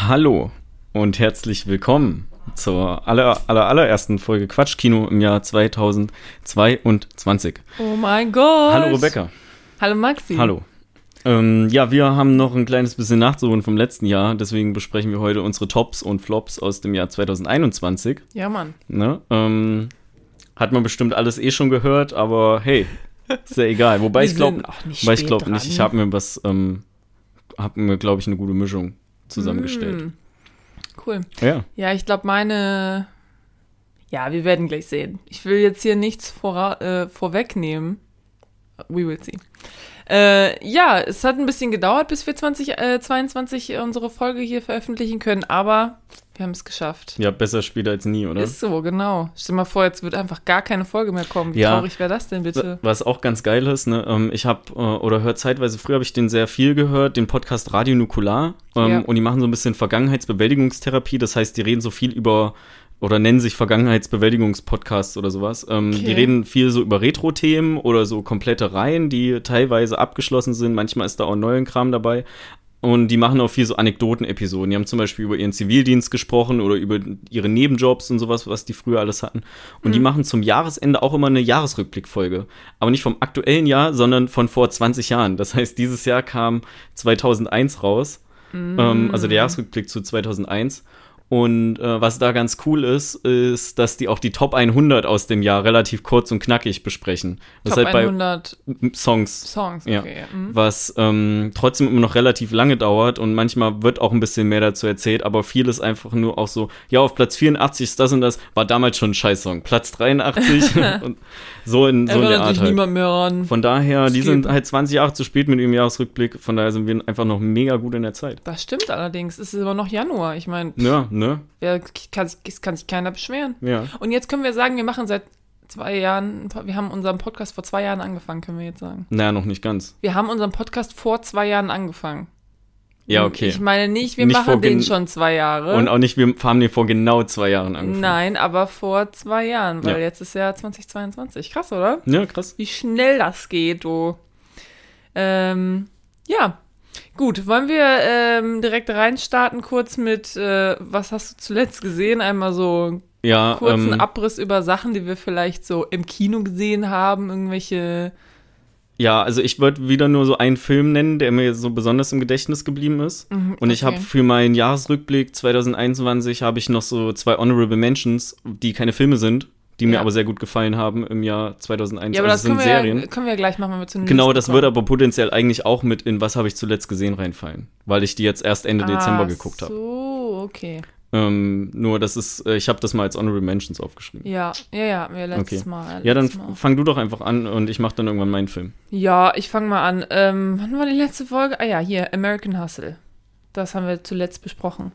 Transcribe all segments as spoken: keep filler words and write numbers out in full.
Hallo und herzlich willkommen zur aller, aller, allerersten Folge Quatschkino im Jahr zweitausendzweiundzwanzig. Oh mein Gott. Hallo Rebecca. Hallo Maxi. Hallo. Ähm, ja, wir haben noch ein kleines bisschen nachzuholen vom letzten Jahr, deswegen besprechen wir heute unsere Tops und Flops aus dem Jahr zweitausendeinundzwanzig. Ja, Mann. Ne? Ähm, hat man bestimmt alles eh schon gehört, aber hey, ist ja egal. Wobei Wir ich glaube, sind wobei ich glaube spät nicht, dran. ich habe mir was, ähm, habe mir, glaube ich, eine gute Mischung zusammengestellt. Mm, cool. Ja. Ja, ich glaube, meine. Ja, wir werden gleich sehen. Ich will jetzt hier nichts vora- äh, vorwegnehmen. We will see. Äh, ja, es hat ein bisschen gedauert, bis wir zweitausendzweiundzwanzig unsere Folge hier veröffentlichen können, aber wir haben es geschafft. Ja, besser später als nie, oder? Ist so, genau. Stell dir mal vor, jetzt wird einfach gar keine Folge mehr kommen. Wie Ja. traurig wäre das denn bitte? Was auch ganz geil ist, ne, ähm, ich habe äh, oder höre zeitweise, früher habe ich den sehr viel gehört, den Podcast Radio Nukular, ähm, Ja. und die machen so ein bisschen Vergangenheitsbewältigungstherapie, das heißt, die reden so viel über oder nennen sich Vergangenheitsbewältigungspodcasts oder sowas. Ähm, Okay. Die reden viel so über Retro-Themen oder so komplette Reihen, die teilweise abgeschlossen sind, manchmal ist da auch neuen Kram dabei. Und die machen auch viel so Anekdoten-Episoden. Die haben zum Beispiel über ihren Zivildienst gesprochen oder über ihre Nebenjobs und sowas, was die früher alles hatten. Und die machen zum Jahresende auch immer eine Jahresrückblickfolge. Aber nicht vom aktuellen Jahr, sondern von vor zwanzig Jahren. Das heißt, dieses Jahr kam zweitausendeins raus. Ähm, also der Jahresrückblick zu zweitausendeins. Und äh, was da ganz cool ist, ist, dass die auch die Top hundert aus dem Jahr relativ kurz und knackig besprechen. Das Top ist halt hundert bei Songs. Songs, Ja. okay. Mhm. Was ähm, trotzdem immer noch relativ lange dauert und manchmal wird auch ein bisschen mehr dazu erzählt, aber viel ist einfach nur auch so, ja, auf Platz vierundachtzig ist das und das, war damals schon ein Scheißsong. Platz dreiundachtzig und so in, so in der Erinnert Art sich halt. niemand mehr an. Von daher, die Skip. sind halt zwanzig Jahre zu spät mit ihrem Jahresrückblick, von daher sind wir einfach noch mega gut in der Zeit. Das stimmt allerdings. Es ist immer noch Januar. Ich meine, Ja, ne? wer kann, es kann sich keiner beschweren. Ja. Und jetzt können wir sagen, wir machen seit zwei Jahren, wir haben unseren Podcast vor zwei Jahren angefangen, können wir jetzt sagen. Naja, noch nicht ganz. Wir haben unseren Podcast vor zwei Jahren angefangen. Ja, okay. Ich meine nicht, wir Nicht vor machen den gen- schon zwei Jahre. Und auch nicht, wir haben den vor genau zwei Jahren angefangen. Nein, aber vor zwei Jahren, weil Ja. jetzt ist ja zweitausendzweiundzwanzig. Krass, oder? Ja, krass. Wie schnell das geht, du. Ähm, ja. Gut, wollen wir ähm, direkt reinstarten, kurz mit, äh, was hast du zuletzt gesehen? Einmal so einen Ja, kurzen ähm, Abriss über Sachen, die wir vielleicht so im Kino gesehen haben, irgendwelche. ja, also ich würde wieder nur so einen Film nennen, der mir so besonders im Gedächtnis geblieben ist. Mhm, Und ich okay. habe für meinen Jahresrückblick zweitausendeinundzwanzig habe ich noch so zwei Honorable Mentions, die keine Filme sind, die mir Ja. aber sehr gut gefallen haben im Jahr zweitausendeinundzwanzig. Ja, aber das sind können wir, Serien. ja, können wir ja gleich machen, wenn wir zu den Genau, News das kommen. würde aber potenziell eigentlich auch mit in Was habe ich zuletzt gesehen reinfallen, weil ich die jetzt erst Ende Dezember Ah, geguckt habe. So, okay. Ähm, nur das ist, äh, ich habe das mal als Honorable Mentions aufgeschrieben. Ja, ja, ja, hatten wir letztes Okay. Mal. Ja, dann letztes Mal. fang du doch einfach an und ich mache dann irgendwann meinen Film. Ja, ich fange mal an. Ähm, wann war die letzte Folge? Ah ja, hier, American Hustle. Das haben wir zuletzt besprochen.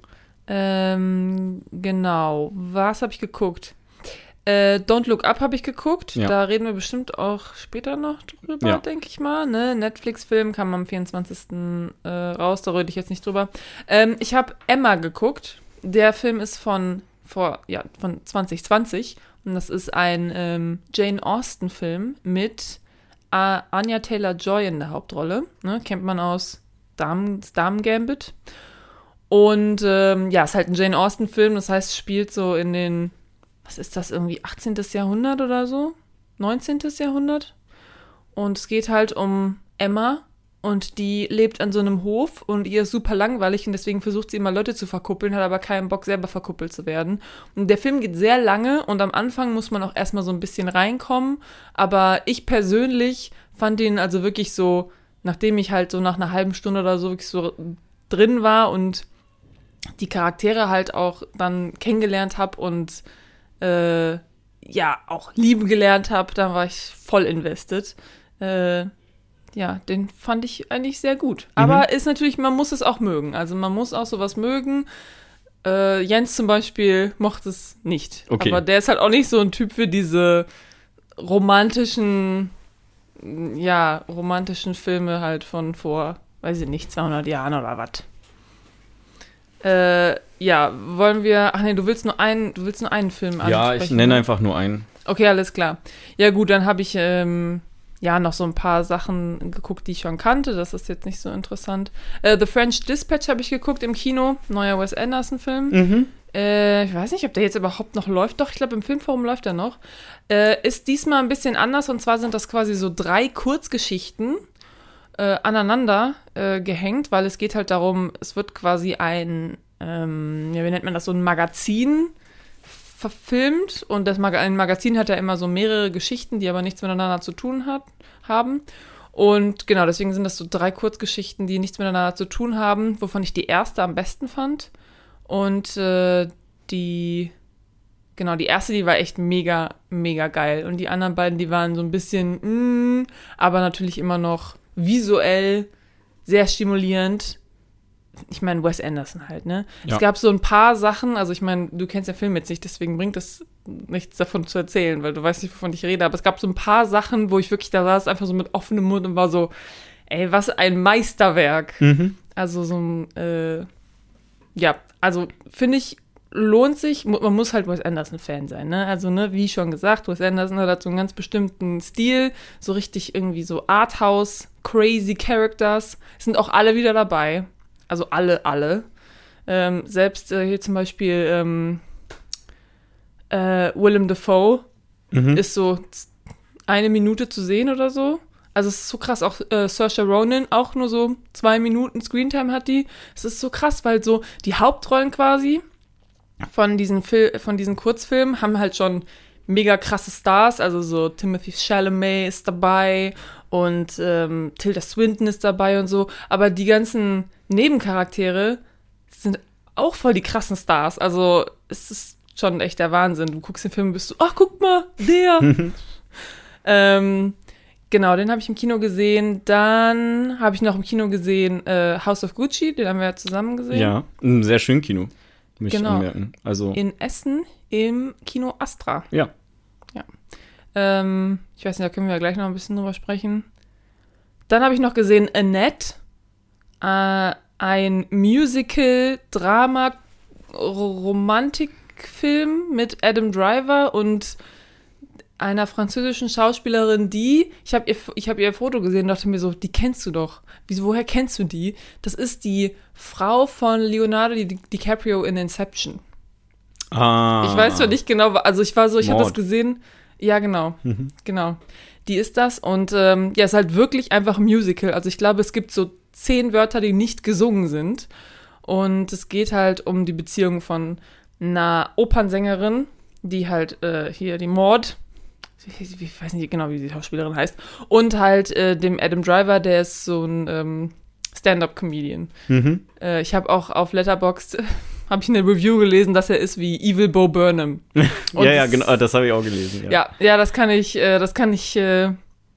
Ähm, genau. Was habe ich geguckt? Äh, Don't Look Up habe ich geguckt. Ja. Da reden wir bestimmt auch später noch drüber, Ja. denke ich mal. Ne? Netflix-Film kam am vierundzwanzigsten Äh, raus, da rede ich jetzt nicht drüber. Ähm, ich habe Emma geguckt. Der Film ist von, vor, ja, von zwanzig zwanzig und das ist ein ähm, Jane Austen-Film mit äh, Anya Taylor-Joy in der Hauptrolle. Ne? Kennt man aus Damen, das Damen-Gambit. Und ähm, ja, ist halt ein Jane Austen-Film, das heißt, spielt so in den, was ist das, irgendwie achtzehnten. Jahrhundert oder so? neunzehnten. Jahrhundert? Und es geht halt um Emma und die lebt an so einem Hof und ihr ist super langweilig und deswegen versucht sie immer Leute zu verkuppeln, hat aber keinen Bock, selber verkuppelt zu werden. Und der Film geht sehr lange und am Anfang muss man auch erstmal so ein bisschen reinkommen, aber ich persönlich fand ihn also wirklich so, nachdem ich halt so nach einer halben Stunde oder so wirklich so drin war und die Charaktere halt auch dann kennengelernt habe und äh, ja, auch lieben gelernt habe, dann war ich voll invested. Äh, ja, den fand ich eigentlich sehr gut. Aber ist natürlich, man muss es auch mögen. Also man muss auch sowas mögen. Äh, Jens zum Beispiel mochte es nicht. Okay. Aber der ist halt auch nicht so ein Typ für diese romantischen, ja, romantischen Filme halt von vor, weiß ich nicht, zweihundert Jahren oder was. Äh, ja, wollen wir, ach nee, du willst nur einen, du willst nur einen Film ansprechen. Ja, ich nenne einfach nur einen. Okay, alles klar. Ja gut, dann habe ich ähm, ja, noch so ein paar Sachen geguckt, die ich schon kannte. Das ist jetzt nicht so interessant. Äh, The French Dispatch habe ich geguckt im Kino. Neuer Wes Anderson-Film. Mhm. Äh, ich weiß nicht, ob der jetzt überhaupt noch läuft. Doch, ich glaube, im Filmforum läuft er noch. Äh, ist diesmal ein bisschen anders. Und zwar sind das quasi so drei Kurzgeschichten äh, aneinander äh, gehängt, weil es geht halt darum, es wird quasi ein, ähm, ja, wie nennt man das, so ein Magazin verfilmt. Und das Mag- ein Magazin hat ja immer so mehrere Geschichten, die aber nichts miteinander zu tun hat, haben. Und genau, deswegen sind das so drei Kurzgeschichten, die nichts miteinander zu tun haben, wovon ich die erste am besten fand. Und äh, die, genau, die erste, die war echt mega, mega geil. Und die anderen beiden, die waren so ein bisschen, mm, aber natürlich immer noch visuell sehr stimulierend. Ich meine, Wes Anderson halt, ne? Ja. Es gab so ein paar Sachen, also ich meine, du kennst den Film jetzt nicht, deswegen bringt es nichts davon zu erzählen, weil du weißt nicht, wovon ich rede, aber es gab so ein paar Sachen, wo ich wirklich da saß, einfach so mit offenem Mund und war so, ey, was ein Meisterwerk. Mhm. Also so ein, äh, ja, also finde ich, lohnt sich, mu- man muss halt Wes Anderson-Fan sein, ne? Also, ne, wie schon gesagt, Wes Anderson hat halt so einen ganz bestimmten Stil, so richtig irgendwie so Arthouse, crazy Characters, sind auch alle wieder dabei. Also alle, alle. Ähm, selbst äh, hier zum Beispiel ähm, äh, Willem Dafoe Mhm. ist so z- eine Minute zu sehen oder so. Also es ist so krass, auch äh, Saoirse Ronan auch nur so zwei Minuten Screentime hat die. Es ist so krass, weil so die Hauptrollen quasi von diesen, Fil- von diesen Kurzfilmen haben halt schon mega krasse Stars, also so Timothée Chalamet ist dabei und ähm, Tilda Swinton ist dabei und so, aber die ganzen Nebencharaktere sind auch voll die krassen Stars, also es ist schon echt der Wahnsinn. Du guckst den Film und bist so, ach, guck mal, der. ähm, genau, den habe ich im Kino gesehen. Dann habe ich noch im Kino gesehen äh, House of Gucci, den haben wir ja zusammen gesehen. Ja, ein sehr schön Kino, möchte ich Genau. anmerken. Also, In Essen im Kino Astra. ja. Ähm, ich weiß nicht, da können wir ja gleich noch ein bisschen drüber sprechen. Dann habe ich noch gesehen Annette, äh, ein Musical, Drama, Romantikfilm mit Adam Driver und einer französischen Schauspielerin, die, ich habe ihr, ich hab ihr Foto gesehen und dachte mir so, die kennst du doch. Wieso, woher kennst du die? Das ist die Frau von Leonardo Di- DiCaprio in Inception. Ah. Ich weiß zwar nicht genau, also ich war so, ich habe das Mord. gesehen. Ja, genau, Mhm. genau. Die ist das und ähm, ja, ist halt wirklich einfach ein Musical. Also ich glaube, es gibt so zehn Wörter, die nicht gesungen sind. Und es geht halt um die Beziehung von einer Opernsängerin, die halt äh, hier die Maud, ich, ich weiß nicht genau, wie die Schauspielerin heißt, und halt äh, dem Adam Driver, der ist so ein ähm, Stand-up-Comedian. Mhm. Äh, ich habe auch auf Letterboxd habe ich eine Review gelesen, dass er ist wie Evil Bo Burnham. Und ja, ja, das- genau, das habe ich auch gelesen. Ja. Ja, ja, das kann ich, äh, das kann ich, äh,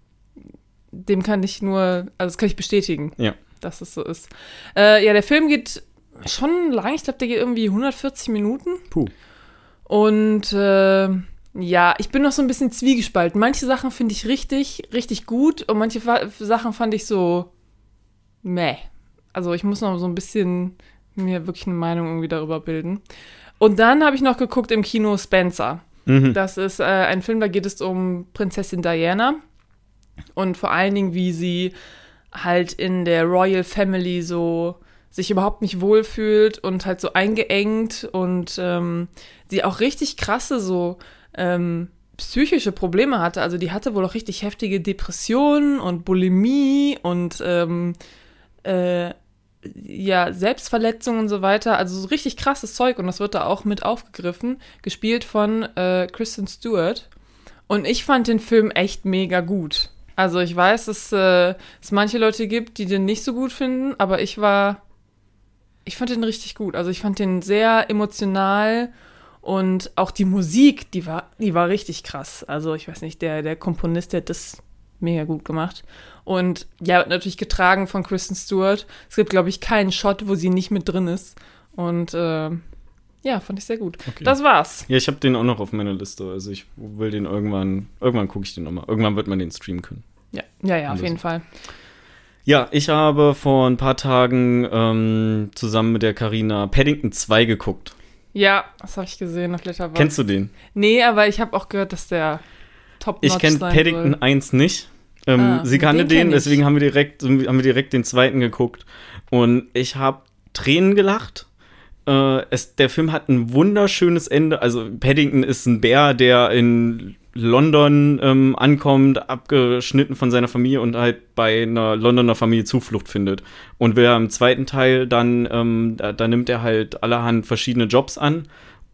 dem kann ich nur, also das kann ich bestätigen, Ja. dass es so ist. Äh, ja, der Film geht schon lang, ich glaube, der geht irgendwie hundertvierzig Minuten. Puh. Und äh, ja, ich bin noch so ein bisschen zwiegespalten. Manche Sachen finde ich richtig, richtig gut und manche Fa- Sachen fand ich so meh. Also ich muss noch so ein bisschen mir wirklich eine Meinung irgendwie darüber bilden. Und dann habe ich noch geguckt im Kino Spencer. Mhm. Das ist äh, ein Film, da geht es um Prinzessin Diana und vor allen Dingen, wie sie halt in der Royal Family so sich überhaupt nicht wohlfühlt und halt so eingeengt und ähm, sie auch richtig krasse so ähm, psychische Probleme hatte. Also die hatte wohl auch richtig heftige Depressionen und Bulimie und ähm, äh, ja, Selbstverletzungen und so weiter, also so richtig krasses Zeug und das wird da auch mit aufgegriffen, gespielt von äh, Kristen Stewart und ich fand den Film echt mega gut. Also ich weiß, dass äh, es manche Leute gibt, die den nicht so gut finden, aber ich war, ich fand den richtig gut. Also ich fand den sehr emotional und auch die Musik, die war, die war richtig krass. Also ich weiß nicht, der, der Komponist, der hat das mega gut gemacht. Und ja, natürlich getragen von Kristen Stewart. Es gibt, glaube ich, keinen Shot, wo sie nicht mit drin ist. Und äh, ja, fand ich sehr gut. Okay. Das war's. Ja, ich habe den auch noch auf meiner Liste. Also ich will den irgendwann, irgendwann gucke ich den nochmal. Irgendwann wird man den streamen können. Ja, ja, ja, auf Also. jeden Fall. Ja, ich habe vor ein paar Tagen ähm, zusammen mit der Carina Paddington zwei geguckt. Ja, das habe ich gesehen auf Letterboxd. Kennst du den? Nee, aber ich habe auch gehört, dass der top-notch Ich kenne sein Paddington soll. eins nicht. Ähm, Ah, sie kannte den den, kenn ich. deswegen haben wir direkt, haben wir direkt den zweiten geguckt. Und ich habe Tränen gelacht. Äh, es, der Film hat ein wunderschönes Ende. Also Paddington ist ein Bär, der in London ähm, ankommt, abgeschnitten von seiner Familie und halt bei einer Londoner Familie Zuflucht findet. Und wer im zweiten Teil dann, ähm, da, da nimmt er halt allerhand verschiedene Jobs an,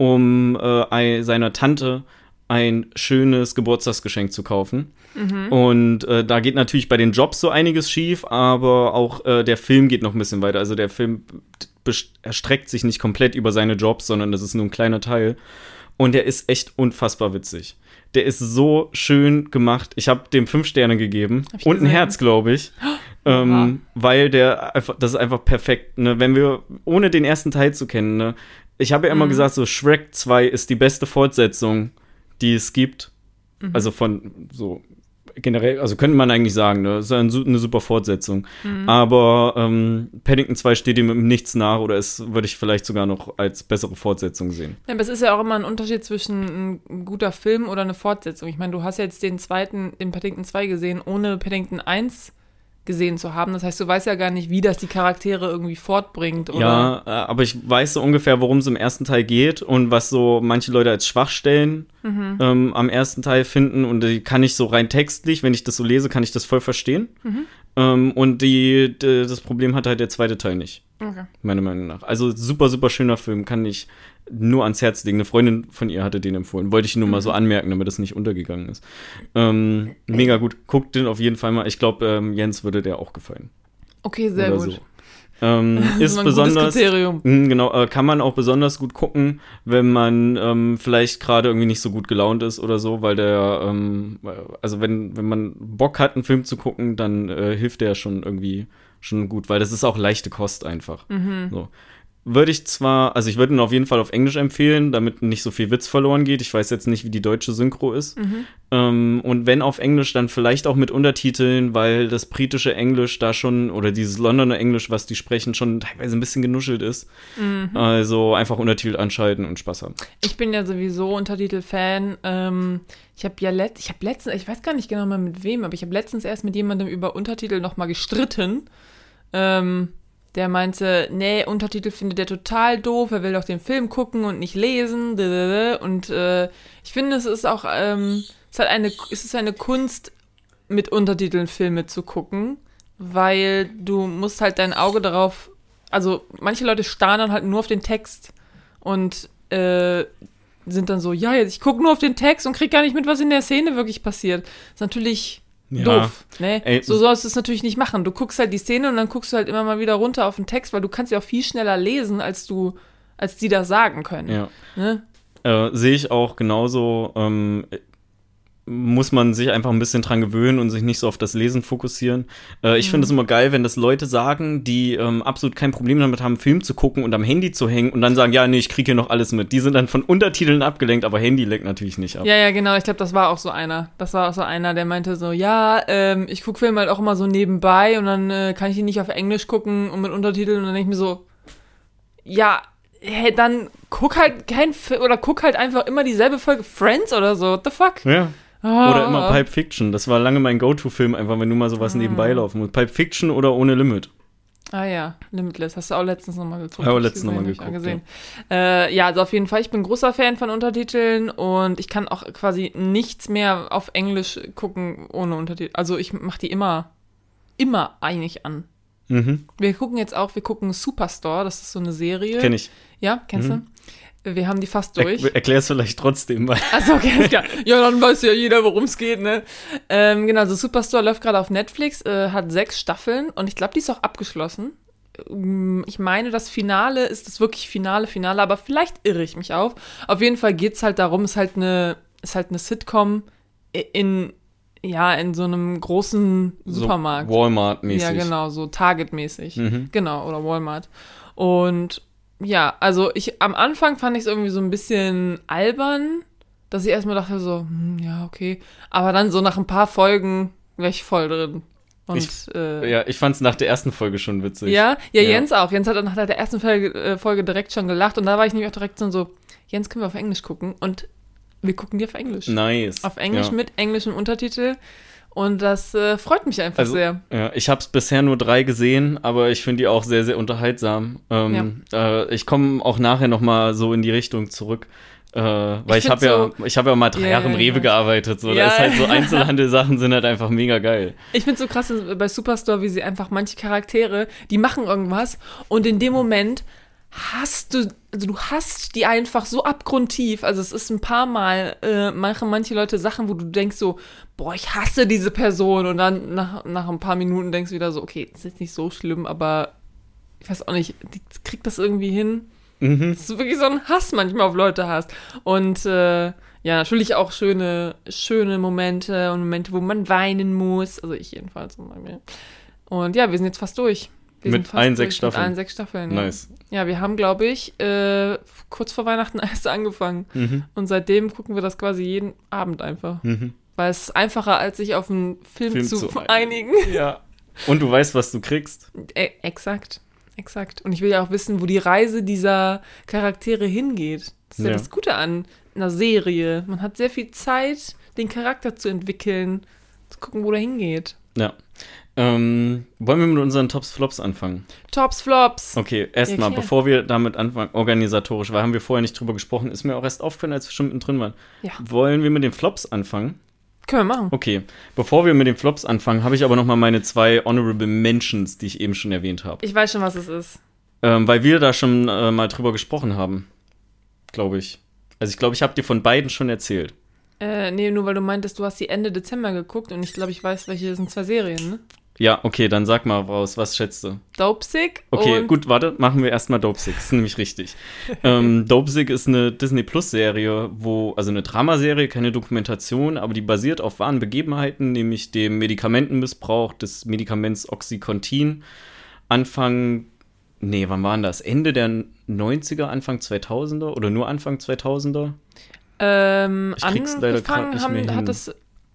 um äh, ein, seiner Tante ein schönes Geburtstagsgeschenk zu kaufen. Mhm. Und äh, da geht natürlich bei den Jobs so einiges schief, aber auch äh, der Film geht noch ein bisschen weiter. Also der Film best- erstreckt sich nicht komplett über seine Jobs, sondern das ist nur ein kleiner Teil. Und der ist echt unfassbar witzig. Der ist so schön gemacht. Ich habe dem fünf Sterne gegeben. Hab ich Und ein gesehen. Herz, glaube ich. ähm, weil der einfach, das ist einfach perfekt. Ne? Wenn wir, ohne den ersten Teil zu kennen, ne? Ich habe ja immer Mhm. gesagt, so Shrek zwei ist die beste Fortsetzung, die es gibt. Mhm. Also von so generell, also könnte man eigentlich sagen, ne? Das ist eine, eine super Fortsetzung. Mhm. Aber ähm, Paddington zwei steht ihm im Nichts nach oder es würde ich vielleicht sogar noch als bessere Fortsetzung sehen. Ja, aber es ist ja auch immer ein Unterschied zwischen ein guter Film oder eine Fortsetzung. Ich meine, du hast ja jetzt den zweiten, den Paddington zwei gesehen, ohne Paddington eins gesehen zu haben. Das heißt, du weißt ja gar nicht, wie das die Charaktere irgendwie fortbringt. Oder? Ja, äh, aber ich weiß so ungefähr, worum es im ersten Teil geht und was so manche Leute als Schwachstellen Mhm. ähm, am ersten Teil finden und die kann ich so rein textlich, wenn ich das so lese, kann ich das voll verstehen. Mhm. Ähm, und die, die, das Problem hat halt der zweite Teil nicht, Okay. meiner Meinung nach. Also super, super schöner Film, kann ich nur ans Herz legen. Eine Freundin von ihr hatte den empfohlen. Wollte ich nur mal so anmerken, damit das nicht untergegangen ist. Ähm, mega gut. Guckt den auf jeden Fall mal. Ich glaube, ähm, Jens würde der auch gefallen. Okay, sehr Oder gut. so. Ähm, Das ist immer ein besonders, gutes Kriterium. mh, genau, äh, kann man auch besonders gut gucken, wenn man ähm, vielleicht gerade irgendwie nicht so gut gelaunt ist oder so, weil der, ähm, also wenn, wenn man Bock hat, einen Film zu gucken, dann äh, hilft der schon irgendwie schon gut, weil das ist auch leichte Kost einfach. Mhm. So. Würde ich zwar, also ich würde ihn auf jeden Fall auf Englisch empfehlen, damit nicht so viel Witz verloren geht. Ich weiß jetzt nicht, wie die deutsche Synchro ist. Mhm. Ähm, und wenn auf Englisch, dann vielleicht auch mit Untertiteln, weil das britische Englisch da schon, oder dieses Londoner Englisch, was die sprechen, schon teilweise ein bisschen genuschelt ist. Mhm. Also einfach Untertitel anschalten und Spaß haben. Ich bin ja sowieso Untertitel-Fan. Ähm, ich habe ja let ich habe letztens, ich weiß gar nicht genau mal mit wem, aber ich habe letztens erst mit jemandem über Untertitel nochmal gestritten. Ähm, der meinte, nee, Untertitel findet er total doof, er will doch den Film gucken und nicht lesen. Und äh, ich finde, es ist auch, ähm, es ist halt eine, es ist eine Kunst, mit Untertiteln Filme zu gucken, weil du musst halt dein Auge darauf, also manche Leute starren dann halt nur auf den Text und äh, sind dann so, ja, jetzt ich gucke nur auf den Text und krieg gar nicht mit, was in der Szene wirklich passiert. Das ist natürlich Ja. doof, ne? Ey, So sollst du es natürlich nicht machen. Du guckst halt die Szene und dann guckst du halt immer mal wieder runter auf den Text, weil du kannst ja auch viel schneller lesen, als du, als die das sagen können. Ja. Ne? Äh, sehe ich auch genauso. Ähm, muss man sich einfach ein bisschen dran gewöhnen und sich nicht so auf das Lesen fokussieren. Äh, ich Mhm. finde es immer geil, wenn das Leute sagen, die ähm, absolut kein Problem damit haben, Film zu gucken und am Handy zu hängen und dann sagen, ja, nee, ich kriege hier noch alles mit. Die sind dann von Untertiteln abgelenkt, aber Handy leckt natürlich nicht ab. Ja, ja, genau. Ich glaube, das war auch so einer. Das war auch so einer, der meinte so, ja, ähm, ich gucke Filme halt auch immer so nebenbei und dann äh, kann ich die nicht auf Englisch gucken und mit Untertiteln und dann denke ich mir so, ja, hey, dann guck halt kein Film oder guck halt einfach immer dieselbe Folge Friends oder so. What the fuck? Ja. Oh. Oder immer Pulp Fiction. Das war lange mein Go-To-Film, einfach wenn du mal sowas nebenbei laufen musst. Pulp Fiction oder Ohne Limit. Ah ja, Limitless. Hast du auch letztens nochmal geguckt? Ja, auch Hab ich letztens noch mal gesehen, hab ich geguckt, auch gesehen. Ja. Äh, ja, also auf jeden Fall, ich bin großer Fan von Untertiteln und ich kann auch quasi nichts mehr auf Englisch gucken ohne Untertitel. Also ich mache die immer, immer eigentlich an. Mhm. Wir gucken jetzt auch, wir gucken Superstore, das ist so eine Serie. Kenn ich. Ja, kennst Mhm. du? Wir haben die fast durch. Er Erklär es vielleicht trotzdem, weil. Achso, okay, ist klar. Ja, dann weiß ja jeder, worum es geht, ne? Ähm, genau, so Superstore läuft gerade auf Netflix, äh, hat sechs Staffeln und ich glaube, die ist auch abgeschlossen. Ähm, Ich meine, das Finale ist das wirklich Finale, Finale, aber vielleicht irre ich mich auch. Auf jeden Fall geht's halt darum, ist halt eine, ist halt eine Sitcom in, ja, in so einem großen Supermarkt. So Walmart-mäßig. Ja, genau, so Target-mäßig. Mhm. Genau, oder Walmart. Und ja, also ich am Anfang fand ich es irgendwie so ein bisschen albern, dass ich erstmal dachte so, hm, ja, okay. Aber dann so nach ein paar Folgen wäre ich voll drin. Und Ich- äh, Ja, ich fand's nach der ersten Folge schon witzig. ja, ja, Ja. Jens auch. Jens hat dann nach der ersten Folge, äh, Folge direkt schon gelacht und da war ich nämlich auch direkt so, so, Jens, können wir auf Englisch gucken? Und wir gucken die auf Englisch. Nice. Auf Englisch ja. mit englischem Untertitel. Und das äh, freut mich einfach also, sehr. Ja, ich habe es bisher nur drei gesehen, aber ich finde die auch sehr, sehr unterhaltsam. Ähm, ja. äh, ich komme auch nachher noch mal so in die Richtung zurück. Äh, weil ich, ich habe so, ja, ich habe ja mal drei yeah, Jahre im Rewe yeah. gearbeitet. So. Ja. Da ist halt so Einzelhandel-Sachen sind halt einfach mega geil. Ich finde es so krass bei Superstore, wie sie einfach manche Charaktere, die machen irgendwas und in dem Moment hast du, also du hast die einfach so abgrundtief. Also es ist ein paar Mal, äh, machen manche Leute Sachen, wo du denkst so, boah, ich hasse diese Person. Und dann nach, nach ein paar Minuten denkst du wieder so, okay, das ist jetzt nicht so schlimm, aber ich weiß auch nicht, die kriegt das irgendwie hin. Mhm. Dass du wirklich so einen Hass manchmal auf Leute hast. Und äh, ja, natürlich auch schöne, schöne Momente und Momente, wo man weinen muss. Also ich jedenfalls. Und ja, wir sind jetzt fast durch. Wir mit allen sechs Staffeln. Mit allen sechs Staffeln, ja. Nice. Ja, wir haben, glaube ich, äh, kurz vor Weihnachten erst angefangen. Mhm. Und seitdem gucken wir das quasi jeden Abend einfach. Mhm. Weil es ist einfacher, als sich auf einen Film, Film zu, zu einigen. Ja. Und du weißt, was du kriegst. E- exakt. Exakt. Und ich will ja auch wissen, wo die Reise dieser Charaktere hingeht. Das ist ja, ja das Gute an einer Serie. Man hat sehr viel Zeit, den Charakter zu entwickeln, zu gucken, wo der hingeht. Ja. Ähm, wollen wir mit unseren Tops Flops anfangen? Tops Flops. Okay, erstmal, ja, bevor wir damit anfangen, organisatorisch, weil haben wir vorher nicht drüber gesprochen, ist mir auch erst aufgefallen, als wir schon mittendrin waren. Ja. Wollen wir mit den Flops anfangen? Können wir machen. Okay, bevor wir mit den Flops anfangen, habe ich aber noch mal meine zwei Honorable Mentions, die ich eben schon erwähnt habe. Ich weiß schon, was es ist. Ähm, weil wir da schon äh, mal drüber gesprochen haben, glaube ich. Also ich glaube, ich habe dir von beiden schon erzählt. Äh, nee, nur weil du meintest, du hast die Ende Dezember geguckt und ich glaube, ich weiß, welche sind zwei Serien, ne? Ja, okay, dann sag mal raus, was schätzt du? Dopesick. Okay, gut, warte, machen wir erstmal Dopesick, das ist nämlich richtig. ähm, Dopesick ist eine Disney-Plus-Serie, wo, also eine Dramaserie, keine Dokumentation, aber die basiert auf wahren Begebenheiten, nämlich dem Medikamentenmissbrauch des Medikaments Oxycontin. Anfang, nee, wann waren das? Ende der neunziger, Anfang zweitausender oder nur Anfang zweitausender? Ähm, ich krieg's leider gerade nicht mehr hin. Hat es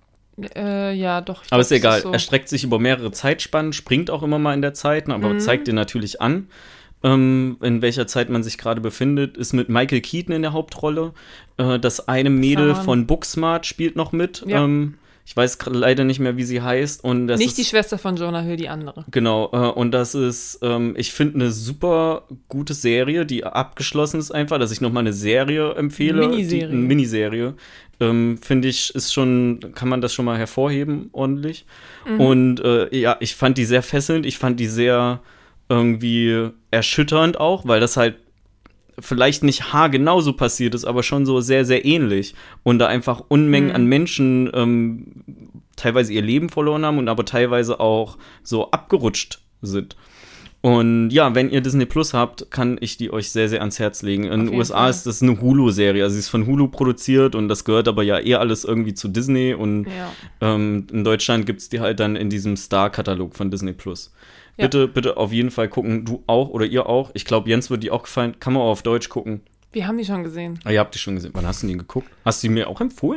Äh, ja, doch. Aber ist egal. Ist so. Er streckt sich über mehrere Zeitspannen, springt auch immer mal in der Zeit, aber mhm. zeigt dir natürlich an, ähm, in welcher Zeit man sich gerade befindet. Ist mit Michael Keaton in der Hauptrolle. Äh, das eine Mädel Saran. von Booksmart spielt noch mit. Ja. Ähm, ich weiß leider nicht mehr, wie sie heißt. Und das nicht ist, die Schwester von Jonah Hill, die andere. Genau. Äh, und das ist, ähm, ich finde, eine super gute Serie, die abgeschlossen ist einfach, dass ich noch mal eine Serie empfehle. Miniserie. Die, eine Miniserie. Ähm, finde ich, ist schon, kann man das schon mal hervorheben, ordentlich. Mhm. Und äh, ja, ich fand die sehr fesselnd, ich fand die sehr irgendwie erschütternd auch, weil das halt vielleicht nicht haargenau so passiert ist, aber schon so sehr, sehr ähnlich. Und da einfach Unmengen mhm. an Menschen ähm, teilweise ihr Leben verloren haben und aber teilweise auch so abgerutscht sind. Und ja, wenn ihr Disney Plus habt, kann ich die euch sehr, sehr ans Herz legen. In den U S A Fall. Ist das eine Hulu-Serie, also sie ist von Hulu produziert und das gehört aber ja eher alles irgendwie zu Disney und ja. ähm, in Deutschland gibt es die halt dann in diesem Star-Katalog von Disney Plus. Ja. Bitte, bitte auf jeden Fall gucken, du auch oder ihr auch. Ich glaube, Jens wird die auch gefallen, kann man auch auf Deutsch gucken. Wir haben die schon gesehen. Ah, ihr habt die schon gesehen. Wann hast du die geguckt? Hast du die mir auch empfohlen?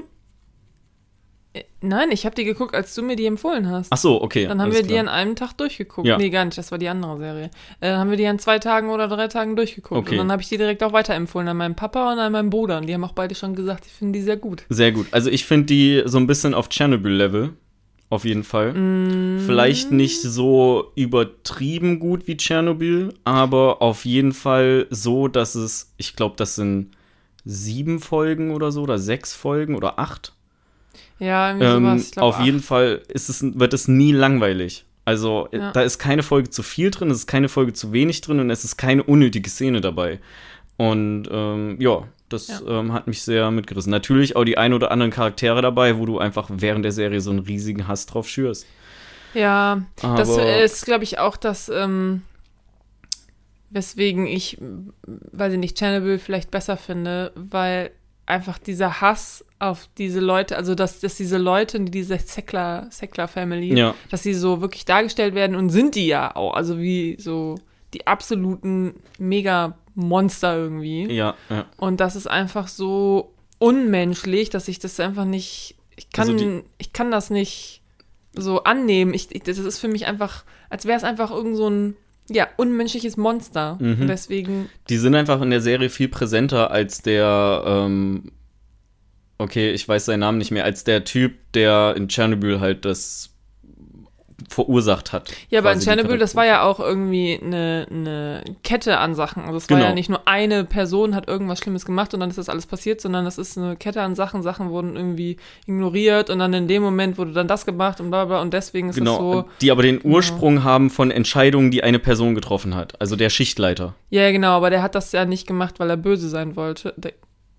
Nein, ich habe die geguckt, als du mir die empfohlen hast. Ach so, okay. Dann haben wir klar. die an einem Tag durchgeguckt. Ja. Nee, gar nicht, das war die andere Serie. Äh, dann haben wir die an zwei Tagen oder drei Tagen durchgeguckt. Okay. Und dann habe ich die direkt auch weiterempfohlen an meinem Papa und an meinem Bruder. Und die haben auch beide schon gesagt, die finden die sehr gut. Sehr gut. Also ich finde die so ein bisschen auf Chernobyl-Level. Auf jeden Fall. Mm. Vielleicht nicht so übertrieben gut wie Tschernobyl, aber auf jeden Fall so, dass es, ich glaube, das sind sieben Folgen oder so, oder sechs Folgen oder acht. Ja, irgendwie sowas. Ähm, ich glaub, auf acht. jeden Fall ist es, wird es nie langweilig. Also ja. da ist keine Folge zu viel drin, es ist keine Folge zu wenig drin und es ist keine unnötige Szene dabei. Und ähm, ja, das ja. Ähm, hat mich sehr mitgerissen. Natürlich auch die ein oder anderen Charaktere dabei, wo du einfach während der Serie so einen riesigen Hass drauf schürst. Ja, aber das ist, glaube ich, auch das, ähm, weswegen ich, weiß ich nicht, Chernobyl vielleicht besser finde, weil einfach dieser Hass auf diese Leute, also dass, dass diese Leute, diese Sackler, Sackler-Family, ja. dass sie so wirklich dargestellt werden und sind die ja auch, also wie so die absoluten Mega-Monster irgendwie. Ja, ja. Und das ist einfach so unmenschlich, dass ich das einfach nicht, ich kann, also die, ich kann das nicht so annehmen. Ich, ich, das ist für mich einfach, als wäre es einfach irgend so ein ja, unmenschliches Monster. Mhm. Und deswegen. Die sind einfach in der Serie viel präsenter als der, ähm, okay, ich weiß seinen Namen nicht mehr, als der Typ, der in Tschernobyl halt das verursacht hat. Ja, aber in Tschernobyl, das war ja auch irgendwie eine, eine Kette an Sachen. Also es war Genau. ja nicht nur eine Person hat irgendwas Schlimmes gemacht und dann ist das alles passiert, sondern das ist eine Kette an Sachen. Sachen wurden irgendwie ignoriert und dann in dem Moment wurde dann das gemacht und bla bla und deswegen ist Genau, es so. die aber den Ursprung ja. haben von Entscheidungen, die eine Person getroffen hat. Also der Schichtleiter. Ja, ja, genau, aber der hat das ja nicht gemacht, weil er böse sein wollte. Der,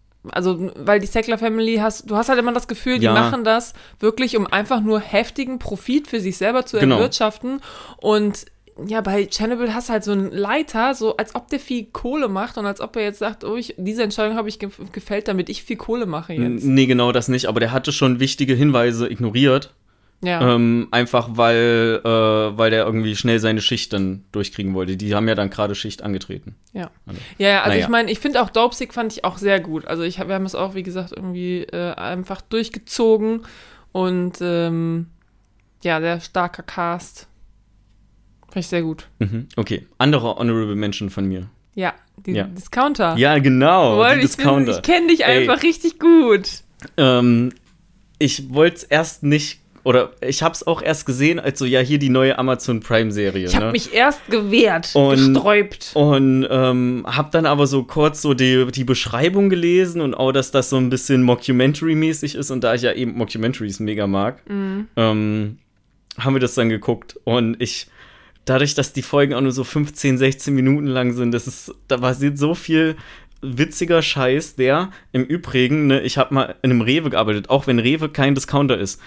Also, weil die Sackler Family hast, du hast halt immer das Gefühl, die ja. machen das wirklich, um einfach nur heftigen Profit für sich selber zu genau. erwirtschaften. Und ja, bei Tschernobyl hast du halt so einen Leiter, so als ob der viel Kohle macht und als ob er jetzt sagt, oh, ich, diese Entscheidung habe ich ge- gefällt, damit ich viel Kohle mache jetzt. Nee, genau das nicht, aber der hatte schon wichtige Hinweise ignoriert. Ja. Ähm, einfach weil, äh, weil der irgendwie schnell seine Schicht dann durchkriegen wollte. Die haben ja dann gerade Schicht angetreten. Ja. Also, ja, ja, also naja. ich meine, ich finde auch Dopesick fand ich auch sehr gut. Also ich, wir haben es auch, wie gesagt, irgendwie äh, einfach durchgezogen und ähm, ja, sehr starker Cast. Fand ich sehr gut. Mhm. Okay, andere Honorable Mention von mir. Ja, die Ja. Discounter. Ja, genau, Boah, die ich Discounter. bin- Ich kenne dich Ey. einfach richtig gut. Ähm, ich wollte es erst nicht, oder ich habe es auch erst gesehen, als so, ja, hier die neue Amazon Prime-Serie. Ich habe ne? mich erst gewehrt, Und- gesträubt. Und ähm, habe dann aber so kurz so die, die Beschreibung gelesen und auch, dass das so ein bisschen Mockumentary-mäßig ist. Und da ich ja eben Mockumentaries mega mag, Mhm. ähm, haben wir das dann geguckt. Und ich, dadurch, dass die Folgen auch nur so fünfzehn, sechzehn Minuten lang sind, das ist, da passiert so viel witziger Scheiß, der im Übrigen, ne, ich habe mal in einem Rewe gearbeitet, auch wenn Rewe kein Discounter ist,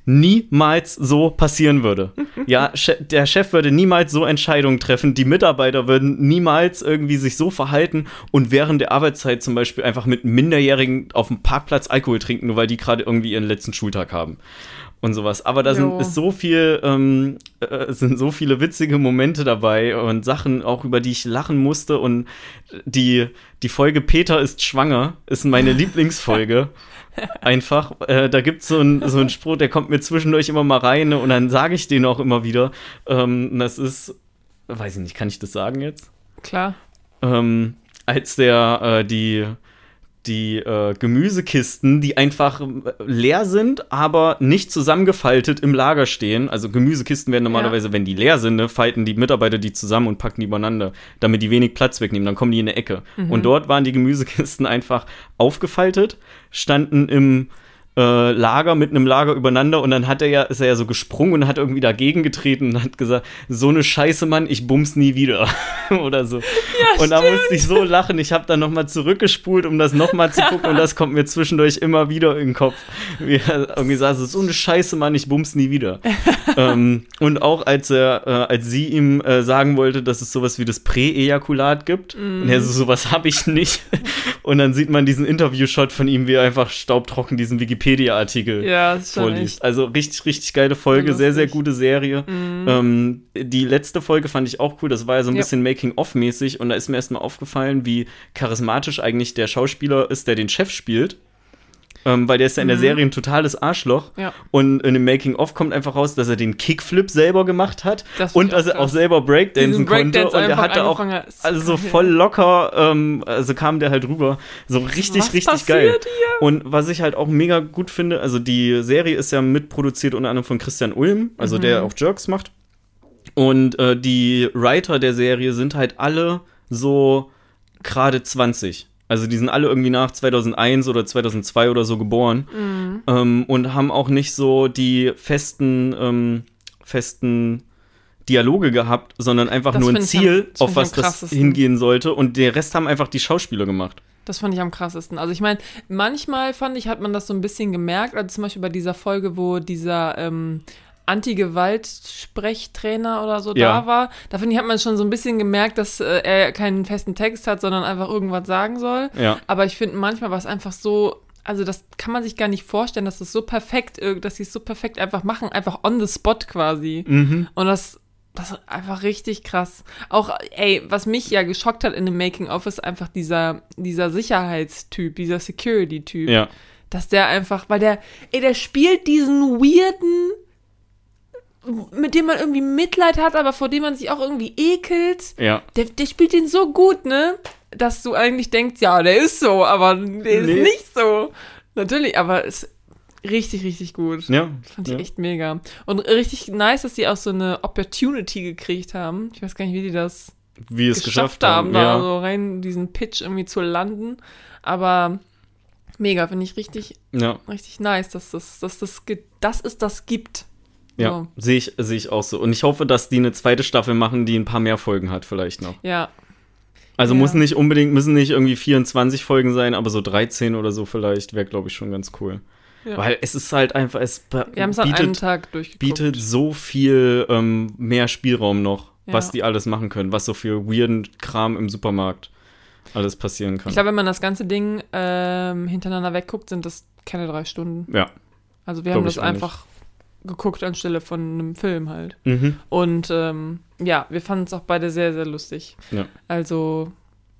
niemals so passieren würde. Ja, che- der Chef würde niemals so Entscheidungen treffen, die Mitarbeiter würden niemals irgendwie sich so verhalten und während der Arbeitszeit zum Beispiel einfach mit Minderjährigen auf dem Parkplatz Alkohol trinken, nur weil die gerade irgendwie ihren letzten Schultag haben. Und sowas. Aber da sind, Jo. ist so viel, ähm, äh, sind so viele witzige Momente dabei und Sachen auch, über die ich lachen musste. Und die, die Folge Peter ist schwanger ist meine Lieblingsfolge. Einfach. Äh, da gibt's so einen so einen Spruch, der kommt mir zwischendurch immer mal rein, ne, und dann sage ich den auch immer wieder. Ähm, das ist, weiß ich nicht, kann ich das sagen jetzt? Klar. Ähm, als der, äh, die, die äh, Gemüsekisten, die einfach leer sind, aber nicht zusammengefaltet im Lager stehen. Also Gemüsekisten werden normalerweise, ja. wenn die leer sind, ne, falten die Mitarbeiter die zusammen und packen die übereinander, damit die wenig Platz wegnehmen. Dann kommen die in eine Ecke. Mhm. Und dort waren die Gemüsekisten einfach aufgefaltet, standen im äh, Lager mit einem Lager übereinander und dann hat er ja, ist er ja so gesprungen und hat irgendwie dagegen getreten und hat gesagt, so eine Scheiße, Mann, ich bums nie wieder. Oder so. Ja, und da stimmt. musste ich so lachen. Ich habe dann nochmal zurückgespult, um das nochmal zu gucken und das kommt mir zwischendurch immer wieder in den Kopf. Wie er irgendwie sagt, so eine Scheiße, Mann, ich bums nie wieder. ähm, und auch als er, äh, als sie ihm äh, sagen wollte, dass es sowas wie das Prä-Ejakulat gibt. Mm. Und er so, sowas habe ich nicht. Und dann sieht man diesen Interview-Shot von ihm, wie er einfach staubtrocken diesen Wikipedia-Artikel ja, das ist schon vorliest. echt. Also richtig, richtig geile Folge, sehr, sehr gute Serie. Mhm. Ähm, die letzte Folge fand ich auch cool, das war ja so ein Ja. bisschen Making-of-mäßig und da ist mir erstmal aufgefallen, wie charismatisch eigentlich der Schauspieler ist, der den Chef spielt. Ähm, weil der ist ja in der Mhm. Serie ein totales Arschloch. Ja. Und in dem Making-of kommt einfach raus, dass er den Kickflip selber gemacht hat Das und find ich dass auch er auch krass. selber Breakdancen Diesen konnte. Breakdance Und er einfach hatte auch, angefangen hat. Ist also so geil. voll locker, ähm, also kam der halt rüber. So richtig, Was richtig geil. passiert hier? Und was ich halt auch mega gut finde, also die Serie ist ja mitproduziert unter anderem von Christian Ulm, also Mhm. der auch Jerks macht. Und äh, die Writer der Serie sind halt alle so gerade zwanzig. Also die sind alle irgendwie nach zweitausendeins oder zweitausendzwei oder so geboren. Mhm. Ähm, und haben auch nicht so die festen, ähm, festen Dialoge gehabt, sondern einfach Das nur ein find ich am- Ziel, das auf find ich was am das krassesten. hingehen sollte. Und der Rest haben einfach die Schauspieler gemacht. Das fand ich am krassesten. Also ich meine, manchmal fand ich, hat man das so ein bisschen gemerkt, also zum Beispiel bei dieser Folge, wo dieser ähm, Anti-Gewalt-Sprechtrainer oder so Ja. da war. Da finde ich, hat man schon so ein bisschen gemerkt, dass äh, er keinen festen Text hat, sondern einfach irgendwas sagen soll. Ja. Aber ich finde, manchmal war es einfach so, also das kann man sich gar nicht vorstellen, dass das so perfekt, äh, dass sie es so perfekt einfach machen, einfach on the spot quasi. Mhm. Und das, das ist einfach richtig krass. Auch, ey, was mich ja geschockt hat in dem Making-of, ist einfach dieser, dieser Sicherheitstyp, dieser Security-Typ. Ja. Dass der einfach, weil der, ey, der spielt diesen weirden, mit dem man irgendwie Mitleid hat, aber vor dem man sich auch irgendwie ekelt. Ja. Der, der spielt den so gut, ne? Dass du eigentlich denkst, ja, der ist so, aber der ist Nee. nicht so. Natürlich, aber es ist richtig, richtig gut. Ja. Fand ich ja. echt mega. Und richtig nice, dass die auch so eine Opportunity gekriegt haben. Ich weiß gar nicht, wie die das Wie es geschafft geschafft haben, haben. da Ja. so rein diesen Pitch irgendwie zu landen. Aber mega, finde ich richtig, ja. richtig nice, dass das, dass das, ge- dass es das gibt. Ja, So. sehe ich, sehe ich auch so. Und ich hoffe, dass die eine zweite Staffel machen, die ein paar mehr Folgen hat vielleicht noch. Ja, Also Ja. muss nicht unbedingt, müssen nicht irgendwie vierundzwanzig Folgen sein, aber so dreizehn oder so vielleicht wäre, glaube ich, schon ganz cool. Ja. Weil es ist halt einfach, es be- wir haben es an einem bietet, Tag durchgeguckt. bietet so viel ähm, mehr Spielraum noch, Ja. was die alles machen können, was so viel weirden Kram im Supermarkt alles passieren kann. Ich glaube, wenn man das ganze Ding ähm, hintereinander wegguckt, sind das keine drei Stunden. ja. Also wir Glaub haben ich das auch einfach geguckt anstelle von einem Film halt. Mhm. Und ähm, ja, wir fanden es auch beide sehr, sehr lustig. Ja. Also,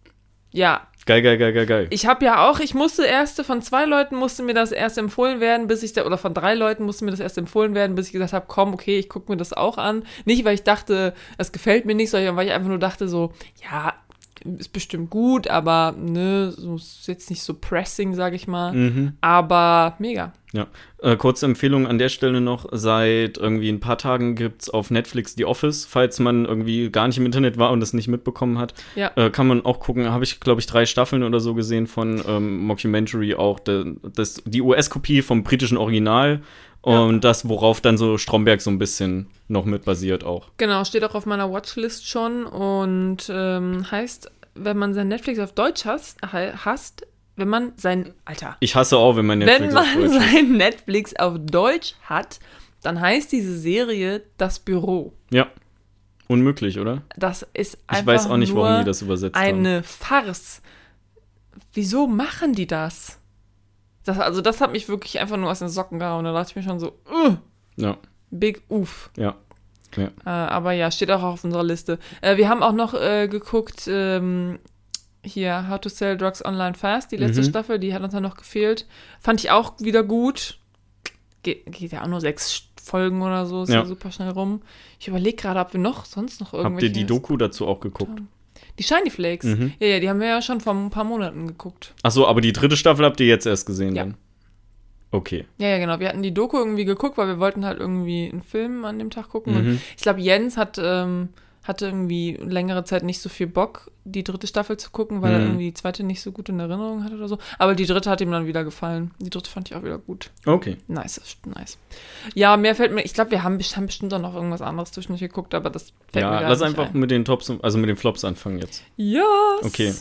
ja, Geil, geil, geil, geil, geil. ich habe ja auch, ich musste erst, von zwei Leuten musste mir das erst empfohlen werden, bis ich da, oder von drei Leuten musste mir das erst empfohlen werden, bis ich gesagt habe, komm, okay, ich gucke mir das auch an. Nicht, weil ich dachte, es gefällt mir nicht, sondern weil ich einfach nur dachte so, ja, ist bestimmt gut, aber ne, so ist jetzt nicht so pressing, sag ich mal. Mhm. Aber mega. Ja, äh, kurze Empfehlung an der Stelle noch, seit irgendwie ein paar Tagen gibt's auf Netflix The Office, falls man irgendwie gar nicht im Internet war und es nicht mitbekommen hat, Ja. äh, kann man auch gucken, habe ich glaube ich drei Staffeln oder so gesehen von ähm, Mockumentary auch, de, das, die U S-Kopie vom britischen Original und Ja. das, worauf dann so Stromberg so ein bisschen noch mit basiert auch. Genau, steht auch auf meiner Watchlist schon und ähm, heißt, wenn man sein Netflix auf Deutsch hasst, hasst wenn man sein, Alter, Ich hasse auch, wenn man Netflix wenn auf man Deutsch ist. sein Netflix auf Deutsch hat, dann heißt diese Serie Das Büro. Ja, unmöglich, oder? Das ist einfach Ich weiß auch nicht, nur warum die das übersetzt haben. eine Farce. Wieso machen die das? das? Also das hat mich wirklich einfach nur aus den Socken gehauen. Da dachte ich mir schon so, uh, Ja, big uff. ja. Ja. Äh, aber ja, steht auch auf unserer Liste. Äh, wir haben auch noch äh, geguckt, ähm, hier, How to Sell Drugs Online Fast, die letzte Mhm. Staffel, die hat uns dann noch gefehlt. Fand ich auch wieder gut. Ge- geht ja auch nur sechs Folgen oder so, ist ja, Ja. super schnell rum. Ich überlege gerade, ob wir noch sonst noch irgendwelche... Habt ihr die Doku dazu auch geguckt? Die Shiny Flakes. Mhm. Ja, ja, die haben wir ja schon vor ein paar Monaten geguckt. Ach so, aber die dritte Staffel habt ihr jetzt erst gesehen Ja. dann? Okay. Ja, ja, genau. Wir hatten die Doku irgendwie geguckt, weil wir wollten halt irgendwie einen Film an dem Tag gucken. Und Mhm. ich glaube, Jens hat, ähm, hatte irgendwie längere Zeit nicht so viel Bock, die dritte Staffel zu gucken, weil er Mhm. irgendwie die zweite nicht so gut in Erinnerung hatte oder so. Aber die dritte hat ihm dann wieder gefallen. Die dritte fand ich auch wieder gut. Okay. Nice, das ist nice. Ja, mehr fällt mir, ich glaube, wir haben, haben bestimmt auch noch irgendwas anderes zwischendurch geguckt, aber das fällt mir Ja, gerade lass nicht einfach ein. mit den Tops, also mit den Flops anfangen jetzt. Yes. Okay.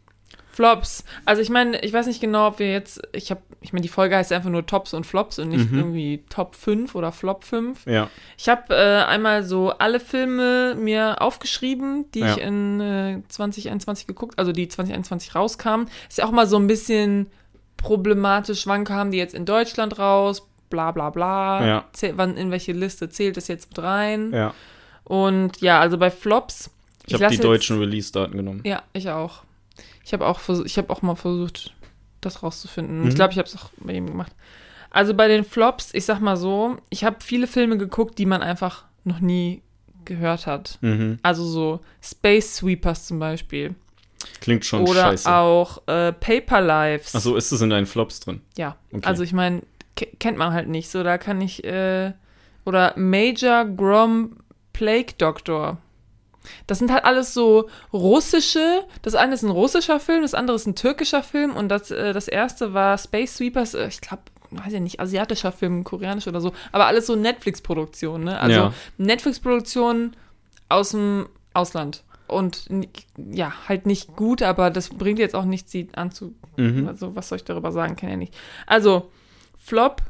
Flops. Also ich meine, ich weiß nicht genau, ob wir jetzt, ich habe, ich meine, die Folge heißt einfach nur Tops und Flops und nicht Mhm. irgendwie Top fünf oder Flop fünf. Ja. Ich habe äh, einmal so alle Filme mir aufgeschrieben, die Ja. ich in äh, zwanzig einundzwanzig geguckt, also die zwanzig einundzwanzig rauskamen. Ist ja auch mal so ein bisschen problematisch, wann kamen die jetzt in Deutschland raus, bla bla bla. Ja. Zäh- wann, in welche Liste zählt das jetzt mit rein? Ja. Und ja, also bei Flops. Ich habe lasse die jetzt- deutschen Release-Daten genommen. Ja, ich auch. Ich habe auch, vers- ich habe auch mal versucht, das rauszufinden. Mhm. Ich glaube, ich habe es auch bei ihm gemacht. Also bei den Flops, ich sag mal so, ich habe viele Filme geguckt, die man einfach noch nie gehört hat. Mhm. Also so Space Sweepers zum Beispiel. Klingt schon Oder scheiße. auch äh, Paper Lives. Achso, ist es in deinen Flops drin? Ja, Okay. also ich meine, ke- kennt man halt nicht. So, da kann ich, äh, oder Major Grom Plague Doctor. Das sind halt alles so russische, das eine ist ein russischer Film, das andere ist ein türkischer Film und das, äh, das erste war Space Sweepers, äh, ich glaube, weiß ja nicht, asiatischer Film, koreanisch oder so, aber alles so Netflix-Produktionen, ne? Also Ja. Netflix-Produktionen aus dem Ausland. Und n- ja, halt nicht gut, aber das bringt jetzt auch nichts, sie anzu... Mhm. Also, was soll ich darüber sagen? Kann ja nicht. Also, Flop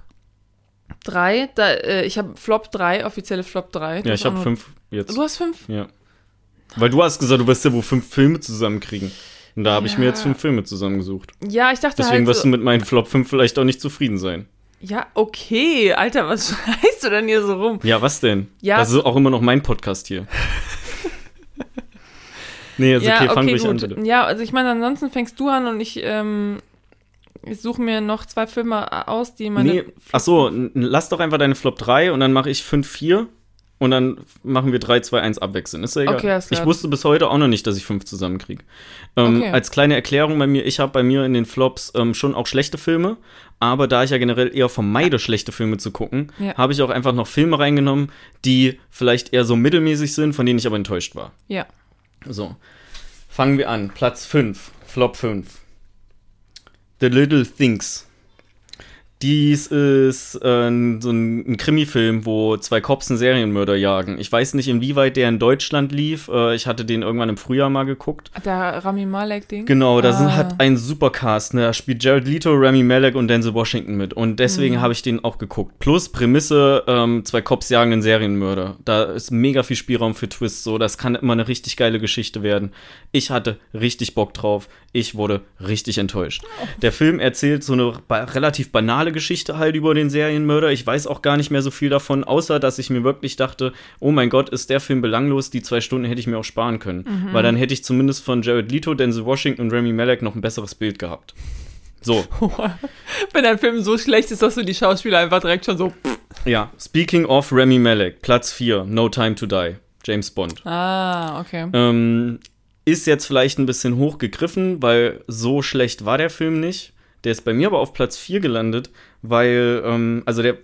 drei, da, äh, ich habe Flop drei, offizielle Flop drei. Du Ja, hast ich habe auch nur- fünf jetzt. Du hast fünf? Ja. Weil du hast gesagt, du wirst ja wohl fünf Filme zusammenkriegen. Und da habe ich Ja. mir jetzt fünf Filme zusammengesucht. Ja, ich dachte Deswegen halt wirst so, du mit meinen Flop fünf vielleicht auch nicht zufrieden sein. ja, okay, Alter, was schreist du denn hier so rum? Ja, was denn? Ja, das ist auch immer noch mein Podcast hier. Nee, ist ja, okay, fang okay, ruhig an, gut. bitte. Ja, also ich meine, ansonsten fängst du an und ich, ähm, ich suche mir noch zwei Filme aus, die meine... Nee, ach so, n- lass doch einfach deine Flop drei und dann mache ich fünf, vier. und dann machen wir drei, zwei, eins abwechseln. Ist ja egal. Okay, ich wusste bis heute auch noch nicht, dass ich fünf zusammenkriege. Ähm, okay. Als kleine Erklärung bei mir, ich habe bei mir in den Flops ähm, schon auch schlechte Filme, aber da ich ja generell eher vermeide, schlechte Filme zu gucken, ja. habe ich auch einfach noch Filme reingenommen, die vielleicht eher so mittelmäßig sind, von denen ich aber enttäuscht war. Ja. So, fangen wir an. Platz fünf, Flop fünf. The Little Things. Dies ist äh, so ein, ein Krimi-Film, wo zwei Cops einen Serienmörder jagen. Ich weiß nicht, inwieweit der in Deutschland lief. Äh, ich hatte den irgendwann im Frühjahr mal geguckt. Der Rami Malek-Ding? Genau, da ah. sind, hat ein Supercast. Ne? Da spielt Jared Leto, Rami Malek und Denzel Washington mit. Und deswegen mhm. habe ich den auch geguckt. Plus Prämisse, ähm, zwei Cops jagen einen Serienmörder. Da ist mega viel Spielraum für Twists. So. Das kann immer eine richtig geile Geschichte werden. Ich hatte richtig Bock drauf. Ich wurde richtig enttäuscht. Oh. Der Film erzählt so eine ba- relativ banale Geschichte halt über den Serienmörder. Ich weiß auch gar nicht mehr so viel davon, außer dass ich mir wirklich dachte, oh mein Gott, ist der Film belanglos, die zwei Stunden hätte ich mir auch sparen können. Mhm. Weil dann hätte ich zumindest von Jared Leto, Denzel Washington und Rami Malek noch ein besseres Bild gehabt. So. Wenn ein Film so schlecht ist, dass du die Schauspieler einfach direkt schon so... Pff. Ja, speaking of Rami Malek, Platz vier, No Time to Die, James Bond. Ah, okay. Ähm, ist jetzt vielleicht ein bisschen hochgegriffen, weil so schlecht war der Film nicht. Der ist bei mir aber auf Platz vier gelandet, weil, ähm, also der,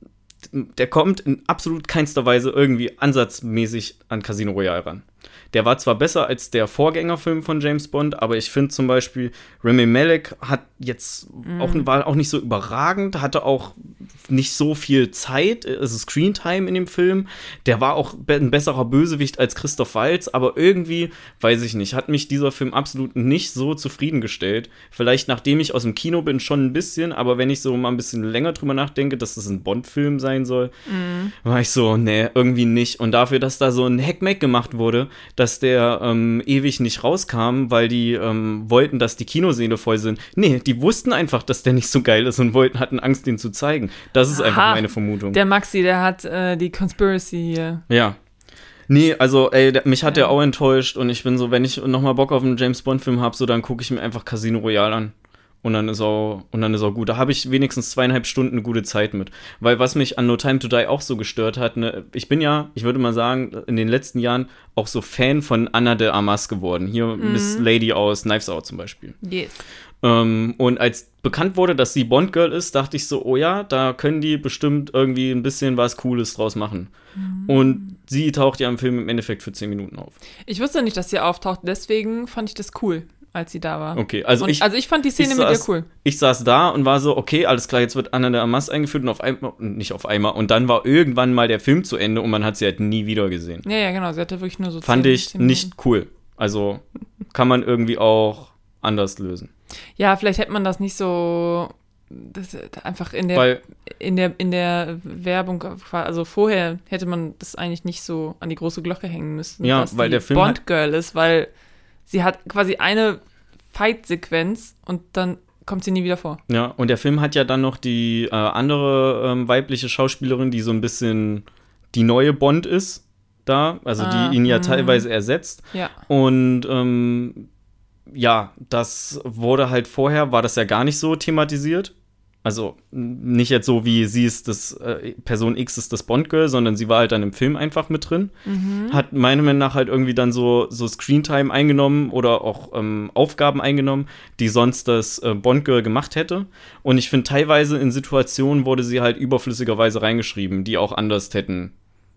der kommt in absolut keinster Weise irgendwie ansatzmäßig an Casino Royale ran. Der war zwar besser als der Vorgängerfilm von James Bond, aber ich finde zum Beispiel, Rami Malek hat jetzt mm. auch, war auch nicht so überragend, hatte auch nicht so viel Zeit, also Screentime in dem Film. Der war auch ein besserer Bösewicht als Christoph Waltz, aber irgendwie, weiß ich nicht, hat mich dieser Film absolut nicht so zufriedengestellt. Vielleicht nachdem ich aus dem Kino bin, schon ein bisschen, aber wenn ich so mal ein bisschen länger drüber nachdenke, dass das ein Bond-Film sein soll, mm. war ich so, nee, irgendwie nicht. Und dafür, dass da so ein Hackmack gemacht wurde, dass der ähm, ewig nicht rauskam, weil die ähm, wollten, dass die Kinosäle voll sind. Nee, die wussten einfach, dass der nicht so geil ist und wollten, hatten Angst, den zu zeigen. Das ist Aha, einfach meine Vermutung. Der Maxi, der hat äh, die Conspiracy hier. Ja. Nee, also, ey, der, mich hat ja. der auch enttäuscht und ich bin so, wenn ich nochmal Bock auf einen James-Bond-Film habe, so, dann gucke ich mir einfach Casino Royale an. Und dann ist auch, und dann ist auch gut. Da habe ich wenigstens zweieinhalb Stunden eine gute Zeit mit. Weil was mich an No Time to Die auch so gestört hat, ne, ich bin ja, ich würde mal sagen, in den letzten Jahren auch so Fan von Ana de Armas geworden. Hier mhm. Miss Lady aus Knives Out zum Beispiel. Yes. Ähm, und als bekannt wurde, dass sie Bond-Girl ist, dachte ich so, oh ja, da können die bestimmt irgendwie ein bisschen was Cooles draus machen. Mhm. Und sie taucht ja im Film im Endeffekt für zehn Minuten auf. Ich wusste nicht, dass sie auftaucht, deswegen fand ich das cool, als sie da war. Okay, also und, ich... Also ich fand die Szene mit saß, ihr cool. Ich saß da und war so, okay, alles klar, jetzt wird Ana de Armas eingeführt und auf einmal, nicht auf einmal, und dann war irgendwann mal der Film zu Ende und man hat sie halt nie wieder gesehen. Ja, ja, genau, sie hatte wirklich nur so Fand zehn, ich zehn nicht cool. Also kann man irgendwie auch anders lösen. Ja, vielleicht hätte man das nicht so... Das einfach in der, Weil, in der in der Werbung, also vorher hätte man das eigentlich nicht so an die große Glocke hängen müssen, ja, dass weil die der Film Bond-Girl ist, weil sie hat quasi eine Fight-Sequenz und dann kommt sie nie wieder vor. Ja, und der Film hat ja dann noch die äh, andere ähm, weibliche Schauspielerin, die so ein bisschen die neue Bond ist, da, also ah, die ihn ja mh. teilweise ersetzt. Ja. Und ähm, ja, das wurde halt vorher, war das ja gar nicht so thematisiert. Also nicht jetzt so, wie sie ist das, äh, Person X ist das Bond-Girl, sondern sie war halt dann im Film einfach mit drin. Mhm. Hat meiner Meinung nach halt irgendwie dann so, so Screentime eingenommen oder auch ähm, Aufgaben eingenommen, die sonst das äh, Bond-Girl gemacht hätte. Und ich finde, teilweise in Situationen wurde sie halt überflüssigerweise reingeschrieben, die auch anders hätten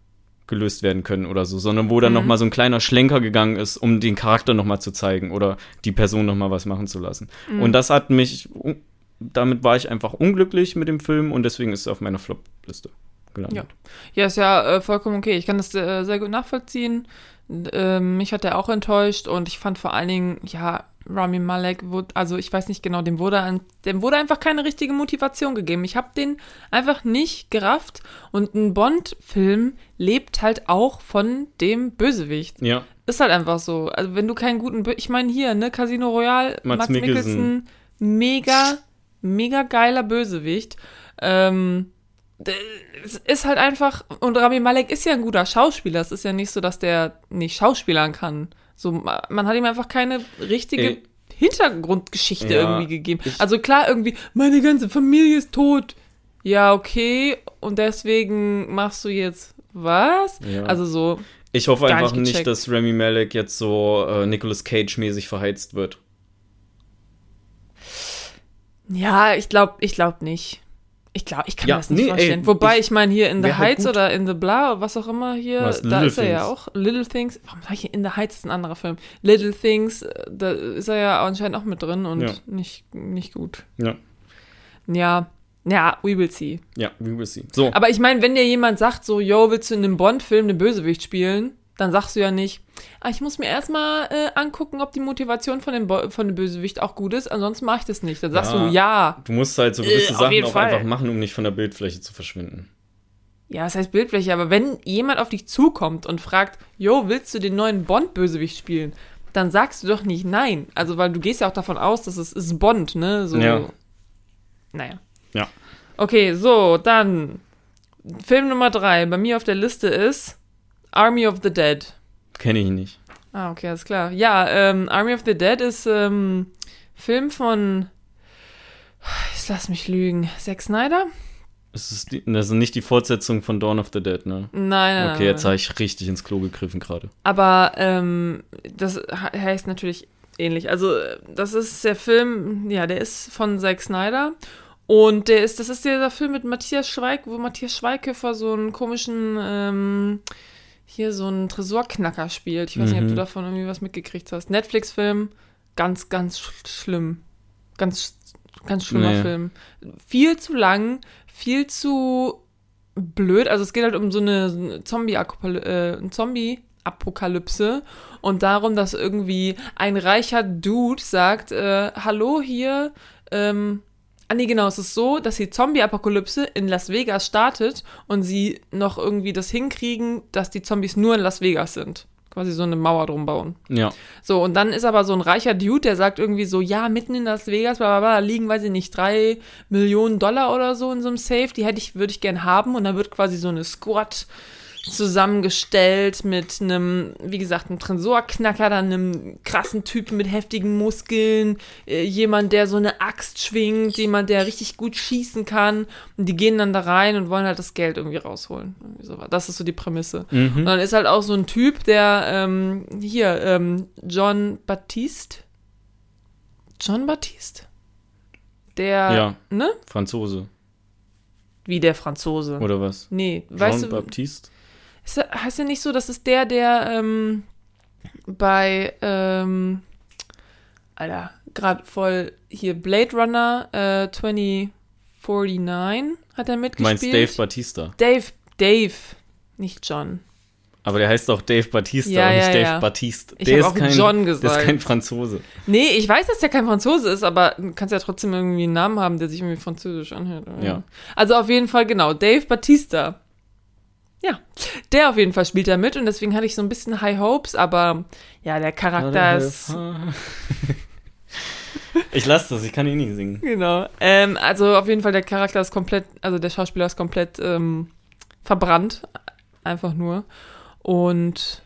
gelöst werden können oder so, sondern wo dann mhm. nochmal so ein kleiner Schlenker gegangen ist, um den Charakter nochmal zu zeigen oder die Person nochmal was machen zu lassen. Mhm. Und das hat mich... Damit war ich einfach unglücklich mit dem Film und deswegen ist es auf meiner Flop-Liste gelandet. Ja, ja ist ja äh, vollkommen okay. Ich kann das äh, sehr gut nachvollziehen. Äh, mich hat er auch enttäuscht und ich fand vor allen Dingen, ja, Rami Malek, wurde, also ich weiß nicht genau, dem wurde, an, dem wurde einfach keine richtige Motivation gegeben. Ich habe den einfach nicht gerafft und ein Bond-Film lebt halt auch von dem Bösewicht. Ja. Ist halt einfach so. Also wenn du keinen guten, Bö- ich meine hier, ne, Casino Royale, Mads, Mads Mikkelsen, Mikkelsen mega mega geiler Bösewicht. Ähm, es ist halt einfach, und Rami Malek ist ja ein guter Schauspieler. Es ist ja nicht so, dass der nicht schauspielern kann. So, man hat ihm einfach keine richtige Ey. Hintergrundgeschichte ja, irgendwie gegeben. Also klar, irgendwie, meine ganze Familie ist tot. Ja, okay. Und deswegen machst du jetzt was? Ja. Also so. Ich hoffe gar einfach nicht nicht, gecheckt. dass Rami Malek jetzt so äh, Nicolas Cage-mäßig verheizt wird. Ja, ich glaube ich glaub nicht. Ich glaube, ich kann Ja, mir das nicht nee, vorstellen. ey, Wobei, ich- ich, meine, hier in The wär halt Heights gut. oder in The Blah, was auch immer hier, Was, da Little ist er ja Things? auch. Little Things, warum sag ich hier in The Heights ist ein anderer Film? Little Things, äh, da ist er ja anscheinend auch mit drin und Ja. nicht, nicht gut. Ja, Ja, ja, we will see. ja, we will see. So, Aber ich meine, wenn dir jemand sagt so, yo, willst du in einem Bond-Film den Bösewicht spielen? Dann sagst du ja nicht, ah, ich muss mir erstmal äh, angucken, ob die Motivation von dem, Bo- von dem Bösewicht auch gut ist, ansonsten mache ich das nicht. Dann sagst Ja. du, ja. du musst halt so gewisse Äh, auf Sachen jeden auch Fall. einfach machen, um nicht von der Bildfläche zu verschwinden. Ja, das heißt Bildfläche, aber wenn jemand auf dich zukommt und fragt, yo, willst du den neuen Bond-Bösewicht spielen? Dann sagst du doch nicht nein. Also, weil du gehst ja auch davon aus, dass es ist Bond, ne? So. Ja. Naja. Ja. Okay, so, dann Film Nummer drei bei mir auf der Liste ist Army of the Dead. Kenne ich nicht. Ah, okay, alles klar. Ja, ähm, Army of the Dead ist ähm, Film von, ich lass mich lügen, Zack Snyder? Es ist, die, das ist nicht die Fortsetzung von Dawn of the Dead, ne? Nein, nein, Okay, jetzt nein. habe ich richtig ins Klo gegriffen gerade. Aber ähm, das he- heißt natürlich ähnlich. Also äh, das ist der Film, ja, der ist von Zack Snyder. Und der ist, das ist dieser Film mit Matthias Schweig, wo Matthias Schweighöfer so einen komischen, ähm, hier so einen Tresorknacker spielt. Ich weiß nicht, ob Mhm. du davon irgendwie was mitgekriegt hast. Netflix-Film, ganz, ganz sch- schlimm. Ganz, ganz schlimmer Nee. Film. Viel zu lang, viel zu blöd. Also es geht halt um so eine, so eine Zombie-Apokalypse, äh, ein Zombie-Apokalypse und darum, dass irgendwie ein reicher Dude sagt, äh, hallo hier, ähm, ah nee, genau, es ist so, dass die Zombie-Apokalypse in Las Vegas startet und sie noch irgendwie das hinkriegen, dass die Zombies nur in Las Vegas sind. Quasi so eine Mauer drum bauen. Ja. So, und dann ist aber so ein reicher Dude, der sagt irgendwie so, ja, mitten in Las Vegas, bla, bla, bla, da liegen, weiß ich nicht, drei Millionen Dollar oder so in so einem Safe, die hätte ich, würde ich gern haben. Und dann wird quasi so eine Squad zusammengestellt mit einem, wie gesagt, einem Tresorknacker, dann einem krassen Typen mit heftigen Muskeln, äh, jemand, der so eine Axt schwingt, jemand, der richtig gut schießen kann. Und die gehen dann da rein und wollen halt das Geld irgendwie rausholen. Irgendwie so. Das ist so die Prämisse. Und Mhm. dann ist halt auch so ein Typ, der, ähm, hier, ähm, John Baptiste. John Baptiste? Der, Ja. ne? Franzose. Wie der Franzose. Oder was? Nee, weißt Jean du, Baptiste? ist er, heißt er nicht so, das ist der, der, ähm, bei, ähm, Alter, gerade voll hier Blade Runner, äh, zwanzig neunundvierzig hat er Du mitgespielt. meinst Dave Batista. Dave, Dave, nicht John. Aber der heißt auch Dave Batista Ja, und nicht ja, Dave ja. Batiste. Ich Der hab ist auch kein, John Der ist gesagt. kein Franzose. Nee, ich weiß, dass der kein Franzose ist, aber du kannst ja trotzdem irgendwie einen Namen haben, der sich irgendwie französisch anhört. Ja. Also auf jeden Fall, genau, Dave Batista. Ja, der auf jeden Fall spielt da mit und deswegen hatte ich so ein bisschen High Hopes, aber ja, der Charakter ist... Ich lasse das, ich kann ihn nicht singen. Genau. Ähm, also auf jeden Fall, der Charakter ist komplett, also der Schauspieler ist komplett ähm, verbrannt. Einfach nur. Und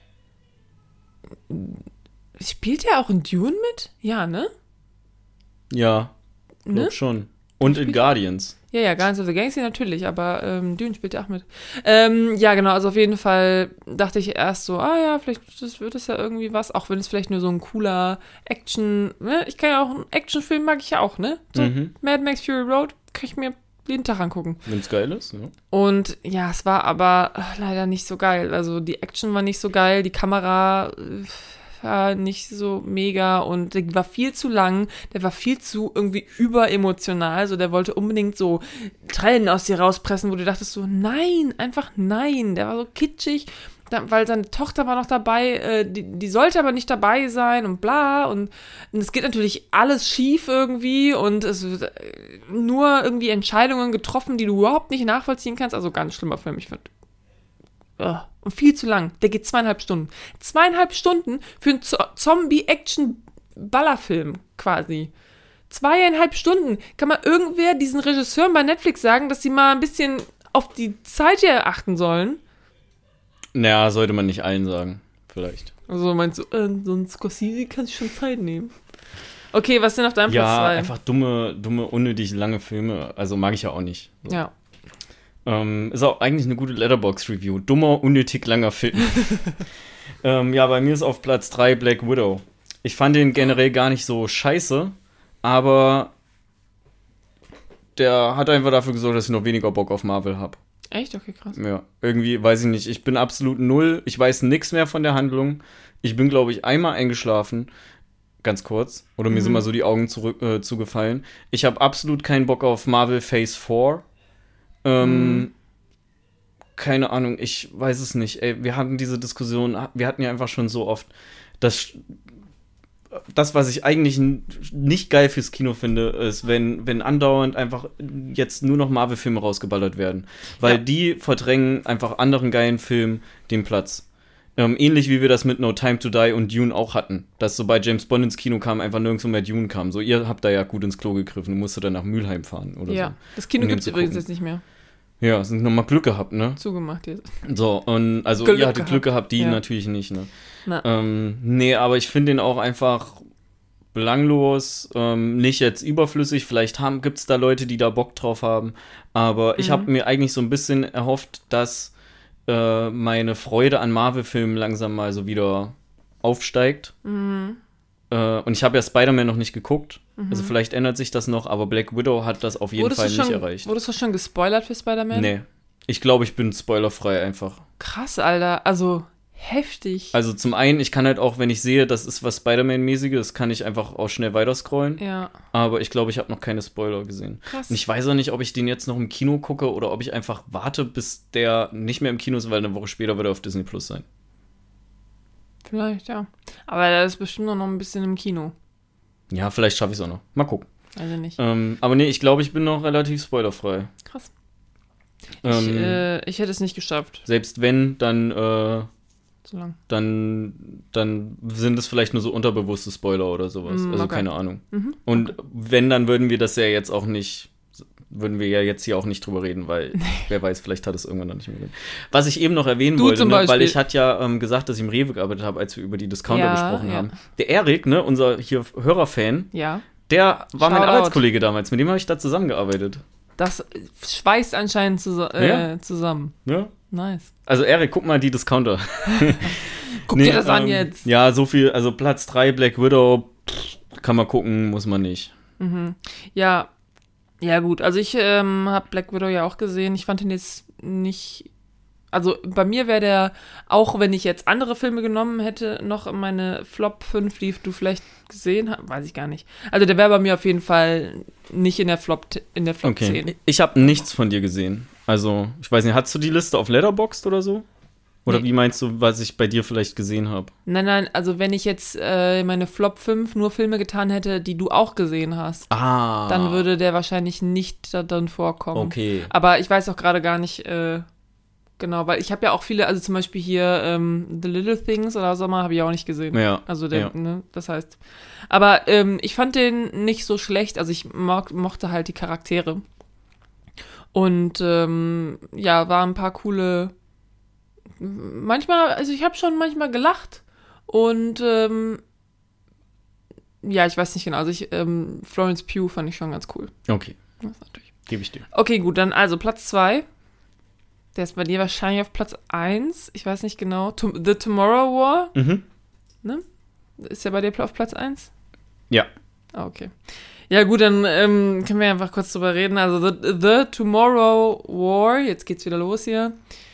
spielt er auch in Dune mit? Ja, ne? Ja, glaub Ne? schon. Und in Guardians. Ja, ja, Guardians of the Galaxy natürlich, aber ähm, Dune spielt er auch mit. Ähm, ja, genau, also auf jeden Fall dachte ich erst so, ah ja, vielleicht das wird es ja irgendwie was, auch wenn es vielleicht nur so ein cooler Action, ne? Ich kann ja auch, einen Actionfilm mag ich ja auch, ne? So Mhm. Mad Max Fury Road kann ich mir jeden Tag angucken. Wenn's geil ist, ja. Und ja, es war aber ach, leider nicht so geil. Also die Action war nicht so geil, die Kamera äh, war nicht so mega und der war viel zu lang, der war viel zu irgendwie überemotional. Also der wollte unbedingt so Tränen aus dir rauspressen, wo du dachtest so, nein, einfach nein. Der war so kitschig, da, weil seine Tochter war noch dabei, äh, die, die sollte aber nicht dabei sein und bla. Und, und es geht natürlich alles schief irgendwie und es wird äh, nur irgendwie Entscheidungen getroffen, die du überhaupt nicht nachvollziehen kannst. Also ganz schlimmer Film, ich finde. Uh, und viel zu lang. Der geht zweieinhalb Stunden. Zweieinhalb Stunden für einen Zo- Zombie-Action-Ballerfilm quasi. Zweieinhalb Stunden. Kann mal irgendwer diesen Regisseuren bei Netflix sagen, dass sie mal ein bisschen auf die Zeit hier achten sollen? Naja, sollte man nicht allen sagen. Vielleicht. Also meinst du, äh, so ein Scorsese kann sich schon Zeit nehmen. Okay, was denn auf deinem Platz Ja, zwei? einfach dumme, dumme, unnötig lange Filme. Also mag ich ja auch nicht. So. Ja. Ähm, ist auch eigentlich eine gute Letterboxd-Review. Dummer, unnötig langer Film. ähm, ja, bei mir ist auf Platz drei Black Widow. Ich fand den generell gar nicht so scheiße, aber der hat einfach dafür gesorgt, dass ich noch weniger Bock auf Marvel habe. Echt? Okay, krass. Ja, irgendwie, weiß ich nicht. Ich bin absolut null. Ich weiß nichts mehr von der Handlung. Ich bin, glaube ich, einmal eingeschlafen. Ganz kurz. Oder mir mhm. sind mal so die Augen zurück, äh, zugefallen. Ich habe absolut keinen Bock auf Marvel Phase vier. Ähm, mhm. Keine Ahnung, ich weiß es nicht. Ey, wir hatten diese Diskussion, wir hatten ja einfach schon so oft, dass das, was ich eigentlich nicht geil fürs Kino finde, ist, wenn, wenn andauernd einfach jetzt nur noch Marvel-Filme rausgeballert werden. Weil ja. die verdrängen einfach anderen geilen Filmen den Platz. Ähm, ähnlich wie wir das mit No Time to Die und Dune auch hatten. Dass sobald James Bond ins Kino kam, einfach nirgendwo mehr Dune kam. So, ihr habt da ja gut ins Klo gegriffen und musstet dann nach Mülheim fahren oder ja. so. Das Kino gibt es übrigens jetzt nicht mehr. Ja, sind nochmal Glück gehabt, ne? Zugemacht jetzt. So, und also Glück ihr hattet gehabt. Glück gehabt, die ja. natürlich nicht, ne? Ähm, nee, aber ich finde den auch einfach belanglos, ähm, nicht jetzt überflüssig. Vielleicht gibt es da Leute, die da Bock drauf haben. Aber mhm. ich habe mir eigentlich so ein bisschen erhofft, dass äh, meine Freude an Marvel-Filmen langsam mal so wieder aufsteigt. Mhm. Äh, und ich habe ja Spider-Man noch nicht geguckt. Mhm. Also vielleicht ändert sich das noch, aber Black Widow hat das auf jeden wurdest Fall nicht schon, erreicht. Wurdest du schon gespoilert für Spider-Man? Nee. Ich glaube, ich bin spoilerfrei einfach. Krass, Alter. Also heftig. Also zum einen, ich kann halt auch, wenn ich sehe, das ist was Spider-Man-mäßiges, kann ich einfach auch schnell weiterscrollen. Ja. Aber ich glaube, ich habe noch keine Spoiler gesehen. Krass. Und ich weiß auch nicht, ob ich den jetzt noch im Kino gucke oder ob ich einfach warte, bis der nicht mehr im Kino ist, weil eine Woche später wird er auf Disney Plus sein. Vielleicht, ja. Aber der ist bestimmt noch ein bisschen im Kino. Ja, vielleicht schaffe ich es auch noch. Mal gucken. Also nicht. Ähm, aber nee, ich glaube, ich bin noch relativ spoilerfrei. Krass. Ähm, ich, äh, ich hätte es nicht geschafft. Selbst wenn, dann äh, so lang. Dann, dann sind es vielleicht nur so unterbewusste Spoiler oder sowas. Mm, also okay. keine Ahnung. Mhm, Und okay. wenn, dann würden wir das ja jetzt auch nicht, würden wir ja jetzt hier auch nicht drüber reden, weil wer weiß, vielleicht hat es irgendwann dann nicht mehr. Was ich eben noch erwähnen Du wollte, zum ne, weil Beispiel. ich hatte ja ähm, gesagt, dass ich im Rewe gearbeitet habe, als wir über die Discounter Ja, gesprochen ja. haben. Der Erik, ne, unser hier Hörerfan, Ja. der war mein Shoutout. Arbeitskollege damals, mit dem habe ich da zusammengearbeitet. Das schweißt anscheinend zus- äh, Ja. zusammen. Ja. Nice. Also Erik, guck mal die Discounter. Guck Nee, dir das an ähm, jetzt. Ja, so viel, also Platz drei Black Widow, pff, kann man gucken, muss man nicht. Mhm. Ja, ja gut. Also ich ähm, habe Black Widow ja auch gesehen. Ich fand ihn jetzt nicht. Also bei mir wäre der, auch wenn ich jetzt andere Filme genommen hätte, noch in meine Flop fünf, die du vielleicht gesehen hast, weiß ich gar nicht. Also der wäre bei mir auf jeden Fall nicht in der Flop, in der Flop Okay, zehn. ich habe nichts von dir gesehen. Also, ich weiß nicht, hast du die Liste auf Letterboxd oder so? Oder Nee. wie meinst du, was ich bei dir vielleicht gesehen habe? Nein, nein, also wenn ich jetzt äh, meine Flop fünf nur Filme getan hätte, die du auch gesehen hast, Ah. dann würde der wahrscheinlich nicht da drin vorkommen. Okay. Aber ich weiß auch gerade gar nicht, äh, genau, weil ich habe ja auch viele, also zum Beispiel hier ähm, The Little Things oder Sommer habe ich auch nicht gesehen. Ja. Also der, ja. ne, das heißt. Aber ähm, ich fand den nicht so schlecht, also ich mo- mochte halt die Charaktere. Und ähm, ja, waren ein paar coole, manchmal, also ich habe schon manchmal gelacht. Und ähm, ja, ich weiß nicht genau, also ich, ähm, Florence Pugh fand ich schon ganz cool. Okay, Das ist natürlich. gebe ich dir. Okay, gut, dann also Platz zwei. Der ist bei dir wahrscheinlich auf Platz eins. Ich weiß nicht genau. To- The Tomorrow War. Mhm. Ist der bei dir auf Platz eins? Ja. Ah, okay. Ja gut, dann ähm, können wir einfach kurz drüber reden. Also The, The Tomorrow War. Jetzt geht's wieder los hier.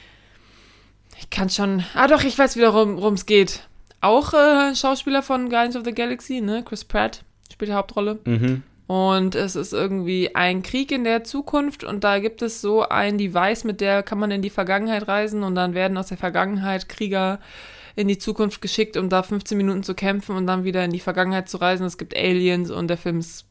Ich kann schon... Ah doch, ich weiß wieder, worum es geht. Auch äh, Schauspieler von Guardians of the Galaxy, ne? Chris Pratt spielt die Hauptrolle. Mhm. Und es ist irgendwie ein Krieg in der Zukunft und da gibt es so ein Device, mit der kann man in die Vergangenheit reisen und dann werden aus der Vergangenheit Krieger in die Zukunft geschickt, um da fünfzehn Minuten zu kämpfen und dann wieder in die Vergangenheit zu reisen. Es gibt Aliens und der Film ist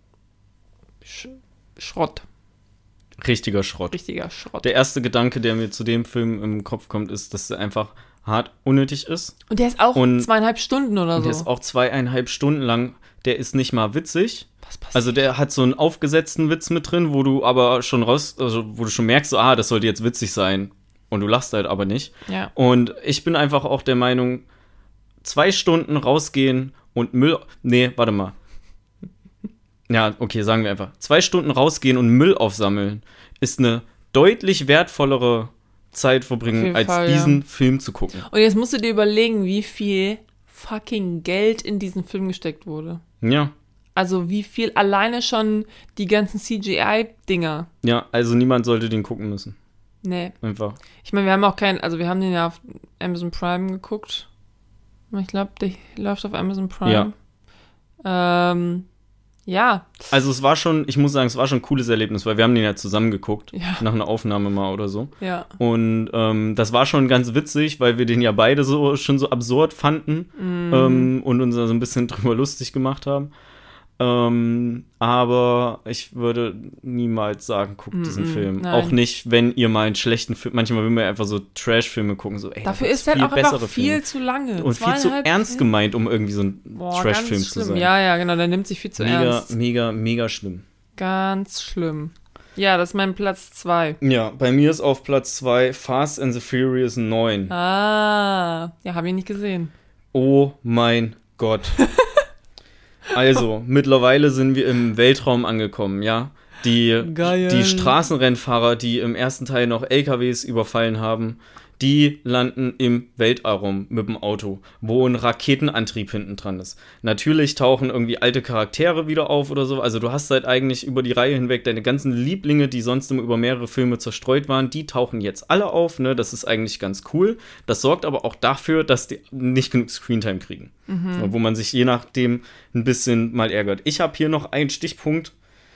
Sch- Schrott. Richtiger Schrott. Richtiger Schrott. Der erste Gedanke, der mir zu dem Film im Kopf kommt, ist, dass er einfach hart unnötig ist. Und der ist auch Und- zweieinhalb Stunden oder Und so. der ist auch zweieinhalb Stunden lang. Der ist nicht mal witzig. Was passiert? Also der hat so einen aufgesetzten Witz mit drin, wo du aber schon raus, also wo du schon merkst, so, ah, das sollte jetzt witzig sein. Und du lachst halt aber nicht. Ja. Und ich bin einfach auch der Meinung, zwei Stunden rausgehen und Müll. Nee, warte mal. Ja, okay, sagen wir einfach. Zwei Stunden rausgehen und Müll aufsammeln ist eine deutlich wertvollere Zeit verbringen, als Fall, diesen ja. Film zu gucken. Und jetzt musst du dir überlegen, wie viel fucking Geld in diesen Film gesteckt wurde. Ja. Also wie viel alleine schon die ganzen C G I-Dinger. Ja, also niemand sollte den gucken müssen. Nee. Einfach. Ich meine, wir haben auch keinen, also wir haben den ja auf Amazon Prime geguckt. Ich glaube, der läuft auf Amazon Prime. Ja. Ähm, ja. Also es war schon, ich muss sagen, es war schon ein cooles Erlebnis, weil wir haben den ja zusammen geguckt. Ja. Nach einer Aufnahme mal oder so. Ja. Und ähm, das war schon ganz witzig, weil wir den ja beide so schon so absurd fanden Mm. ähm, und uns da so ein bisschen drüber lustig gemacht haben. Ähm, aber ich würde niemals sagen, guckt Mm-mm, diesen Film. nein. Auch nicht, wenn ihr mal einen schlechten Film, manchmal will man ja einfach so Trash-Filme gucken, so, ey, Dafür da ist halt viel auch einfach bessere viel Filme. zu lange. Und viel zu Zweieinhalb ernst Filme. gemeint, um irgendwie so ein Boah, Trash-Film ganz zu schlimm. sein. Ja, ja, genau, der nimmt sich viel zu mega, ernst. mega, mega schlimm. Ganz schlimm. Ja, das ist mein Platz zwei. Ja, bei mir ist auf Platz zwei Fast and the Furious neun. Ah, ja, habe ich nicht gesehen. Oh mein Gott. Also, mittlerweile sind wir im Weltraum angekommen, ja. Die, Geil. die Straßenrennfahrer, die im ersten Teil noch L K Ws überfallen haben, die landen im Weltraum mit dem Auto, wo ein Raketenantrieb hinten dran ist. Natürlich tauchen irgendwie alte Charaktere wieder auf oder so. Also du hast halt eigentlich über die Reihe hinweg deine ganzen Lieblinge, die sonst immer über mehrere Filme zerstreut waren, die tauchen jetzt alle auf, ne? Das ist eigentlich ganz cool. Das sorgt aber auch dafür, dass die nicht genug Screentime kriegen. Mhm. Wo man sich je nachdem ein bisschen mal ärgert. Ich habe hier noch einen Stichpunkt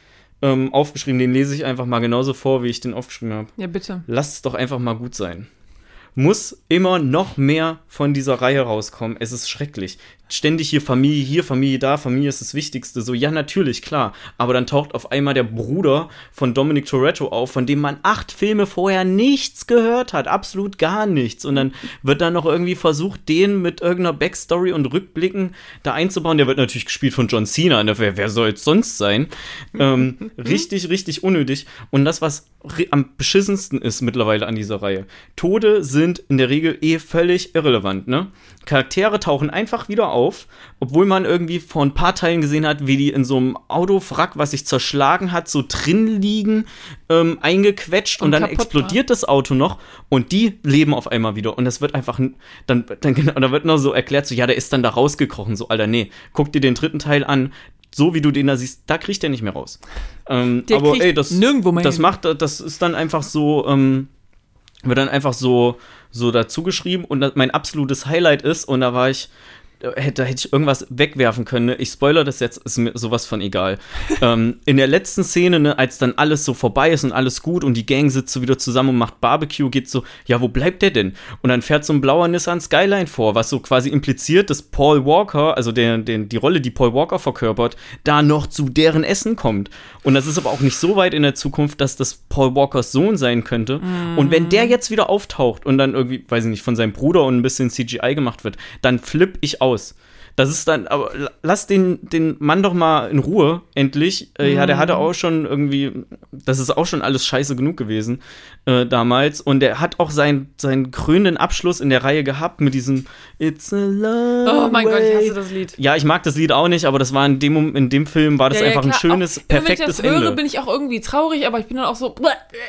ähm, aufgeschrieben, den lese ich einfach mal genauso vor, wie ich den aufgeschrieben habe. Ja, bitte. Lasst es doch einfach mal gut sein. Muss immer noch mehr von dieser Reihe rauskommen. Es ist schrecklich. Ständig hier Familie, hier Familie, da, Familie ist das Wichtigste. So, ja, natürlich, klar. Aber dann taucht auf einmal der Bruder von Dominic Toretto auf, von dem man acht Filme vorher nichts gehört hat. Absolut gar nichts. Und dann wird dann noch irgendwie versucht, den mit irgendeiner Backstory und Rückblicken da einzubauen. Der wird natürlich gespielt von John Cena. Wer, wer soll es sonst sein? ähm, richtig, richtig unnötig. Und das, was ri- am beschissensten ist mittlerweile an dieser Reihe. Tode sind in der Regel eh völlig irrelevant, ne? Charaktere tauchen einfach wieder auf, obwohl man irgendwie vor ein paar Teilen gesehen hat, wie die in so einem Autowrack, was sich zerschlagen hat, so drin liegen, ähm, eingequetscht und, Und dann kaputt explodiert war. Das Auto noch und die leben auf einmal wieder und das wird einfach, dann, dann genau, da wird noch so erklärt, so, ja, der ist dann da rausgekrochen, so, Alter, nee, guck dir den dritten Teil an, so wie du den da siehst, da kriegt der nicht mehr raus. Ähm, Der aber kriegt ey, das, nirgendwo mehr das hin. macht, das ist dann einfach so, ähm, wird dann einfach so, so dazu geschrieben und das mein absolutes Highlight ist, und da war ich, da hätte, da hätte ich irgendwas wegwerfen können. Ich spoilere das jetzt, ist mir sowas von egal. ähm, in der letzten Szene, ne, als dann alles so vorbei ist und alles gut und die Gang sitzt so wieder zusammen und macht Barbecue, geht so, ja, wo bleibt der denn? Und dann fährt so ein blauer Nissan Skyline vor, was so quasi impliziert, dass Paul Walker, also der, der, die Rolle, die Paul Walker verkörpert, da noch zu deren Essen kommt. Und das ist aber auch nicht so weit in der Zukunft, dass das Paul Walkers Sohn sein könnte. Mm. Und wenn der jetzt wieder auftaucht und dann irgendwie, weiß ich nicht, von seinem Bruder und ein bisschen C G I gemacht wird, dann flipp ich aus. Das ist dann, aber lass den, den Mann doch mal in Ruhe, endlich. Äh, mm. Ja, der hatte auch schon irgendwie, das ist auch schon alles scheiße genug gewesen äh, damals. Und der hat auch seinen, seinen krönenden Abschluss in der Reihe gehabt mit diesem It's a long Oh mein way. Gott, ich hasse das Lied. Ja, ich mag das Lied auch nicht, aber das war in dem, in dem Film war das Ja, ja, einfach klar. ein schönes, auch, perfektes wenn ich das Ende. höre, bin ich auch irgendwie traurig, aber ich bin dann auch so.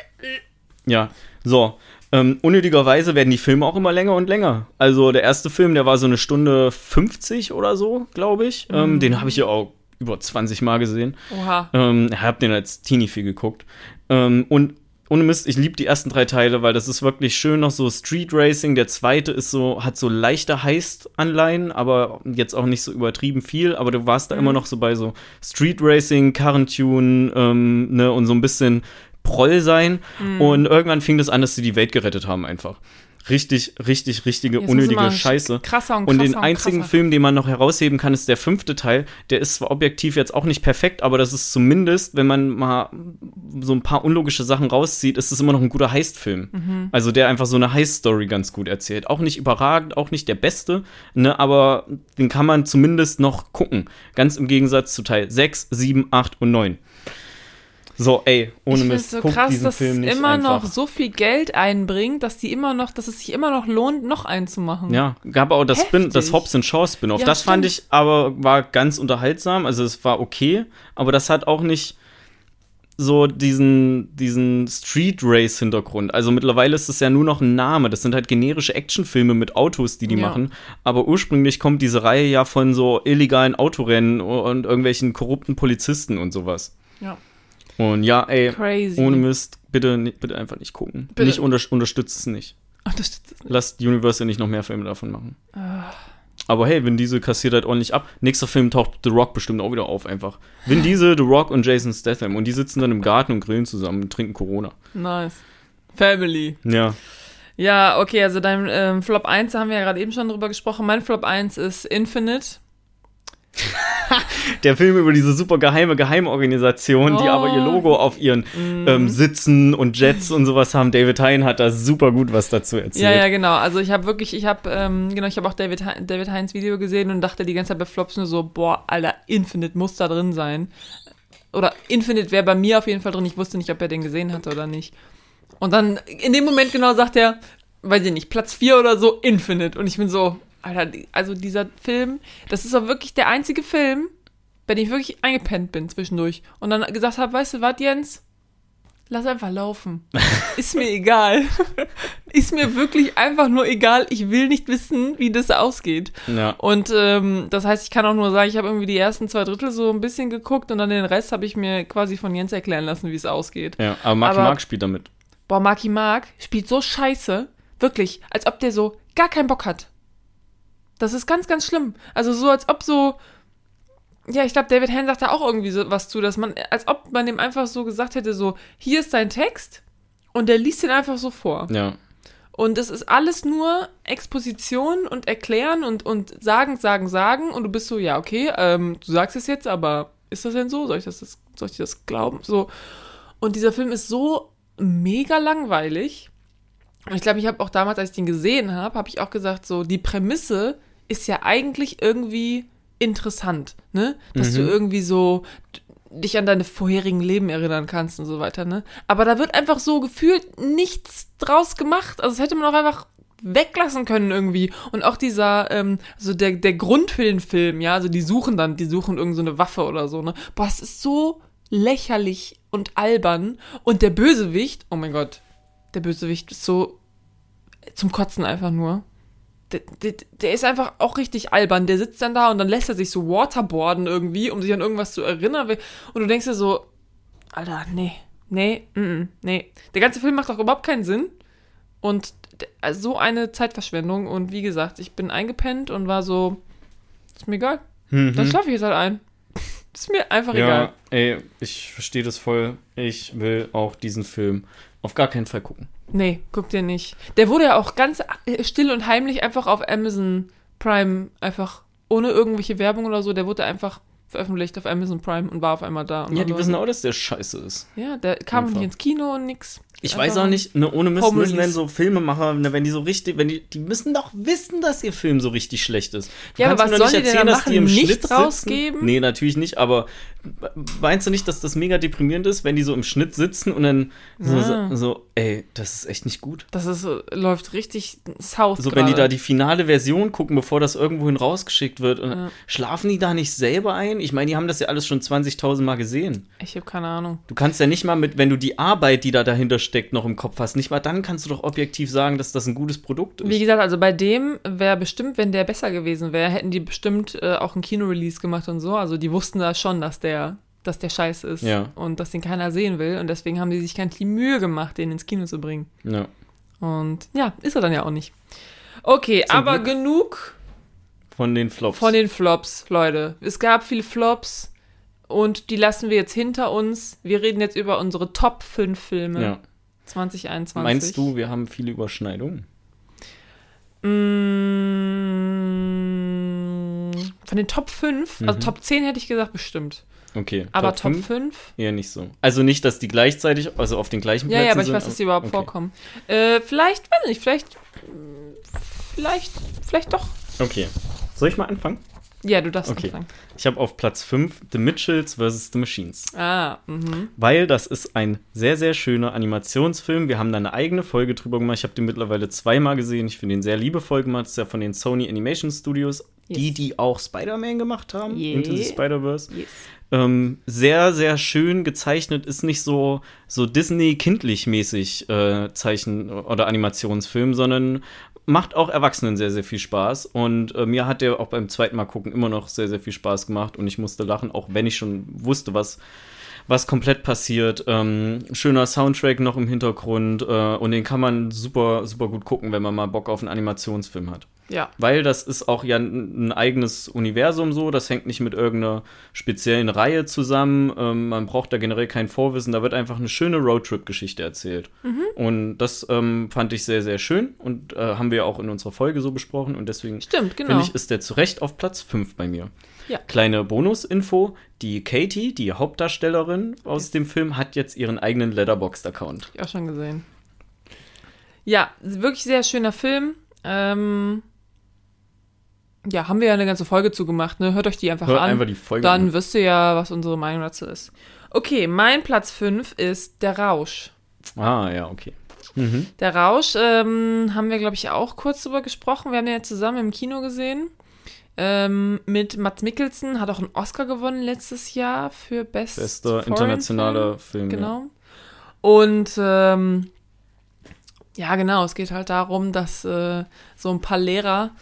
Ja, so. Ähm, unnötigerweise werden die Filme auch immer länger und länger. Also der erste Film, der war so eine Stunde fünfzig oder so, glaube ich. Mhm. Ähm, den habe ich ja auch über zwanzig Mal gesehen. Oha. Ähm, ich habe den als Teenie viel geguckt. Ähm, und ohne Mist, ich liebe die ersten drei Teile, weil das ist wirklich schön noch so Street Racing. Der zweite ist so, hat so leichte Heist-Anleihen, aber jetzt auch nicht so übertrieben viel. Aber du warst da mhm. immer noch so bei so Street Racing, Karrentune, ähm, ne, und so ein bisschen Proll sein. Mhm. Und irgendwann fing das an, dass sie die Welt gerettet haben einfach. Richtig, richtig, richtige, Jetzt unnötige Scheiße. Krasser und krasser und den und einzigen krasser. Film, den man noch herausheben kann, ist der fünfte Teil. Der ist zwar objektiv jetzt auch nicht perfekt, aber das ist zumindest, wenn man mal so ein paar unlogische Sachen rauszieht, ist es immer noch ein guter Heist-Film. Mhm. Also der einfach so eine Heist-Story ganz gut erzählt. Auch nicht überragend, auch nicht der beste, ne, aber den kann man zumindest noch gucken. Ganz im Gegensatz zu Teil sechs, sieben, acht und neun. So, ey, ohne Mist, ich so guck krass, diesen dass Film nicht es immer einfach. noch so viel Geld einbringt, dass die immer noch, dass es sich immer noch lohnt, noch einen zu machen. Ja, gab auch das, Spin, das Heftig. Hobbs and Shaw Spin-off. Ja, das fand stimmt. ich aber, war ganz unterhaltsam, also es war okay, aber das hat auch nicht so diesen, diesen Street-Race-Hintergrund. Also mittlerweile ist es ja nur noch ein Name. Das sind halt generische Actionfilme mit Autos, die die Ja. machen. Aber ursprünglich kommt diese Reihe ja von so illegalen Autorennen und irgendwelchen korrupten Polizisten und sowas. Ja. Und ja, ey, Crazy. ohne Mist, bitte, bitte einfach nicht gucken. Bitte. Nicht unter, unterstützt es nicht. Unterstützt es nicht. Lasst Universal nicht noch mehr Filme davon machen. Ah. Aber hey, Vin Diesel kassiert halt ordentlich ab. Nächster Film taucht The Rock bestimmt auch wieder auf einfach. Vin Diesel, The Rock und Jason Statham. Und die sitzen dann im Garten und grillen zusammen und trinken Corona. Nice. Family. Ja. Ja, okay, also dein ähm, Flop eins, da haben wir ja gerade eben schon drüber gesprochen. Mein Flop eins ist Infinite. Der Film über diese super geheime Geheimorganisation, die Oh. aber ihr Logo auf ihren Mm. ähm, Sitzen und Jets und sowas haben. David Hein hat da super gut was dazu erzählt. Ja, ja, genau. Also ich habe wirklich, ich habe, ähm, genau, ich habe auch David, Hein- David Hines Video gesehen und dachte die ganze Zeit bei Flops nur so, boah, Alter, Infinite muss da drin sein. Oder Infinite wäre bei mir auf jeden Fall drin. Ich wusste nicht, ob er den gesehen hatte oder nicht. Und dann in dem Moment genau sagt er, weiß ich nicht, Platz vier oder so, Infinite. Und ich bin so, Alter, die- also dieser Film, das ist auch wirklich der einzige Film, bei dem ich wirklich eingepennt bin zwischendurch. Und dann gesagt habe, weißt du was, Jens? Lass einfach laufen. Ist mir egal. Ist mir wirklich einfach nur egal. Ich will nicht wissen, wie das ausgeht. Ja. Und ähm, das heißt, ich kann auch nur sagen, ich habe irgendwie die ersten zwei Drittel so ein bisschen geguckt und dann den Rest habe ich mir quasi von Jens erklären lassen, wie es ausgeht. Ja, aber Marky Aber- Mark spielt damit. Boah, Marky Mark spielt so scheiße. Wirklich. Als ob der so gar keinen Bock hat. Das ist ganz, ganz schlimm. Also so, als ob so... Ja, ich glaube, David Hein sagt da auch irgendwie so was zu, dass man, als ob man dem einfach so gesagt hätte, so, hier ist dein Text und der liest den einfach so vor. Ja. Und es ist alles nur Exposition und Erklären und, und sagen, sagen, sagen und du bist so, ja, okay, ähm, du sagst es jetzt, aber ist das denn so? Soll ich das, soll ich das glauben? So. Und dieser Film ist so mega langweilig. Und ich glaube, ich habe auch damals, als ich den gesehen habe, habe ich auch gesagt, so, die Prämisse ist ja eigentlich irgendwie interessant, ne? Dass Mhm. du irgendwie so d- dich an deine vorherigen Leben erinnern kannst und so weiter, ne? Aber da wird einfach so gefühlt nichts draus gemacht. Also das hätte man auch einfach weglassen können irgendwie. Und auch dieser, ähm, also der, der Grund für den Film, ja, also die suchen dann, die suchen irgend so eine Waffe oder so, ne? Boah, es ist so lächerlich und albern. Und der Bösewicht, oh mein Gott, der Bösewicht ist so zum Kotzen einfach nur. Der, der, der ist einfach auch richtig albern. Der sitzt dann da und dann lässt er sich so waterboarden irgendwie, um sich an irgendwas zu erinnern. Und du denkst dir so, Alter, nee, nee, mm, mm, nee. Der ganze Film macht auch überhaupt keinen Sinn. Und d- also so eine Zeitverschwendung. Und wie gesagt, ich bin eingepennt und war so, ist mir egal. Mhm. Dann schlafe ich jetzt halt ein. Ist mir einfach Ja, egal. ey, ich verstehe das voll. Ich will auch diesen Film auf gar keinen Fall gucken. Nee, guck dir nicht. Der wurde ja auch ganz still und heimlich einfach auf Amazon Prime einfach ohne irgendwelche Werbung oder so, der wurde einfach veröffentlicht auf Amazon Prime und war auf einmal da. Und Ja, die war wissen so, auch, dass der scheiße ist. Ja, der kam Einfach. nicht ins Kino und nix. Ich Einfach weiß auch nicht, ne, ohne Mist Home müssen denn Release. so Filmemacher, ne, wenn die so richtig, wenn die, die müssen doch wissen, dass ihr Film so richtig schlecht ist. Du Ja, aber kannst was mir doch sollen die denn da machen? Schnitt Nichts sitzen. rausgeben? Nee, natürlich nicht, aber meinst du nicht, dass das mega deprimierend ist, wenn die so im Schnitt sitzen und dann so, Ah. so, so ey, das ist echt nicht gut. Das ist, so- läuft richtig South So, wenn die da gerade. die finale Version gucken, bevor das irgendwohin rausgeschickt wird, und Ja. schlafen die da nicht selber ein? Ich meine, die haben das ja alles schon zwanzigtausend Mal gesehen. Ich habe keine Ahnung. Du kannst ja nicht mal mit, wenn du die Arbeit, die da dahinter steckt, noch im Kopf hast, nicht mal dann kannst du doch objektiv sagen, dass das ein gutes Produkt ist. Wie gesagt, also bei dem wäre bestimmt, wenn der besser gewesen wäre, hätten die bestimmt äh, auch ein Kino-Release gemacht und so. Also die wussten da schon, dass der, dass der scheiße ist Ja. und dass den keiner sehen will. Und deswegen haben die sich keine Mühe gemacht, den ins Kino zu bringen. Ja. Und ja, ist er dann ja auch nicht. Okay, Zum aber Glück. genug Von den Flops. von den Flops, Leute. Es gab viele Flops und die lassen wir jetzt hinter uns. Wir reden jetzt über unsere Top fünf Filme ja. zwanzig einundzwanzig. Meinst du, wir haben viele Überschneidungen? Mm, von den Top fünf, also Mhm. Top zehn hätte ich gesagt, bestimmt. Okay. Aber Top fünf? fünf? Eher nicht so. Also nicht, dass die gleichzeitig, also auf den gleichen Ja, Plätzen ja, aber ich sind. weiß, dass die überhaupt okay. vorkommen. Äh, vielleicht, weiß nicht, vielleicht, vielleicht, vielleicht doch. Okay. Soll ich mal anfangen? Ja, du darfst Okay. anfangen. Ich habe auf Platz fünf The Mitchells versus. The Machines. Ah, mhm. Weil das ist ein sehr, sehr schöner Animationsfilm. Wir haben da eine eigene Folge drüber gemacht. Ich habe den mittlerweile zweimal gesehen. Ich finde den sehr liebevoll gemacht. Das ist ja von den Sony Animation Studios. Yes. Die, die auch Spider-Man gemacht haben, Yeah. Into the Spider-Verse. Yes. Ähm, sehr, sehr schön gezeichnet, ist nicht so, so Disney-kindlich-mäßig äh, Zeichen- oder Animationsfilm, sondern macht auch Erwachsenen sehr, sehr viel Spaß. Und äh, mir hat der auch beim zweiten Mal gucken immer noch sehr, sehr viel Spaß gemacht. Und ich musste lachen, auch wenn ich schon wusste, was, was komplett passiert. Ähm, schöner Soundtrack noch im Hintergrund. Äh, und den kann man super, super gut gucken, wenn man mal Bock auf einen Animationsfilm hat. Ja. Weil das ist auch ja ein, ein eigenes Universum so, das hängt nicht mit irgendeiner speziellen Reihe zusammen, ähm, man braucht da generell kein Vorwissen, da wird einfach eine schöne Roadtrip-Geschichte erzählt. Mhm. Und das ähm, fand ich sehr, sehr schön und äh, haben wir auch in unserer Folge so besprochen und deswegen Stimmt, genau. finde ich, ist der zu Recht auf Platz fünf bei mir. Ja. Kleine Bonusinfo, die Katie, die Hauptdarstellerin aus yes. dem Film, hat jetzt ihren eigenen Letterboxd-Account. Hab ich auch schon gesehen. Ja, wirklich sehr schöner Film. Ähm... Ja, haben wir ja eine ganze Folge zugemacht, ne? Hört euch die einfach Hört an. Einfach die Folge Dann an. wisst ihr ja, was unsere Meinung dazu ist. Okay, mein Platz fünf ist Der Rausch. Ah, ja, okay. Mhm. Der Rausch, ähm, haben wir, glaube ich, auch kurz drüber gesprochen. Wir haben den ja zusammen im Kino gesehen. Ähm, mit Mads Mikkelsen, hat auch einen Oscar gewonnen letztes Jahr für Best Bester Foreign internationaler Film. Film. Genau. Ja. Und, ähm, ja, genau, es geht halt darum, dass äh, so ein paar Lehrer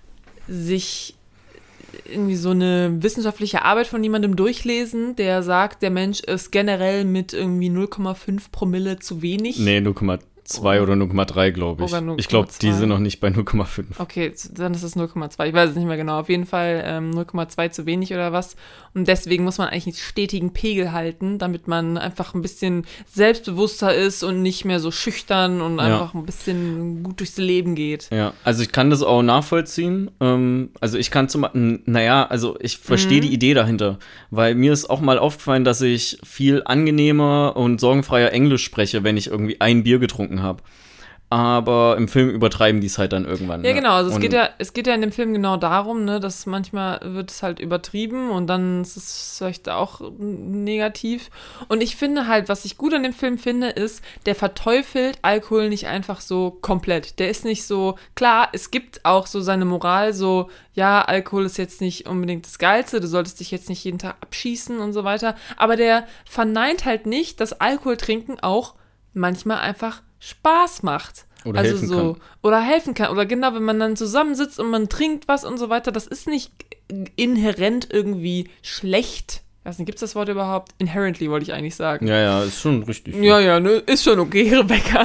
sich irgendwie so eine wissenschaftliche Arbeit von jemandem durchlesen, der sagt, der Mensch ist generell mit irgendwie null Komma fünf Promille zu wenig. Nee, null Komma zwei oder null Komma drei, glaube ich. Ich glaube, die sind noch nicht bei null Komma fünf. Okay, dann ist es null Komma zwei. Ich weiß es nicht mehr genau. Auf jeden Fall ähm, null Komma zwei zu wenig oder was. Und deswegen muss man eigentlich einen stetigen Pegel halten, damit man einfach ein bisschen selbstbewusster ist und nicht mehr so schüchtern und einfach ja. ein bisschen gut durchs Leben geht. Ja, also ich kann das auch nachvollziehen. Ähm, also ich kann zum Beispiel, naja, also ich verstehe mhm. die Idee dahinter, weil mir ist auch mal aufgefallen, dass ich viel angenehmer und sorgenfreier Englisch spreche, wenn ich irgendwie ein Bier getrunken habe. Aber im Film übertreiben die es halt dann irgendwann. Ja, ne? genau. Also es und geht ja, es geht ja in dem Film genau darum, ne, dass manchmal wird es halt übertrieben und dann ist es vielleicht auch negativ. Und ich finde halt, was ich gut an dem Film finde, ist, der verteufelt Alkohol nicht einfach so komplett. Der ist nicht so, klar, es gibt auch so seine Moral, so, ja, Alkohol ist jetzt nicht unbedingt das Geilste, du solltest dich jetzt nicht jeden Tag abschießen und so weiter. Aber der verneint halt nicht, dass Alkohol trinken auch manchmal einfach Spaß macht. Oder also helfen so, kann. Oder helfen kann. Oder genau, wenn man dann zusammensitzt und man trinkt was und so weiter, das ist nicht inhärent irgendwie schlecht. Ich weiß nicht, gibt es das Wort überhaupt? Inherently wollte ich eigentlich sagen. Ja, ja, ist schon richtig. Ja, ja, ne, ist schon okay, Rebecca.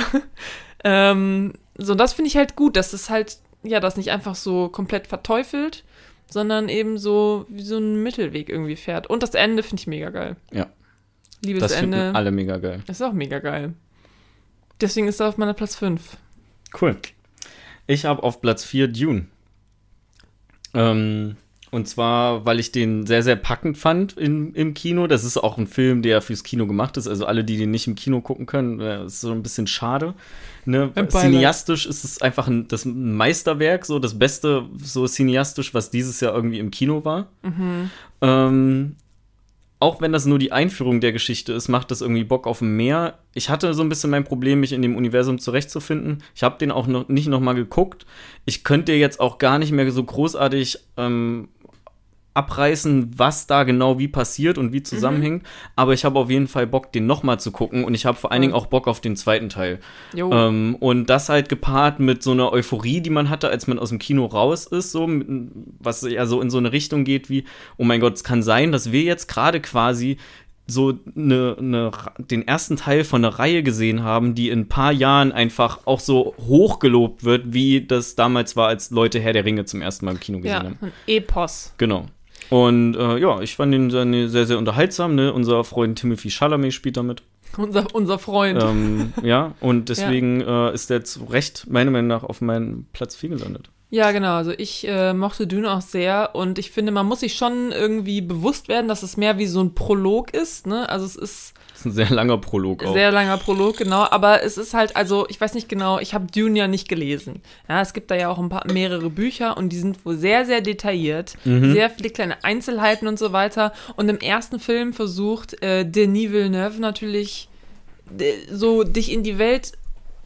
ähm, so, das finde ich halt gut, dass es halt, ja, das nicht einfach so komplett verteufelt, sondern eben so wie so einen Mittelweg irgendwie fährt. Und das Ende finde ich mega geil. Ja. Liebesende. Das finden alle mega geil. Ist auch mega geil. Deswegen ist er auf meiner Platz fünf. Cool. Ich habe auf Platz vier Dune. Ähm, und zwar, weil ich den sehr, sehr packend fand in, im Kino. Das ist auch ein Film, der fürs Kino gemacht ist. Also alle, die den nicht im Kino gucken können, das ist so ein bisschen schade. Ne? Cineastisch ist es einfach ein, das Meisterwerk, so das Beste, so cineastisch, was dieses Jahr irgendwie im Kino war. Mhm. Ähm, Auch wenn das nur die Einführung der Geschichte ist, macht das irgendwie Bock auf mehr. Ich hatte so ein bisschen mein Problem, mich in dem Universum zurechtzufinden. Ich habe den auch noch nicht noch mal geguckt. Ich könnte jetzt auch gar nicht mehr so großartig ähm, abreißen, was da genau wie passiert und wie zusammenhängt. Mhm. Aber ich habe auf jeden Fall Bock, den noch mal zu gucken. Und ich habe vor allen Dingen auch Bock auf den zweiten Teil. Ähm, und das halt gepaart mit so einer Euphorie, die man hatte, als man aus dem Kino raus ist, so, was ja so in so eine Richtung geht wie, oh mein Gott, es kann sein, dass wir jetzt gerade quasi so eine, eine, den ersten Teil von einer Reihe gesehen haben, die in ein paar Jahren einfach auch so hochgelobt wird, wie das damals war, als Leute Herr der Ringe zum ersten Mal im Kino gesehen ja, haben. Ein Epos. Genau. Und äh, ja, ich fand ihn sehr, sehr, sehr unterhaltsam. Ne? Unser Freund Timothée Chalamet spielt damit. Unser, unser Freund. Ähm, ja, und deswegen ja. Äh, ist der zu Recht, meiner Meinung nach, auf meinen Platz vier gelandet. Ja, genau. Also ich äh, mochte Dune auch sehr und ich finde, man muss sich schon irgendwie bewusst werden, dass es mehr wie so ein Prolog ist, ne? Also es ist Das ist ein sehr langer Prolog auch. Sehr langer Prolog, genau. Aber es ist halt, also ich weiß nicht genau, ich habe Dune ja nicht gelesen. Ja, es gibt da ja auch ein paar mehrere Bücher und die sind wohl sehr, sehr detailliert. Mhm. Sehr viele kleine Einzelheiten und so weiter. Und im ersten Film versucht äh, Denis Villeneuve natürlich äh, so dich in die Welt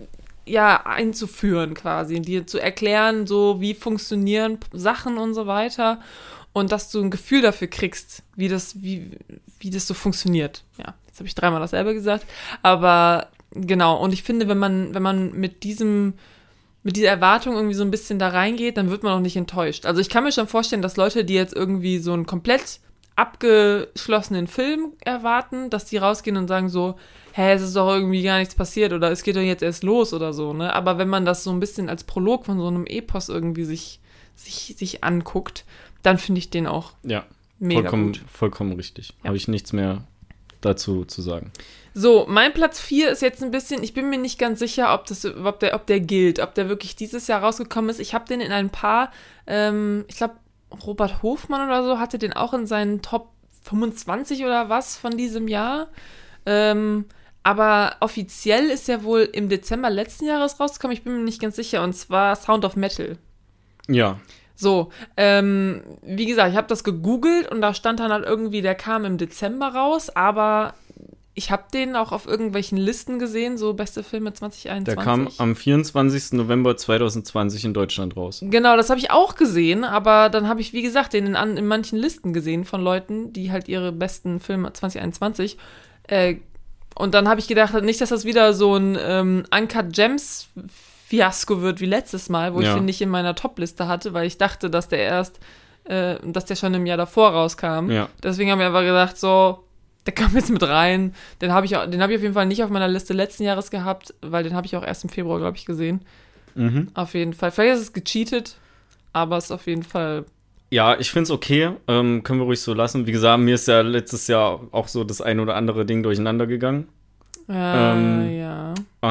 ja, einzuführen quasi, dir zu erklären, so wie funktionieren Sachen und so weiter und dass du ein Gefühl dafür kriegst, wie das, wie, wie das so funktioniert. Ja, jetzt habe ich dreimal dasselbe gesagt, aber genau, und ich finde, wenn man, wenn man mit diesem mit dieser Erwartung irgendwie so ein bisschen da reingeht, dann wird man auch nicht enttäuscht. Also ich kann mir schon vorstellen, dass Leute, die jetzt irgendwie so einen komplett abgeschlossenen Film erwarten, dass die rausgehen und sagen so, hä, es ist doch irgendwie gar nichts passiert oder es geht doch jetzt erst los oder so, ne? Aber wenn man das so ein bisschen als Prolog von so einem Epos irgendwie sich, sich, sich anguckt, dann finde ich den auch ja, mega vollkommen, gut. Vollkommen richtig. Ja. Habe ich nichts mehr dazu zu sagen. So, mein Platz vier ist jetzt ein bisschen, ich bin mir nicht ganz sicher, ob, das, ob, der, ob der gilt, ob der wirklich dieses Jahr rausgekommen ist. Ich habe den in ein paar, ähm, ich glaube, Robert Hofmann oder so hatte den auch in seinen Top fünfundzwanzig oder was von diesem Jahr. Ähm, aber offiziell ist er wohl im Dezember letzten Jahres rausgekommen, ich bin mir nicht ganz sicher, und zwar Sound of Metal. Ja. So, ähm, wie gesagt, ich habe das gegoogelt und da stand dann halt irgendwie, der kam im Dezember raus, aber ich habe den auch auf irgendwelchen Listen gesehen, so beste Filme zwanzig einundzwanzig. Der kam am vierundzwanzigsten November zweitausendzwanzig in Deutschland raus. Genau, das habe ich auch gesehen, aber dann habe ich, wie gesagt, den in, an, in manchen Listen gesehen von Leuten, die halt ihre besten Filme zwanzig einundzwanzig. Äh, und dann habe ich gedacht, nicht, dass das wieder so ein ähm, Uncut Gems Fiasko wird wie letztes Mal, wo ja. ich den nicht in meiner Top-Liste hatte, weil ich dachte, dass der erst, äh, dass der schon im Jahr davor rauskam. Ja. Deswegen habe ich einfach gedacht, so, der kam jetzt mit rein. Den habe ich, den hab ich auf jeden Fall nicht auf meiner Liste letzten Jahres gehabt, weil den habe ich auch erst im Februar, glaube ich, gesehen. Mhm. Auf jeden Fall. Vielleicht ist es gecheatet, aber es ist auf jeden Fall. Ja, ich finde es okay. Ähm, können wir ruhig so lassen. Wie gesagt, mir ist ja letztes Jahr auch so das ein oder andere Ding durcheinander gegangen. Äh, Ähm, ja.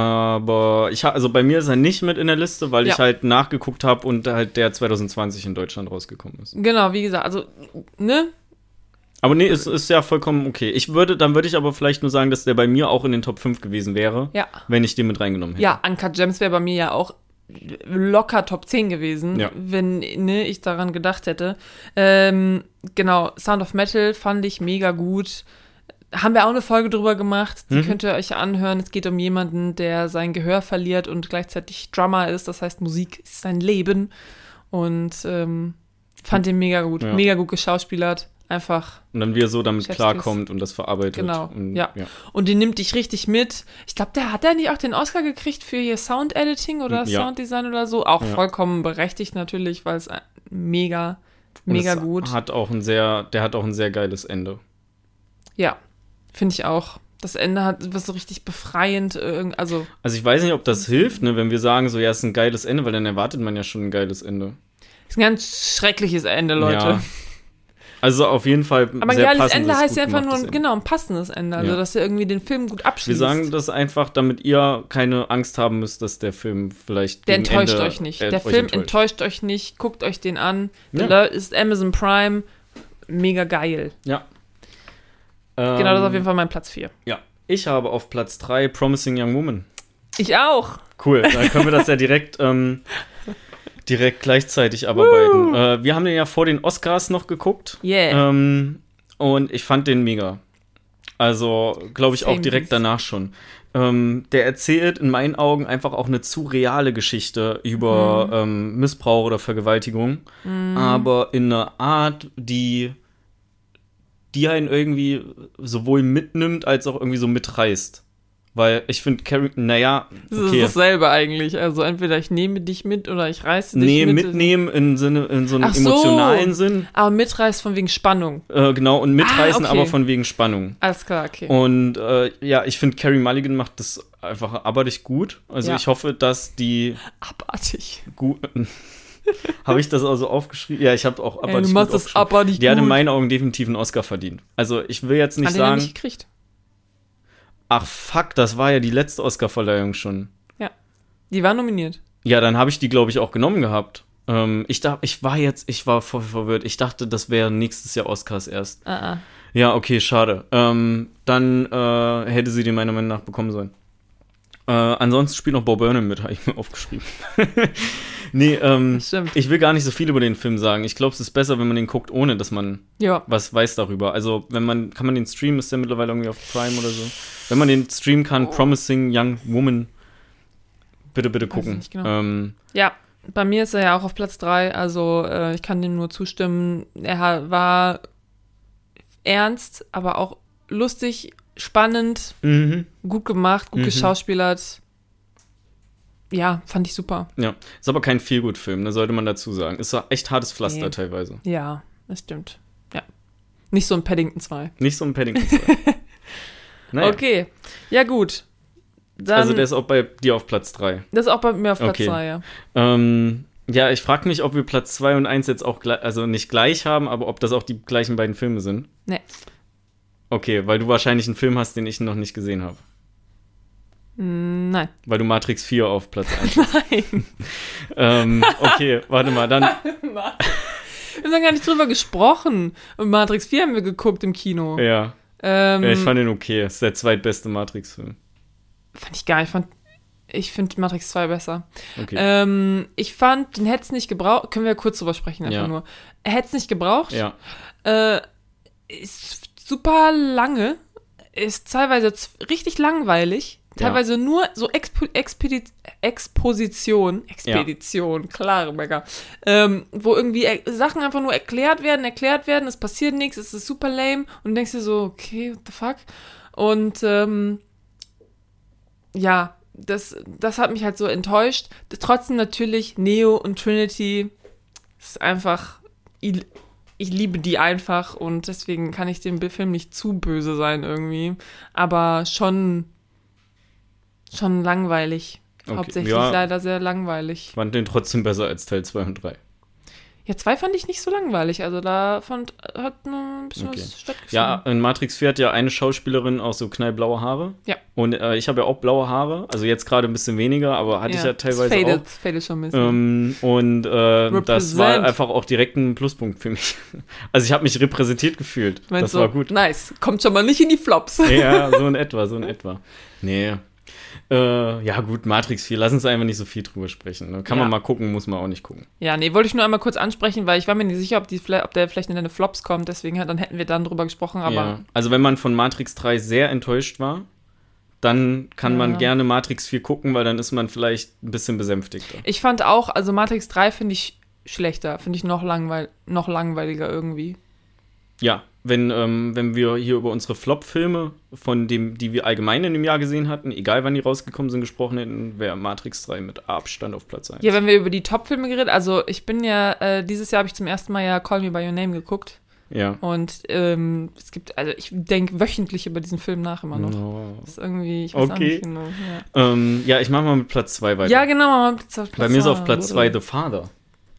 Aber ich ha- also bei mir ist er nicht mit in der Liste, weil Ja. ich halt nachgeguckt habe und halt der zwanzig zwanzig in Deutschland rausgekommen ist. Genau, wie gesagt, also, ne? Aber nee, es ist ja vollkommen okay. Ich würde, dann würde ich aber vielleicht nur sagen, dass der bei mir auch in den Top fünf gewesen wäre, Ja. wenn ich den mit reingenommen hätte. Ja, Uncut Gems wäre bei mir ja auch locker Top zehn gewesen, Ja. wenn ne, ich daran gedacht hätte. Ähm, genau, Sound of Metal fand ich mega gut. Haben wir auch eine Folge drüber gemacht, die Mhm. könnt ihr euch anhören. Es geht um jemanden, der sein Gehör verliert und gleichzeitig Drummer ist, das heißt, Musik ist sein Leben. Und ähm, fand den mega gut, Ja. mega gut geschauspielert. Einfach. Und dann wie er so damit Chefskiss. klarkommt und das verarbeitet. Genau, und, ja. Und die nimmt dich richtig mit. Ich glaube, der hat ja nicht auch den Oscar gekriegt für hier Sound-Editing oder Ja. Sounddesign oder so. Auch Ja. vollkommen berechtigt natürlich, weil es mega, Und mega es gut. Hat auch ein sehr, der hat auch ein sehr geiles Ende. Ja, finde ich auch. Das Ende hat was so richtig befreiend. irg- Also, Also ich weiß nicht, ob das hilft, ne, wenn wir sagen, so ja, es ist ein geiles Ende, weil dann erwartet man ja schon ein geiles Ende. ist ein ganz schreckliches Ende, Leute. Ja. Also auf jeden Fall Aber ein sehr geiles passendes, Ende heißt gut ja einfach nur gemachtes ein, Ende. genau, ein passendes Ende. Also, Ja. dass er irgendwie den Film gut abschließt. Wir sagen das einfach, damit ihr keine Angst haben müsst, dass der Film vielleicht Der gegen enttäuscht Ende, euch nicht. äh, Der euch Film enttäuscht. euch nicht. Guckt euch den an. Ja. Der Leute ist Amazon Prime. Mega geil. Ja. Genau, das ist auf Ähm, jeden Fall mein Platz vier. Ja. Ich habe auf Platz drei Promising Young Woman. Ich auch. Cool, dann können wir das ja direkt, ähm, direkt gleichzeitig abarbeiten. Äh, wir haben den ja vor den Oscars noch geguckt. Yeah. Ähm, und ich fand den mega. Also, glaube ich, auch Same direkt dies. danach schon. Ähm, der erzählt in meinen Augen einfach auch eine zu reale Geschichte über Mhm. ähm, Missbrauch oder Vergewaltigung. Aber in einer Art, die, die einen irgendwie sowohl mitnimmt, als auch irgendwie so mitreißt. Weil ich finde, Carrie, naja, Das ist okay. dasselbe eigentlich. Also entweder ich nehme dich mit oder ich reiße dich Nee, mit. mitnehmen in, Sinne, in so einem Ach so. emotionalen Sinn. Aber mitreißt von wegen Spannung. Äh, genau, und mitreißen, Ah, okay. aber von wegen Spannung. Alles klar, okay. Und äh, ja, ich finde, Carey Mulligan macht das einfach abartig gut. Also Ja. ich hoffe, dass die Abartig. gut. Habe ich das also aufgeschrieben? Ja, ich habe auch Ey, abartig du machst gut das aufgeschrieben. abartig Die hat in gut. meinen Augen definitiv einen Oscar verdient. Also ich will jetzt nicht Hat den er sagen, nicht gekriegt. ach fuck, das war ja die letzte Oscarverleihung schon. Die war nominiert. Ja, dann habe ich die, glaube ich, auch genommen gehabt. Ähm, ich dachte, ich war jetzt, ich war voll verwirrt. Ich dachte, das wäre nächstes Jahr Oscars erst. Ah, ah. Ja, okay, schade. Ähm, dann äh, hätte sie den meiner Meinung nach bekommen sollen. Äh, ansonsten spielt noch Bo Burnham mit, habe ich mir aufgeschrieben. nee, ähm, Stimmt. ich will gar nicht so viel über den Film sagen. Ich glaube, es ist besser, wenn man den guckt, ohne dass man Ja. was weiß darüber. Also, wenn man, kann man den streamen, ist der mittlerweile irgendwie auf Prime oder so. Wenn man den streamen kann, Oh. Promising Young Woman, bitte, bitte Weiß gucken. ich nicht genau. Ähm, Ja, bei mir ist er ja auch auf Platz drei, also äh, ich kann dem nur zustimmen. Er ha- war ernst, aber auch lustig, spannend, mhm. gut gemacht, gut Mhm. geschauspielert. Ja, fand ich super. Ja, ist aber kein Feelgood-Film, ne, sollte man dazu sagen. Ist echt hartes Pflaster Nee. teilweise. Ja, das stimmt. Ja. Nicht so ein Paddington zwei. Nicht so ein Paddington zwei. Naja. Okay, ja gut. Dann, Also der ist auch bei dir auf Platz drei. das ist auch bei mir auf Platz Okay. zwei, ja. Ähm, ja, ich frage mich, ob wir Platz zwei und eins jetzt auch gleich, also nicht gleich haben, aber ob das auch die gleichen beiden Filme sind. Nee. Okay, weil du wahrscheinlich einen Film hast, den ich noch nicht gesehen habe. Mm, Nein. Weil du Matrix vier auf Platz eins hast. Nein. ähm, okay, warte mal, dann. Wir haben da gar nicht drüber gesprochen. Und Matrix vier haben wir geguckt im Kino. Ja, Ähm, ja ich fand den okay. Ist der zweitbeste Matrix-Film. fand ich gar nicht. Ich fand, ich finde Matrix zwei besser. Okay. Ähm, ich fand, den hätte es nicht gebraucht. Können wir kurz drüber sprechen, einfach Ja. nur. Er hätte es nicht gebraucht. ja. Äh, ist super lange. Ist teilweise z- richtig langweilig. Teilweise nur so Expo Expedi Exposition. Expedition, klar, mega. Ähm, wo irgendwie er Sachen einfach nur erklärt werden, erklärt werden, es passiert nichts, es ist super lame und du denkst dir so, okay, what the fuck? Und ähm, ja, das, das hat mich halt so enttäuscht. Trotzdem natürlich Neo und Trinity ist einfach, ich, ich liebe die einfach und deswegen kann ich dem Film nicht zu böse sein irgendwie. Aber schon, schon langweilig. Okay, Hauptsächlich ja. leider sehr langweilig. Ich fand den trotzdem besser als Teil zwei und drei. Ja, zwei fand ich nicht so langweilig. Also da fand, hat nur ein bisschen Okay. was stattgefunden. Ja, in Matrix vier hat ja eine Schauspielerin auch so knallblaue Haare. Ja. Und äh, ich habe ja auch blaue Haare. Also jetzt gerade ein bisschen weniger, aber hatte ich ja teilweise es faded, auch. faded schon ein bisschen. Ähm, und äh, das war Represent. einfach auch direkt ein Pluspunkt für mich. Also ich habe mich repräsentiert gefühlt. Meinst Das du, war gut. Nice. Kommt schon mal nicht in die Flops. Ja, so in etwa, so in etwa. Nee. Äh, ja gut, Matrix vier, lass uns einfach nicht so viel drüber sprechen. Ne? Kann Ja. man mal gucken, muss man auch nicht gucken. Ja, nee, wollte ich nur einmal kurz ansprechen, weil ich war mir nicht sicher, ob, die, ob der vielleicht in deine Flops kommt. Deswegen dann hätten wir dann drüber gesprochen. Aber Ja. Also wenn man von Matrix drei sehr enttäuscht war, dann kann Ja. man gerne Matrix vier gucken, weil dann ist man vielleicht ein bisschen besänftigter. ich fand auch, also Matrix drei finde ich schlechter. Finde ich noch, langweil noch langweiliger irgendwie. Ja, wenn, ähm, wenn wir hier über unsere Flop-Filme, von dem, die wir allgemein in dem Jahr gesehen hatten, egal wann die rausgekommen sind, gesprochen hätten, wäre Matrix drei mit Abstand auf Platz eins. Ja, wenn wir über die Top-Filme geredet, also ich bin ja, äh, dieses Jahr habe ich zum ersten Mal ja Call Me By Your Name geguckt. Ja. Und ähm, es gibt, also ich denke wöchentlich über diesen Film nach immer noch. No. Das ist irgendwie, ich weiß auch Okay. nicht genau. Ja, Ähm, ja, ich mache mal mit Platz zwei weiter. ja genau. Mal Platz, Platz Bei mir ist auf zwei. Platz zwei The Father.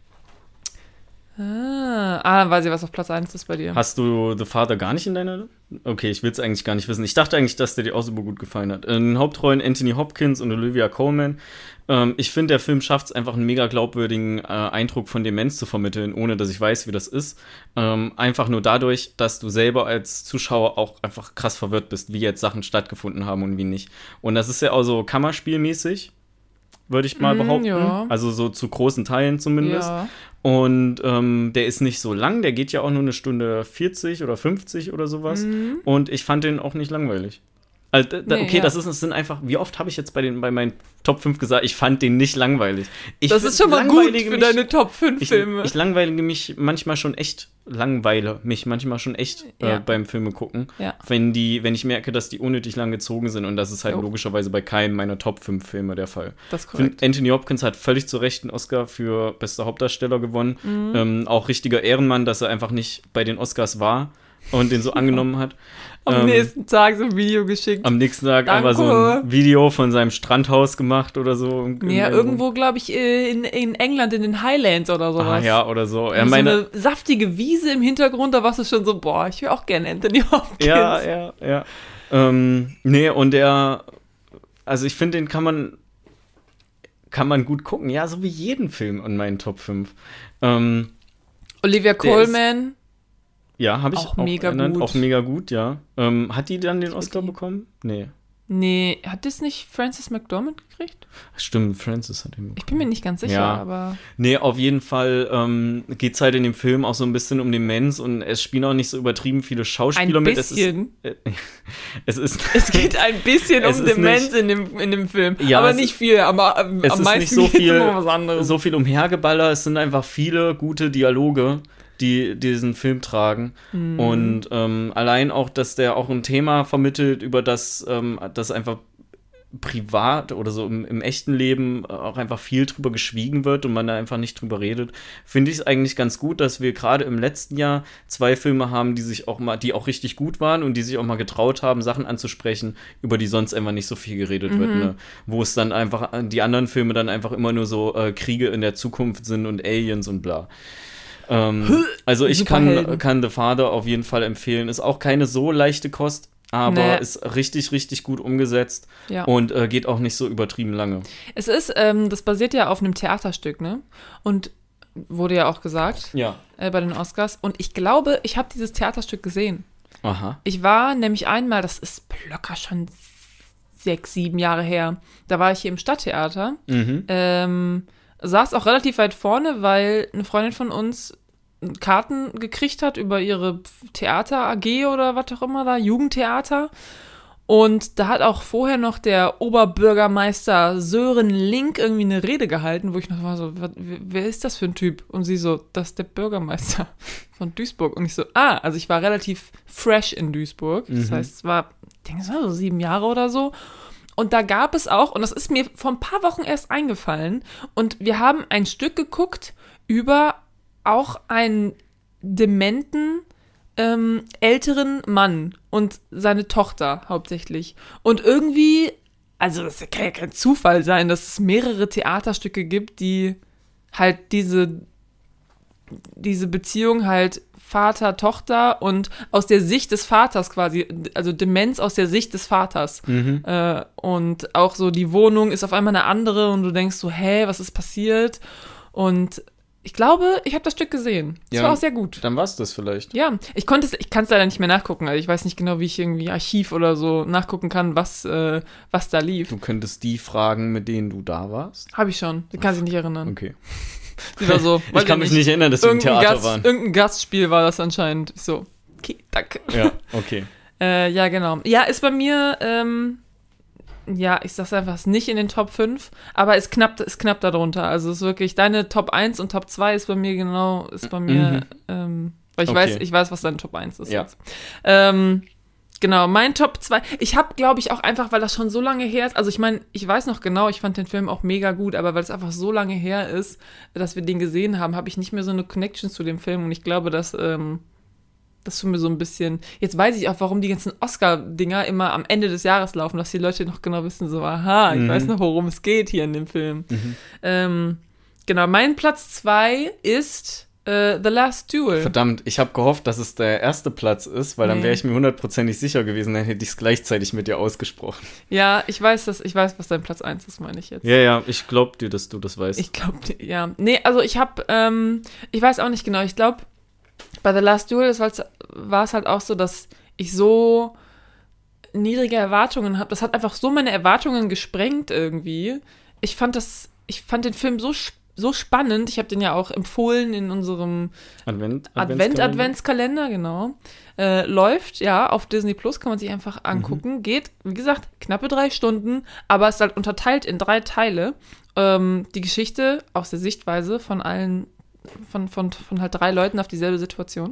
Ah, ah, weiß ich, was auf Platz eins ist bei dir. Hast du The Father gar nicht in deiner? Okay, ich will es eigentlich gar nicht wissen. Ich dachte eigentlich, dass der dir auch super gut gefallen hat. In den Hauptrollen Anthony Hopkins und Olivia Colman. Ähm, ich finde, der Film schafft es einfach, einen mega glaubwürdigen äh, Eindruck von Demenz zu vermitteln, ohne dass ich weiß, wie das ist. Ähm, einfach nur dadurch, dass du selber als Zuschauer auch einfach krass verwirrt bist, wie jetzt Sachen stattgefunden haben und wie nicht. Und das ist ja auch so kammerspielmäßig, würde ich mal Mm, behaupten. ja. Also so zu großen Teilen zumindest. Ja. Und ähm, der ist nicht so lang, der geht ja auch nur eine Stunde vierzig oder fünfzig oder sowas. Mhm. Und ich fand den auch nicht langweilig. Also, da, Nee, okay, ja. das, ist, das sind einfach, wie oft habe ich jetzt bei, den, bei meinen Top fünf gesagt, ich fand den nicht langweilig. Ich Das find- ist schon mal gut langweilige für mich, deine Top fünf ich, Filme. ich langweilige mich manchmal schon echt, langweile mich manchmal schon echt äh, Ja. beim Filme gucken, Ja. wenn, die, wenn ich merke, dass die unnötig lang gezogen sind. Und das ist halt Jo. logischerweise bei keinem meiner Top fünf Filme der Fall. Das ist Ich finde, korrekt. Anthony Hopkins hat völlig zu Recht einen Oscar für bester Hauptdarsteller gewonnen. Mhm. Ähm, auch richtiger Ehrenmann, dass er einfach nicht bei den Oscars war und den so angenommen hat. Am Ähm, nächsten Tag so ein Video geschickt. Am nächsten Tag Danke. einfach so ein Video von seinem Strandhaus gemacht oder so. Ja, irgendwo, glaube ich, äh, in, in England, in den Highlands oder sowas. Ah, ja, oder so. Ja, Und so meine, eine saftige Wiese im Hintergrund, da warst du schon so, boah, ich will auch gerne Anthony Hopkins. ja, ja, ja. Ähm, nee, und der, also ich finde, den kann man, kann man gut gucken. Ja, so wie jeden Film in meinen Top fünf. Ähm, Olivia Der Colman. ja, habe ich Auch auch, mega genannt. gut. Auch mega gut, ja. Ähm, hat die dann den Oscar die. bekommen? Nee. Nee, hat das nicht Frances McDormand gekriegt? Stimmt, Frances hat ihn. Ich bin mir nicht ganz sicher, ja. aber... Nee, auf jeden Fall ähm, geht es halt in dem Film auch so ein bisschen um Demenz und es spielen auch nicht so übertrieben viele Schauspieler ein mit. Bisschen. Es ist, äh, es ist... Es geht ein bisschen um Demenz nicht, in, dem, in dem Film, ja, aber nicht viel, aber am, es am ist meisten nicht so geht's viel, um was anderes. so viel umhergeballer, es sind einfach viele gute Dialoge, die diesen Film tragen. Hm. Und ähm, allein auch, dass der auch ein Thema vermittelt, über das, ähm, das einfach privat oder so im, im echten Leben auch einfach viel drüber geschwiegen wird und man da einfach nicht drüber redet, finde ich es eigentlich ganz gut, dass wir gerade im letzten Jahr zwei Filme haben, die sich auch mal, die auch richtig gut waren und die sich auch mal getraut haben, Sachen anzusprechen, über die sonst einfach nicht so viel geredet mhm. wird, ne? Wo es dann einfach, die anderen Filme dann einfach immer nur so äh, Kriege in der Zukunft sind und Aliens und bla. Ähm, also ich kann, kann The Father auf jeden Fall empfehlen. Ist auch keine so leichte Kost, aber nee. ist richtig, richtig gut umgesetzt ja. und äh, geht auch nicht so übertrieben lange. Es ist, ähm, das basiert ja auf einem Theaterstück, ne? Und wurde ja auch gesagt ja. äh, bei den Oscars. Und ich glaube, ich habe dieses Theaterstück gesehen. Aha. Ich war nämlich einmal, das ist locker schon sechs, sieben Jahre her, da war ich hier im Stadttheater. Mhm. Ähm, saß auch relativ weit vorne, weil eine Freundin von uns Karten gekriegt hat über ihre Theater-A G oder was auch immer da, Jugendtheater. Und da hat auch vorher noch der Oberbürgermeister Sören Link irgendwie eine Rede gehalten, wo ich noch war so, was, wer ist das für ein Typ? Und sie so, das ist der Bürgermeister von Duisburg. Und ich so, ah, also ich war relativ fresh in Duisburg. Das mhm. heißt, es war, ich denke, es war so sieben Jahre oder so. Und da gab es auch, und das ist mir vor ein paar Wochen erst eingefallen, und wir haben ein Stück geguckt über auch einen dementen, ähm, älteren Mann und seine Tochter hauptsächlich. Und irgendwie, also das kann ja kein Zufall sein, dass es mehrere Theaterstücke gibt, die halt diese, diese Beziehung halt Vater, Tochter und aus der Sicht des Vaters quasi, also Demenz aus der Sicht des Vaters. Mhm. Äh, und auch so die Wohnung ist auf einmal eine andere und du denkst so, hä, was ist passiert? Und ich glaube, ich habe das Stück gesehen. Das ja, war auch sehr gut. Dann war es das vielleicht. Ja, ich konnte es, ich kann es leider nicht mehr nachgucken. Also ich weiß nicht genau, wie ich irgendwie Archiv oder so nachgucken kann, was, äh, was da lief. Du könntest die fragen, mit denen du da warst? Habe ich schon. Ich kann sich nicht erinnern. Okay. Die war so, ich kann mich nicht erinnern, dass wir im Theater Gast, waren. Irgendein Gastspiel war das anscheinend. So, okay, danke. Ja, okay. äh, ja, genau. Ja, ist bei mir, ähm, ja, ich sag's einfach, ist nicht in den Top fünf, aber ist knapp, ist knapp darunter. Also es ist wirklich, deine Top eins und Top zwei ist bei mir genau, ist bei mir, mhm. ähm, weil ich okay. weiß, ich weiß, was deine Top eins ist ja. jetzt. Ähm, genau, mein Top zwei, ich habe, glaube ich, auch einfach, weil das schon so lange her ist, also ich meine, ich weiß noch genau, ich fand den Film auch mega gut, aber weil es einfach so lange her ist, dass wir den gesehen haben, habe ich nicht mehr so eine Connection zu dem Film und ich glaube, dass, ähm, das tut mir so ein bisschen, jetzt weiß ich auch, warum die ganzen Oscar-Dinger immer am Ende des Jahres laufen, dass die Leute noch genau wissen, so, aha, ich mhm. weiß noch, worum es geht hier in dem Film. Mhm. Ähm, genau, mein Platz zwei ist äh, The Last Duel. Verdammt, ich habe gehofft, dass es der erste Platz ist, weil nee. dann wäre ich mir hundertprozentig sicher gewesen, dann hätte ich es gleichzeitig mit dir ausgesprochen. Ja, ich weiß, dass, ich weiß, was dein Platz eins ist, meine ich jetzt. Ja, ja, ich glaube dir, dass du das weißt. Ich glaube dir, ja. Nee, also ich habe, ähm, ich weiß auch nicht genau, ich glaube, bei The Last Duel war es halt auch so, dass ich so niedrige Erwartungen habe. Das hat einfach so meine Erwartungen gesprengt irgendwie. Ich fand das, ich fand den Film so, so spannend. Ich habe den ja auch empfohlen in unserem Advent, Advent Adventskalender, genau. Äh, läuft, ja, auf Disney Plus, kann man sich einfach angucken. Mhm. Geht, wie gesagt, knappe drei Stunden, aber es ist halt unterteilt in drei Teile. Ähm, die Geschichte aus der Sichtweise von allen Von, von, von halt drei Leuten auf dieselbe Situation.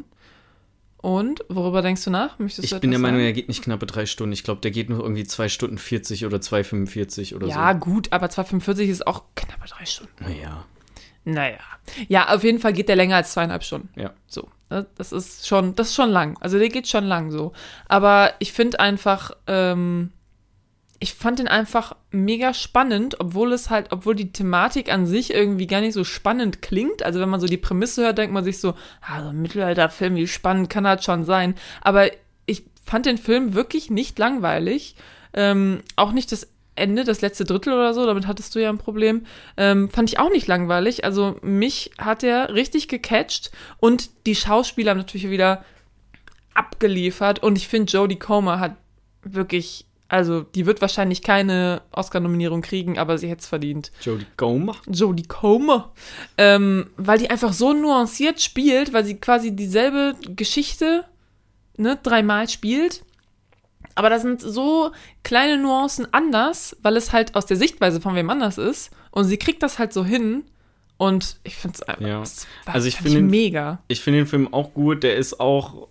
Und, worüber denkst du nach? Möchtest du ich bin der Meinung, sagen? er geht nicht knappe drei Stunden. Ich glaube, der geht nur irgendwie zwei Stunden vierzig oder zwei fünfundvierzig oder ja, so. Ja, gut, aber zwei fünfundvierzig ist auch knappe drei Stunden. Naja. Naja. Ja, auf jeden Fall geht der länger als zweieinhalb Stunden. Ja. So. Das ist schon, das ist schon lang. Also der geht schon lang so. Aber ich finde einfach, ähm, ich fand den einfach mega spannend, obwohl es halt, obwohl die Thematik an sich irgendwie gar nicht so spannend klingt. Also wenn man so die Prämisse hört, denkt man sich so, ah, so ein Mittelalterfilm, wie spannend kann das schon sein? Aber ich fand den Film wirklich nicht langweilig. Ähm, auch nicht das Ende, das letzte Drittel oder so, damit hattest du ja ein Problem. Ähm, fand ich auch nicht langweilig. Also mich hat er richtig gecatcht und die Schauspieler haben natürlich wieder abgeliefert. Und ich finde, Jodie Comer hat wirklich Also, die wird wahrscheinlich keine Oscar-Nominierung kriegen, aber sie hätte es verdient. Jodie Comer. Jodie Comer. Ähm, weil die einfach so nuanciert spielt, weil sie quasi dieselbe Geschichte, ne, dreimal spielt. Aber da sind so kleine Nuancen anders, weil es halt aus der Sichtweise von wem anders ist. Und sie kriegt das halt so hin. Und ich finde es einfach Ja. das Also ich fand finde den- mega. Ich finde den Film auch gut. Der ist auch,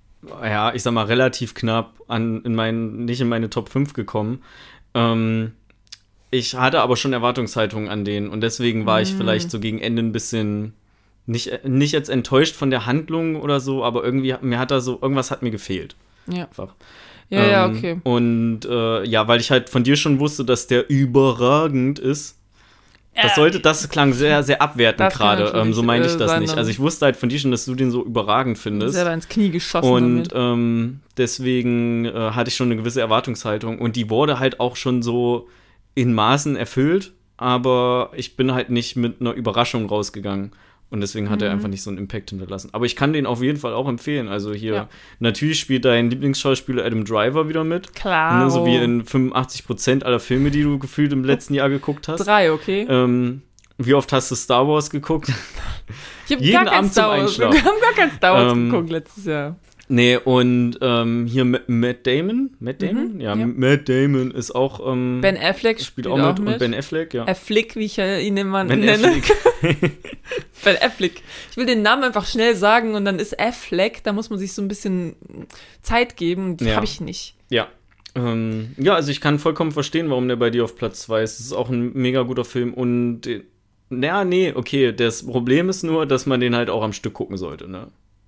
ja, ich sag mal, relativ knapp an, in mein, nicht in meine Top fünf gekommen. Ähm, ich hatte aber schon Erwartungshaltungen an den. Und deswegen war ich vielleicht so gegen Ende ein bisschen, nicht, nicht jetzt enttäuscht von der Handlung oder so, aber irgendwie, mir hat da so, irgendwas hat mir gefehlt. Ja, Einfach. ja, ja, Ähm, okay. Und äh, ja, weil ich halt von dir schon wusste, dass der überragend ist. Das sollte, das klang sehr, sehr abwertend Das kann gerade. natürlich, Ähm, so meinte ich äh, das sein, nicht. dann. Also ich wusste halt von dir schon, dass du den so überragend findest. Selber ins Knie geschossen Und damit. ähm, deswegen äh, hatte ich schon eine gewisse Erwartungshaltung. Und die wurde halt auch schon so in Maßen erfüllt. Aber ich bin halt nicht mit einer Überraschung rausgegangen. Und deswegen hat Mhm. er einfach nicht so einen Impact hinterlassen. Aber ich kann den auf jeden Fall auch empfehlen. Also hier, Ja. natürlich spielt dein Lieblingsschauspieler Adam Driver wieder mit. Klar. Ne, so wie in fünfundachtzig Prozent aller Filme, die du gefühlt im letzten Jahr geguckt hast. Drei, okay? Ähm, wie oft hast du Star Wars geguckt? Ich habe jeden gar kein Abend zum Star Wars. Wir Einschlafen. haben gar kein Star Wars Ähm, geguckt letztes Jahr. Nee, und ähm, hier M- Matt Damon. Matt Damon? Mhm, ja, ja. Matt Damon ist auch. Ähm, Ben Affleck spielt spielt auch mit. Und Ben Affleck, ja. Affleck, wie ich ihn immer Ben nenne. Affleck. Ben Affleck. Ich will den Namen einfach schnell sagen und dann ist Affleck, da muss man sich so ein bisschen Zeit geben und die Ja. habe ich nicht. Ja. Ähm, ja, also ich kann vollkommen verstehen, warum der bei dir auf Platz zwei ist. Es ist auch ein mega guter Film und. äh, Na, nee, okay. Das Problem ist nur, dass man den halt auch am Stück gucken sollte, ne?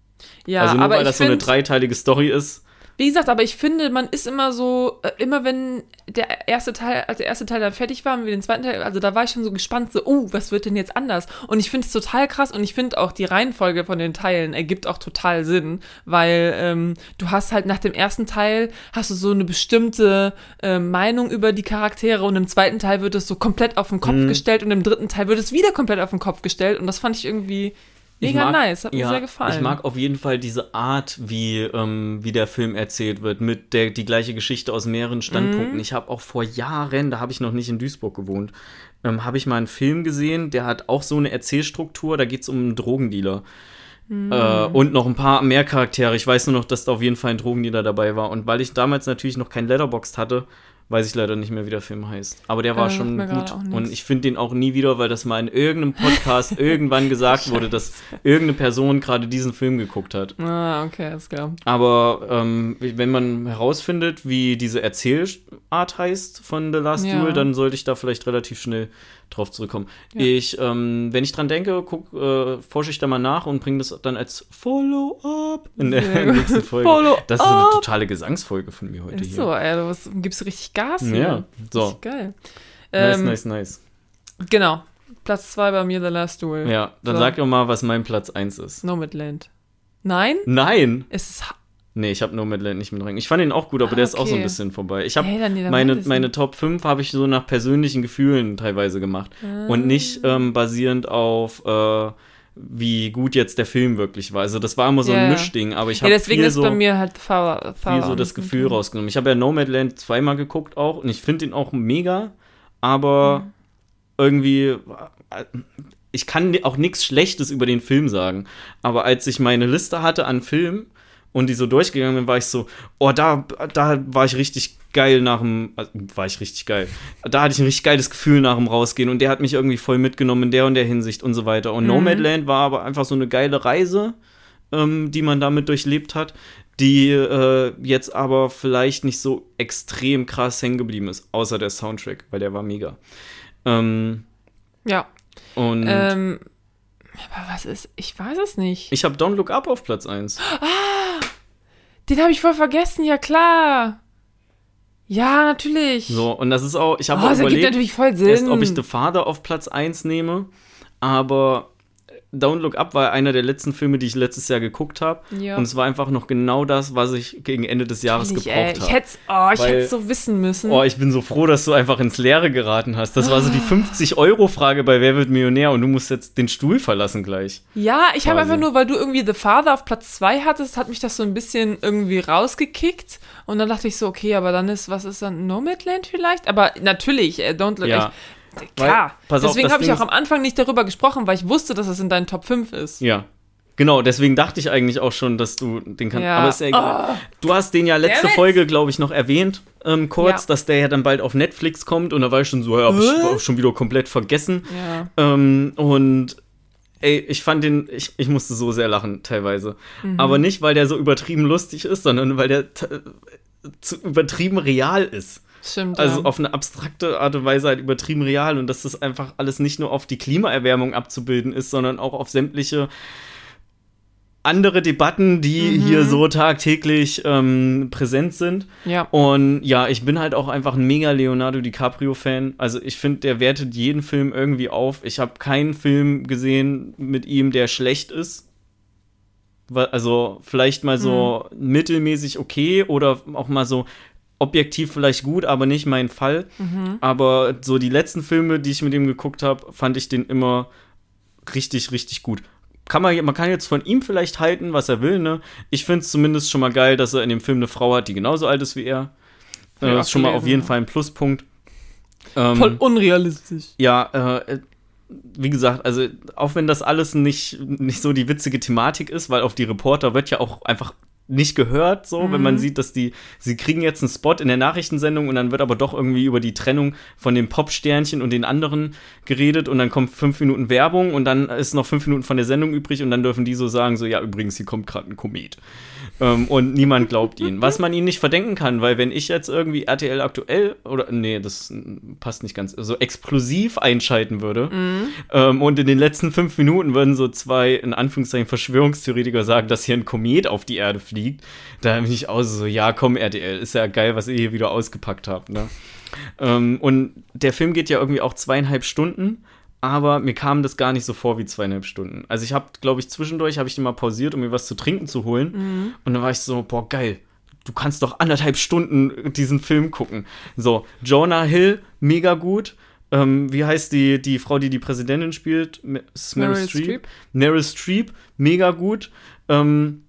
Ja, also nur aber weil ich das so eine find, dreiteilige Story ist. wie gesagt, aber ich finde, man ist immer so, äh, immer wenn der erste Teil, als der erste Teil dann fertig war und wir den zweiten Teil, also da war ich schon so gespannt, so, oh, was wird denn jetzt anders? Und ich finde es total krass und ich finde auch die Reihenfolge von den Teilen ergibt auch total Sinn, weil ähm, du hast halt nach dem ersten Teil hast du so eine bestimmte äh, Meinung über die Charaktere und im zweiten Teil wird es so komplett auf den Kopf Mhm. gestellt und im dritten Teil wird es wieder komplett auf den Kopf gestellt und das fand ich irgendwie Ich mega mag- nice, hat mir ja, sehr gefallen. Ich mag auf jeden Fall diese Art, wie, ähm, wie der Film erzählt wird, mit der die gleiche Geschichte aus mehreren Standpunkten. Mhm. Ich habe auch vor Jahren, da habe ich noch nicht in Duisburg gewohnt, ähm, habe ich mal einen Film gesehen, der hat auch so eine Erzählstruktur, da geht es um einen Drogendealer. Mhm. Äh, und noch ein paar mehr Charaktere. Ich weiß nur noch, dass da auf jeden Fall ein Drogendealer dabei war. Und weil ich damals natürlich noch kein Letterboxd hatte, weiß ich leider nicht mehr, wie der Film heißt. Aber der war Äh, schon sagt mir gut. gerade auch nichts. Und ich finde den auch nie wieder, weil das mal in irgendeinem Podcast irgendwann gesagt wurde, dass irgendeine Person gerade diesen Film geguckt hat. Ah, okay, alles klar. Aber ähm, wenn man herausfindet, wie diese Erzählart heißt von The Last Ja. Duel, dann sollte ich da vielleicht relativ schnell drauf zurückkommen. Ja. Ich, ähm, wenn ich dran denke, guck, äh, forsche ich da mal nach und bringe das dann als Follow-up in der Sehr gut. nächsten Folge. Follow-up. Das ist eine totale Gesangsfolge von mir heute Ist hier. so, ey, du was- gibst richtig Gas hier. Ja, so. Richtig geil. Nice, Ähm, nice, nice. Genau. Platz zwei bei mir, The Last Duel. Ja, dann so. sag doch mal, was mein Platz eins ist. Nomadland. Nein? Nein! Es ist. ha- Nee, ich habe Nomadland nicht mit rein. Ich fand ihn auch gut, aber Ah, der ist auch so ein okay. bisschen vorbei. Ich habe Hey, dann- dann meine, weiß ich's meine nicht. Top fünf habe ich so nach persönlichen Gefühlen teilweise gemacht. Und nicht ähm, basierend auf, äh, wie gut jetzt der Film wirklich war. Also das war immer so Ja, ein ja. Mischding, aber ich Ja, habe deswegen viel ist so, bei mir halt Fahrer. viel so das Gefühl rausgenommen. Ich habe ja Nomadland zweimal geguckt auch und ich finde ihn auch mega, aber irgendwie, äh, ich kann auch nichts Schlechtes über den Film sagen. Aber als ich meine Liste hatte an Filmen und die so durchgegangen bin, war ich so, oh, da, da war ich richtig geil nach dem, also, war ich richtig geil. Da hatte ich ein richtig geiles Gefühl nach dem Rausgehen und der hat mich irgendwie voll mitgenommen in der und der Hinsicht und so weiter. Und Mhm. Nomadland war aber einfach so eine geile Reise, ähm, die man damit durchlebt hat, die äh, jetzt aber vielleicht nicht so extrem krass hängen geblieben ist, außer der Soundtrack, weil der war mega. Ähm, Ja. und Ähm, aber was ist. Ich weiß es nicht. ich habe Don't Look Up auf Platz eins. Den habe ich voll vergessen, ja klar. Ja, natürlich. So, und das ist auch, ich habe Oh, auch das ergibt überlegt, natürlich voll Sinn. erst, ob ich The Father auf Platz eins nehme, aber Don't Look Up war einer der letzten Filme, die ich letztes Jahr geguckt habe. Ja. Und es war einfach noch genau das, was ich gegen Ende des Jahres Ehrlich, gebraucht ey. habe. Ich hätte oh, ich Weil- hätte so wissen müssen. Oh, ich bin so froh, dass du einfach ins Leere geraten hast. Das war so die fünfzig-Euro-Frage bei Wer wird Millionär und du musst jetzt den Stuhl verlassen gleich. Ja, ich habe Quasi. einfach nur, weil du irgendwie The Father auf Platz zwei hattest, hat mich das so ein bisschen irgendwie rausgekickt. Und dann dachte ich so, okay, aber dann ist, was ist dann, Nomadland vielleicht? Aber natürlich, äh, Don't Look, Ja. ich, klar. Weil, pass auf, Deswegen das habe ich Ding auch am Anfang nicht darüber gesprochen, weil ich wusste, dass es in deinen Top fünf ist. Ja. Genau, deswegen dachte ich eigentlich auch schon, dass du den kannst. Ja. Aber ist ja egal. Du hast den ja letzte Damn it. Folge, glaube ich, noch erwähnt, ähm, kurz, Ja. dass der ja dann bald auf Netflix kommt. Und da war ich schon so, ja, hab ich Hä? auch schon wieder komplett vergessen. Ja. Ähm, und ey, ich fand den, ich, ich musste so sehr lachen teilweise. Mhm. Aber nicht, weil der so übertrieben lustig ist, sondern weil der t- zu übertrieben real ist. Stimmt, Also ja. auf eine abstrakte Art und Weise halt übertrieben real und dass das einfach alles nicht nur auf die Klimaerwärmung abzubilden ist, sondern auch auf sämtliche andere Debatten, die Mhm. hier so tagtäglich ähm, präsent sind. Ja. Und ja, ich bin halt auch einfach ein mega Leonardo DiCaprio-Fan. Also ich finde, der wertet jeden Film irgendwie auf. Ich habe keinen Film gesehen mit ihm, der schlecht ist. Wa- Also vielleicht mal so mittelmäßig okay oder auch mal so objektiv vielleicht gut, aber nicht mein Fall. Aber so die letzten Filme, die ich mit ihm geguckt habe, fand ich den immer richtig, richtig gut. Kann man, man kann jetzt von ihm vielleicht halten, was er will, ne? Ich finde es zumindest schon mal geil, dass er in dem Film eine Frau hat, die genauso alt ist wie er. Ja, Äh, das ist schon mal gelesen, auf jeden ja. Fall ein Pluspunkt. Ähm, Voll unrealistisch. ja, äh, wie gesagt, also auch wenn das alles nicht, nicht so die witzige Thematik ist, weil auf die Reporter wird ja auch einfach nicht gehört, so, wenn man sieht, dass die, sie kriegen jetzt einen Spot in der Nachrichtensendung und dann wird aber doch irgendwie über die Trennung von dem Popsternchen und den anderen geredet und dann kommt fünf Minuten Werbung und dann ist noch fünf Minuten von der Sendung übrig und dann dürfen die so sagen, so, ja, übrigens, hier kommt gerade ein Komet. Ähm, und niemand glaubt ihnen. Was man ihnen nicht verdenken kann, weil wenn ich jetzt irgendwie R T L aktuell oder, nee, das mm, passt nicht ganz, so explosiv einschalten würde ähm, und in den letzten fünf Minuten würden so zwei, in Anführungszeichen, Verschwörungstheoretiker sagen, dass hier ein Komet auf die Erde fliegt, da bin ich auch so, ja, komm, R T L, ist ja geil, was ihr hier wieder ausgepackt habt, ne? ähm, und der Film geht ja irgendwie auch zweieinhalb Stunden, aber mir kam das gar nicht so vor wie zweieinhalb Stunden. Also ich habe, glaube ich, zwischendurch habe ich den mal pausiert, um mir was zu trinken zu holen. Und dann war ich so, boah, geil. Du kannst doch anderthalb Stunden diesen Film gucken. So, Jonah Hill, mega gut. Ähm, wie heißt die, die Frau, die die Präsidentin spielt? M- Meryl Meryl Streep. Streep. Meryl Streep, mega gut. Ähm,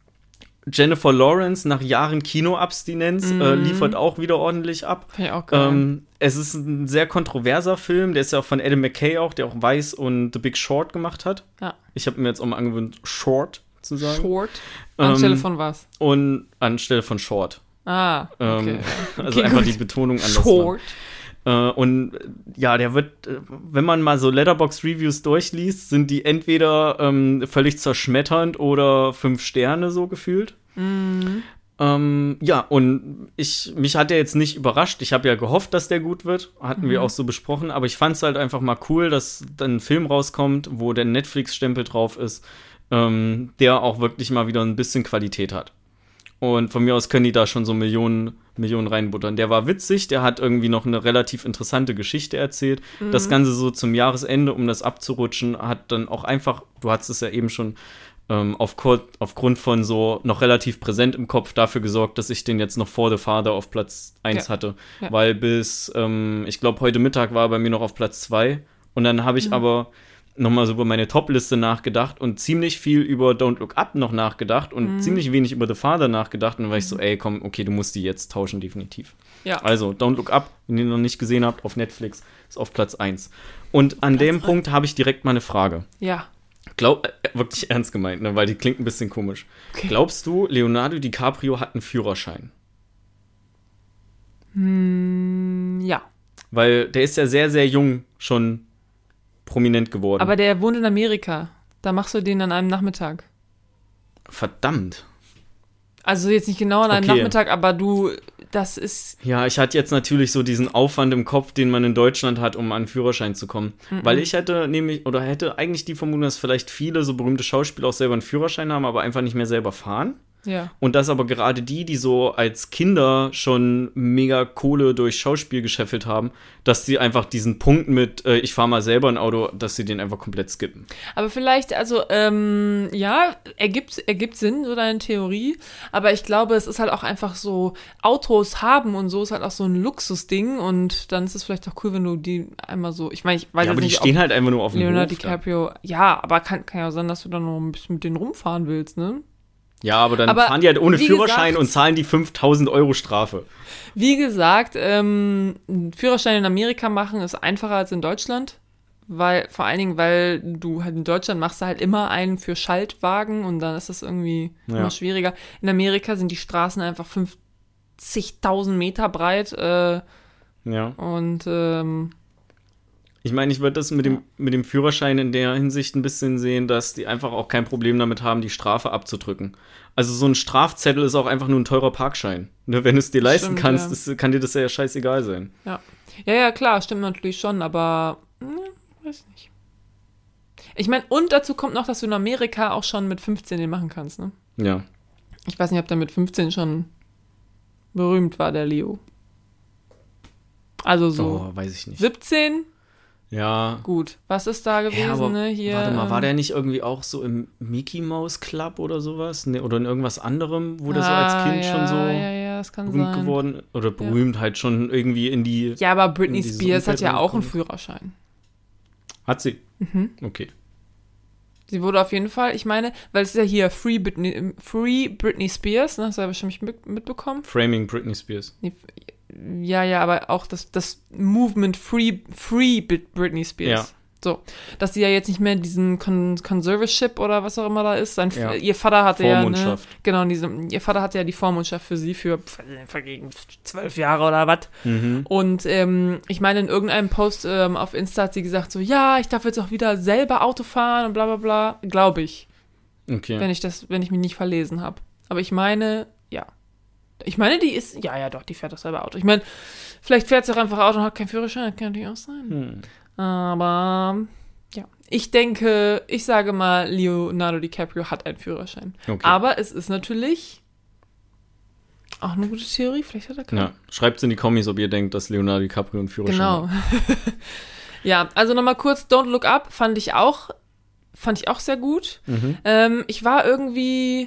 Jennifer Lawrence nach Jahren Kinoabstinenz äh, liefert auch wieder ordentlich ab. Finde ich auch geil. Ähm, es ist ein sehr kontroverser Film, der ist ja auch von Adam McKay auch, der auch Vice und The Big Short gemacht hat. Ja. Ich habe mir jetzt auch mal angewöhnt, Short zu sagen. Short. Ähm, Anstelle von was? Und anstelle von Short. Ah, okay. Ähm, also Okay, einfach gut. die Betonung anders. Short. Äh, und äh, ja, der wird, äh, wenn man mal so Letterboxd-Reviews durchliest, sind die entweder ähm, völlig zerschmetternd oder fünf Sterne so gefühlt. Mhm. Ähm, ja, und ich, mich hat der jetzt nicht überrascht. Ich habe ja gehofft, dass der gut wird. Hatten wir auch so besprochen. Aber ich fand es halt einfach mal cool, dass dann ein Film rauskommt, wo der Netflix-Stempel drauf ist, ähm, der auch wirklich mal wieder ein bisschen Qualität hat. Und von mir aus können die da schon so Millionen, Millionen reinbuttern. Der war witzig, der hat irgendwie noch eine relativ interessante Geschichte erzählt. Das Ganze so zum Jahresende, um das abzurutschen, hat dann auch einfach, du hattest es ja eben schon ähm, auf, aufgrund von so noch relativ präsent im Kopf dafür gesorgt, dass ich den jetzt noch vor The Father auf Platz eins Ja. hatte. Ja. Weil bis, ähm, ich glaube, heute Mittag war er bei mir noch auf Platz zwei. Und dann habe ich aber nochmal so über meine Top-Liste nachgedacht und ziemlich viel über Don't Look Up noch nachgedacht und ziemlich wenig über The Father nachgedacht. Und dann war ich so, ey, komm, okay, du musst die jetzt tauschen, definitiv. Ja. Also, Don't Look Up, wenn ihr ihn noch nicht gesehen habt, auf Netflix, ist auf Platz eins. Und an dem Punkt habe ich direkt mal eine Frage. Ja. Glaub, äh, wirklich ernst gemeint, ne, weil die klingt ein bisschen komisch. Okay. Glaubst du, Leonardo DiCaprio hat einen Führerschein? Hm, ja. Weil der ist ja sehr, sehr jung schon prominent geworden. Aber der wohnt in Amerika. Da machst du den an einem Nachmittag. Verdammt. Also jetzt nicht genau an einem Okay. Nachmittag, aber du, das ist. Ja, ich hatte jetzt natürlich so diesen Aufwand im Kopf, den man in Deutschland hat, um an einen Führerschein zu kommen. Weil ich hätte nämlich, oder hätte eigentlich die Vermutung, dass vielleicht viele so berühmte Schauspieler auch selber einen Führerschein haben, aber einfach nicht mehr selber fahren. Ja. Und dass aber gerade die, die so als Kinder schon mega Kohle durch Schauspiel gescheffelt haben, dass sie einfach diesen Punkt mit, äh, ich fahre mal selber ein Auto, dass sie den einfach komplett skippen. Aber vielleicht, also, ähm, ja, ergibt, ergibt Sinn, so deine Theorie. Aber ich glaube, es ist halt auch einfach so, Autos haben und so ist halt auch so ein Luxusding. Und dann ist es vielleicht auch cool, wenn du die einmal so, ich meine, ich weiß Ja, jetzt aber die nicht, stehen ob halt einfach nur auf dem Leonardo Hof. DiCaprio, ja, aber kann, kann ja auch sein, dass du dann noch ein bisschen mit denen rumfahren willst, ne? Ja, aber dann Aber fahren die halt ohne wie Führerschein gesagt- und zahlen die fünftausend Euro Strafe. Wie gesagt, ähm, einen Führerschein in Amerika machen ist einfacher als in Deutschland, weil vor allen Dingen, weil du halt in Deutschland machst du halt immer einen für Schaltwagen und dann ist das irgendwie Ja. immer schwieriger. In Amerika sind die Straßen einfach fünfzigtausend Meter breit äh, Ja. und ähm, Ich meine, ich würde das mit dem, Ja. mit dem Führerschein in der Hinsicht ein bisschen sehen, dass die einfach auch kein Problem damit haben, die Strafe abzudrücken. Also so ein Strafzettel ist auch einfach nur ein teurer Parkschein. Ne, wenn du es dir leisten Stimmt, kannst, ja. ist, kann dir das ja scheißegal sein. ja. Ja, ja, klar, stimmt natürlich schon, aber ne, weiß nicht. Ich meine, und dazu kommt noch, dass du in Amerika auch schon mit fünfzehn den machen kannst, ne? Ja. Ich weiß nicht, ob der mit fünfzehn schon berühmt war, der Leo. Also so Oh, weiß ich nicht. siebzehn, Ja. gut. Was ist da gewesen, Ja, aber ne? Hier, warte mal, war ähm, der nicht irgendwie auch so im Mickey Mouse Club oder sowas? Ne, oder in irgendwas anderem, wo der so ah, als Kind ja, schon so Ja, ja, das kann berühmt sein. geworden oder berühmt halt schon irgendwie in die. Ja, aber Britney in dieses Spears hat Umfeld ja auch einen reingekommen. Führerschein. Hat sie? Mhm. Okay. Sie wurde auf jeden Fall, ich meine, weil es ist ja hier Free Britney, Free Britney Spears, ne? Das hast du ja wahrscheinlich mit, mitbekommen. Framing Britney Spears. Nee, Ja, ja, aber auch das, das Movement Free, Free Brit- Britney Spears. Ja. So, dass sie ja jetzt nicht mehr diesen Con- Conservatorship oder was auch immer da ist. Sein, Ja. Ihr Vater hatte ja, ne, Vormundschaft. genau, diese, ihr Vater hatte ja die Vormundschaft für sie für, für gegen zwölf Jahre oder was. Mhm. Und ähm, ich meine, in irgendeinem Post ähm, auf Insta hat sie gesagt so, ja, ich darf jetzt auch wieder selber Auto fahren und bla bla bla. Glaube ich, Okay. wenn ich das, wenn ich mich nicht verlesen habe. Aber ich meine, ja. Ich meine, die ist, ja, ja, doch, die fährt doch selber Auto. Ich meine, vielleicht fährt sie auch einfach Auto und hat keinen Führerschein, das kann natürlich auch sein. Hm. Aber, ja. Ich denke, ich sage mal, Leonardo DiCaprio hat einen Führerschein. Okay. Aber es ist natürlich auch eine gute Theorie, vielleicht hat er keinen. Ja, schreibt's in die Kommis, ob ihr denkt, dass Leonardo DiCaprio einen Führerschein Genau. hat. Ja, also nochmal kurz, Don't Look Up fand ich auch, fand ich auch sehr gut. Mhm. Ähm, ich war irgendwie,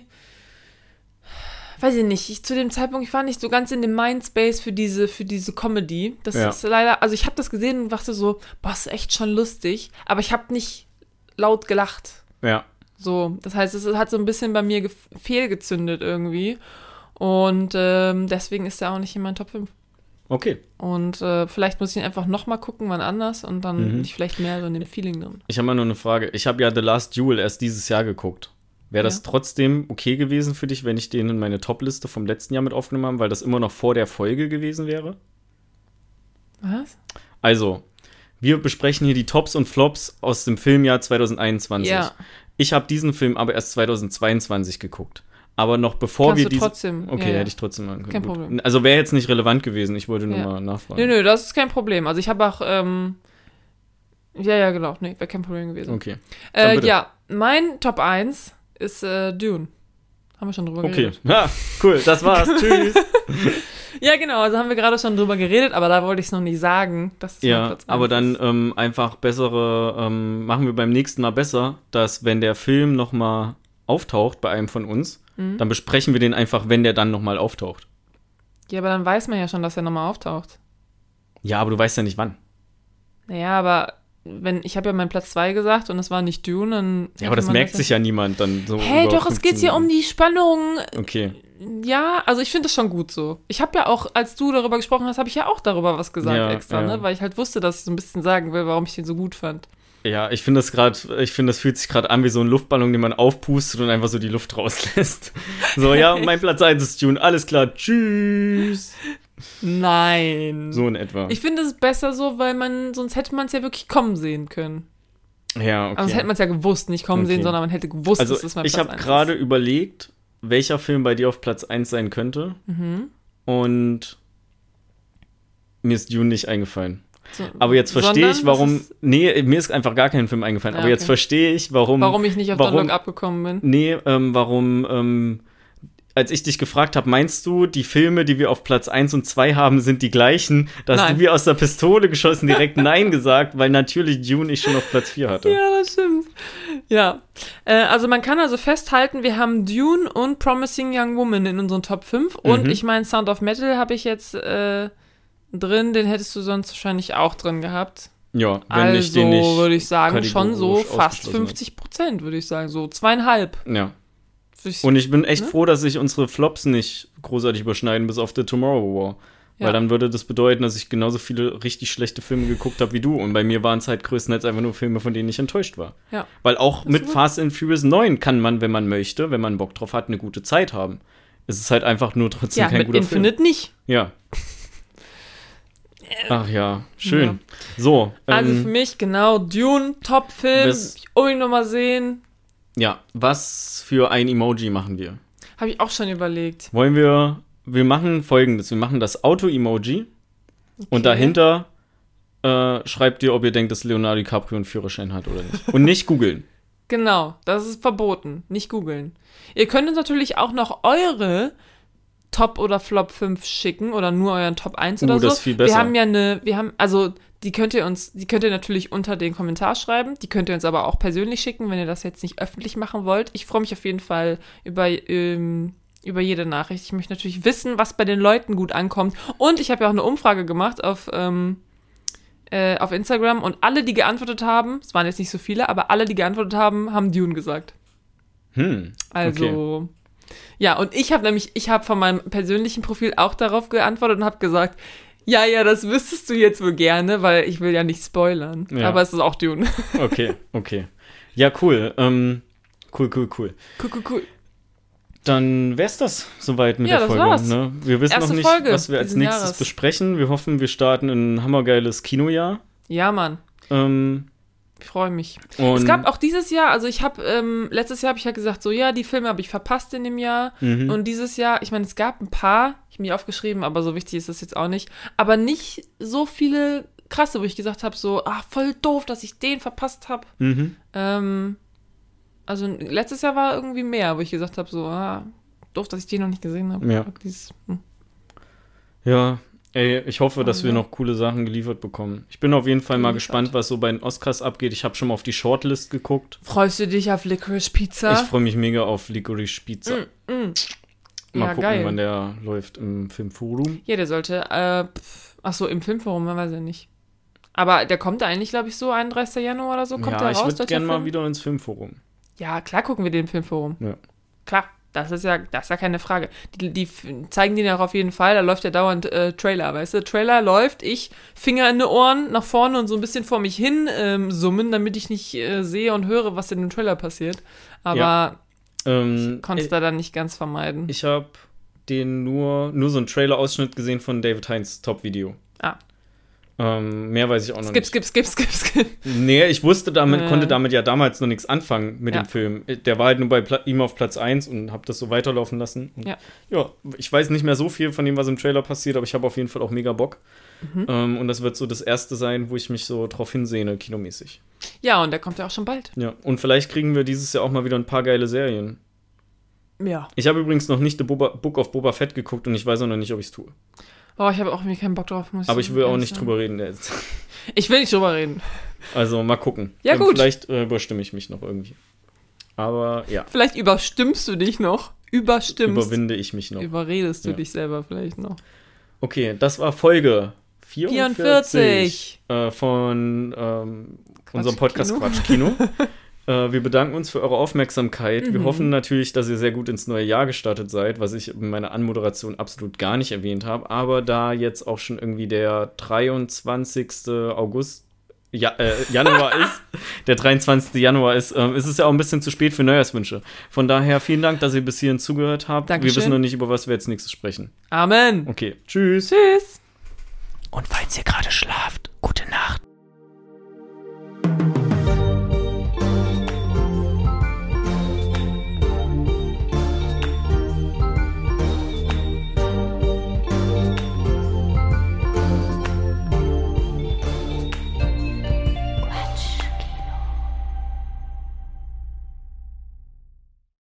weiß ich nicht, ich, zu dem Zeitpunkt, ich war nicht so ganz in dem Mindspace für diese, für diese Comedy. Das Ja. ist leider, also ich habe das gesehen und dachte so, boah, ist echt schon lustig, aber ich habe nicht laut gelacht. Ja. So, das heißt, es hat so ein bisschen bei mir gef- fehlgezündet irgendwie. Und ähm, deswegen ist er auch nicht in meinen Top fünf. Okay. Und äh, vielleicht muss ich ihn einfach nochmal gucken, wann anders und dann Mhm. bin ich vielleicht mehr so in dem Feeling drin. Ich habe mal nur eine Frage. Ich habe ja The Last Duel erst dieses Jahr geguckt. Wäre das Ja. trotzdem okay gewesen für dich, wenn ich den in meine Top-Liste vom letzten Jahr mit aufgenommen habe, weil das immer noch vor der Folge gewesen wäre? Was? Also, wir besprechen hier die Tops und Flops aus dem Filmjahr zwanzig einundzwanzig. Ja. Ich habe diesen Film aber erst zwanzig zweiundzwanzig geguckt. Aber noch bevor Kannst wir du diese... trotzdem, Okay, ja, ja. hätte ich trotzdem mal Kein Problem. Also wäre jetzt nicht relevant gewesen. Ich wollte nur Ja. mal nachfragen. Nö, nö, das ist kein Problem. Also ich habe auch, ähm, ja, ja, genau. Nee, wäre kein Problem gewesen. Okay. Dann Äh, bitte. ja, mein Top eins ist äh, Dune. Haben wir schon drüber Okay. geredet. Ja, cool. Das war's. Tschüss. Ja, genau, also haben wir gerade schon drüber geredet, aber da wollte ich es noch nicht sagen. Dass es mein Ja, Platz eins aber dann ist. ähm, einfach bessere, ähm, machen wir beim nächsten Mal besser, dass wenn der Film nochmal auftaucht bei einem von uns, Mhm. dann besprechen wir den einfach, wenn der dann nochmal auftaucht. Ja, aber dann weiß man ja schon, dass er nochmal auftaucht. Ja, aber du weißt ja nicht wann. Naja, aber wenn, ich habe ja meinen Platz zwei gesagt und es war nicht Dune, dann. Ja, aber das merkt sich ja niemand dann so. Hey, über doch, es geht fünfzehn hier um die Spannung. Okay. Ja, also ich finde das schon gut so. Ich habe ja auch, als du darüber gesprochen hast, habe ich ja auch darüber was gesagt Ja, extra, ja. ne? Weil ich halt wusste, dass ich so ein bisschen sagen will, warum ich den so gut fand. Ja, ich finde das gerade, ich finde, das fühlt sich gerade an wie so ein Luftballon, den man aufpustet und einfach so die Luft rauslässt. So, ja, mein Platz eins ist Dune, alles klar, tschüss. Nein. So in etwa. Ich finde es besser so, weil man, sonst hätte man es ja wirklich kommen sehen können. ja, okay. Also hätte man es ja gewusst, nicht kommen Okay. sehen, sondern man hätte gewusst, Also dass es mein ich Platz habe eins gerade ist. überlegt, welcher Film bei dir auf Platz eins sein könnte. Mhm. Und mir ist Dune nicht eingefallen. So, Aber jetzt verstehe sondern, ich, warum. das ist- Nee, mir ist einfach gar kein Film eingefallen. Ja, aber jetzt okay. verstehe ich, warum. Warum ich nicht auf warum- Don't Look Up gekommen bin. Nee, ähm, warum ähm, als ich dich gefragt habe, meinst du, die Filme, die wir auf Platz eins und zwei haben, sind die gleichen? Da hast Nein. du wie aus der Pistole geschossen direkt Nein gesagt, weil natürlich Dune ich schon auf Platz vier hatte. Ja, das stimmt. Ja, äh, also man kann also festhalten, wir haben Dune und Promising Young Woman in unseren Top fünf. Und Mhm. ich meine, Sound of Metal habe ich jetzt äh, drin, den hättest du sonst wahrscheinlich auch drin gehabt. Ja, wenn Also ich den nicht würde ich sagen, schon so kategorisch fast ausgeschlossen fünfzig Prozent, würde ich sagen. So zweieinhalb. Ja. Würde ich- Und ich bin echt Ne? froh, dass sich unsere Flops nicht großartig überschneiden, bis auf The Tomorrow War. Ja. Weil dann würde das bedeuten, dass ich genauso viele richtig schlechte Filme geguckt habe wie du. Und bei mir waren es halt größtenteils einfach nur Filme, von denen ich enttäuscht war. Ja. Weil auch Das ist mit gut. Fast and Furious neun kann man, wenn man möchte, wenn man Bock drauf hat, eine gute Zeit haben. Es ist halt einfach nur trotzdem Ja, kein mit guter Infinite nicht. Film. Ja. Ach ja, schön. So, Also ähm, für mich genau Dune, Top-Film, das- ich unbedingt nochmal sehen. ja, was für ein Emoji machen wir? Habe ich auch schon überlegt. Wollen wir, wir machen folgendes, wir machen das Auto-Emoji und Okay. dahinter äh, schreibt ihr, ob ihr denkt, dass Leonardo DiCaprio einen Führerschein hat oder nicht. Und nicht googeln. Genau, das ist verboten. Nicht googeln. Ihr könnt uns natürlich auch noch eure Top- oder Flop fünf schicken oder nur euren Top eins Uh, oder so. das ist viel besser. Wir haben ja eine, wir haben, also die könnt ihr uns, die könnt ihr natürlich unter den Kommentar schreiben, die könnt ihr uns aber auch persönlich schicken, wenn ihr das jetzt nicht öffentlich machen wollt. Ich freue mich auf jeden Fall über, ähm, über jede Nachricht. Ich möchte natürlich wissen, was bei den Leuten gut ankommt. Und ich habe ja auch eine Umfrage gemacht auf, ähm, äh, auf Instagram und alle, die geantwortet haben, es waren jetzt nicht so viele, aber alle, die geantwortet haben, haben Dune gesagt. Hm. Also, ja, und ich habe nämlich, ich habe von meinem persönlichen Profil auch darauf geantwortet und habe gesagt, ja, ja, das wüsstest du jetzt wohl gerne, weil ich will ja nicht spoilern. Ja. Aber es ist auch Dune. Okay, okay. Ja, cool. Ähm, cool, cool, cool. Cool, cool, cool. Dann wär's das soweit mit Ja, der das Folge. war's. Ne? Wir wissen Erste noch nicht, Folge was wir als diesen nächstes Jahres. besprechen. Wir hoffen, wir starten ein hammergeiles Kinojahr. Ja, Mann, Ähm, ich freue mich. und Es gab auch dieses Jahr, also ich habe, ähm, letztes Jahr habe ich ja gesagt, so, ja, die Filme habe ich verpasst in dem Jahr. Mhm. Und dieses Jahr, ich meine, es gab ein paar, ich habe mir aufgeschrieben, aber so wichtig ist das jetzt auch nicht, aber nicht so viele krasse, wo ich gesagt habe, so, ah, voll doof, dass ich den verpasst habe. Mhm. Ähm, also letztes Jahr war irgendwie mehr, wo ich gesagt habe, so, ah, doof, dass ich den noch nicht gesehen habe. Ja. Dieses, hm. Ja, ey, ich hoffe, dass Oh, wir ja. noch coole Sachen geliefert bekommen. Ich bin auf jeden Fall mal Geliefert. gespannt, was so bei den Oscars abgeht. Ich habe schon mal auf die Shortlist geguckt. Freust du dich auf Licorice Pizza? Ich freue mich mega auf Licorice Pizza. Mm, mm. Mal Ja, gucken, geil. wann der läuft im Filmforum. Ja, der sollte, äh, pff, ach so, im Filmforum, man weiß ja nicht. Aber der kommt eigentlich, glaube ich, so einunddreißigsten Januar oder so, kommt ja, der ich raus, würde deutscher gerne mal Film? wieder ins Filmforum. Ja, klar gucken wir den im Filmforum. Ja. Klar, das ist ja, das ist ja keine Frage. Die, die f- zeigen den ja auch auf jeden Fall, da läuft ja dauernd äh, Trailer, weißt du? Trailer läuft, ich Finger in die Ohren, nach vorne und so ein bisschen vor mich hin ähm, summen, damit ich nicht äh, sehe und höre, was in dem Trailer passiert. Aber Ja. Ähm, ich konnte es da dann nicht ganz vermeiden. ich habe den nur, nur so einen Trailer-Ausschnitt gesehen von David Hines Top-Video. Ah. Ähm, mehr weiß ich auch noch Skip, nicht. skip, skip, skip, skip. Nee, ich wusste damit, Äh. konnte damit ja damals noch nichts anfangen mit Ja. dem Film. Der war halt nur bei Pla- ihm auf Platz eins und habe das so weiterlaufen lassen. Und Ja. ja, ich weiß nicht mehr so viel von dem, was im Trailer passiert, aber ich habe auf jeden Fall auch mega Bock. Mhm. Ähm, und das wird so das erste sein, wo ich mich so drauf hinsehne, kinomäßig. Ja, und der kommt ja auch schon bald. Ja, und vielleicht kriegen wir dieses Jahr auch mal wieder ein paar geile Serien. Ja. Ich habe übrigens noch nicht The Boba, Book of Boba Fett geguckt und ich weiß auch noch nicht, ob ich es tue. Oh, ich habe auch irgendwie keinen Bock drauf. Muss Aber ich will auch ehrlich nicht sagen. drüber reden jetzt. Ich will nicht drüber reden. Also mal gucken. Ja, Ähm, gut. Vielleicht äh, überstimme ich mich noch irgendwie. Aber ja, Vielleicht überstimmst du dich noch. Überstimmst. überwinde ich mich noch. Überredest du Ja. dich selber vielleicht noch. Okay, das war Folge vierundvierzig, vierundvierzig. Äh, von ähm, Quatsch, unserem Podcast Kino. Quatsch Kino. äh, wir bedanken uns für eure Aufmerksamkeit. Wir Mhm. hoffen natürlich, dass ihr sehr gut ins neue Jahr gestartet seid, was ich in meiner Anmoderation absolut gar nicht erwähnt habe. Aber da jetzt auch schon irgendwie der dreiundzwanzigsten August, ja, äh, Januar ist, der dreiundzwanzigsten Januar ist, ähm, ist es ja auch ein bisschen zu spät für Neujahrswünsche. Von daher vielen Dank, dass ihr bis hierhin zugehört habt. Dankeschön. Wir wissen noch nicht, über was wir jetzt nächstes sprechen. Amen. Okay, tschüss. Tschüss. Und falls ihr gerade schlaft,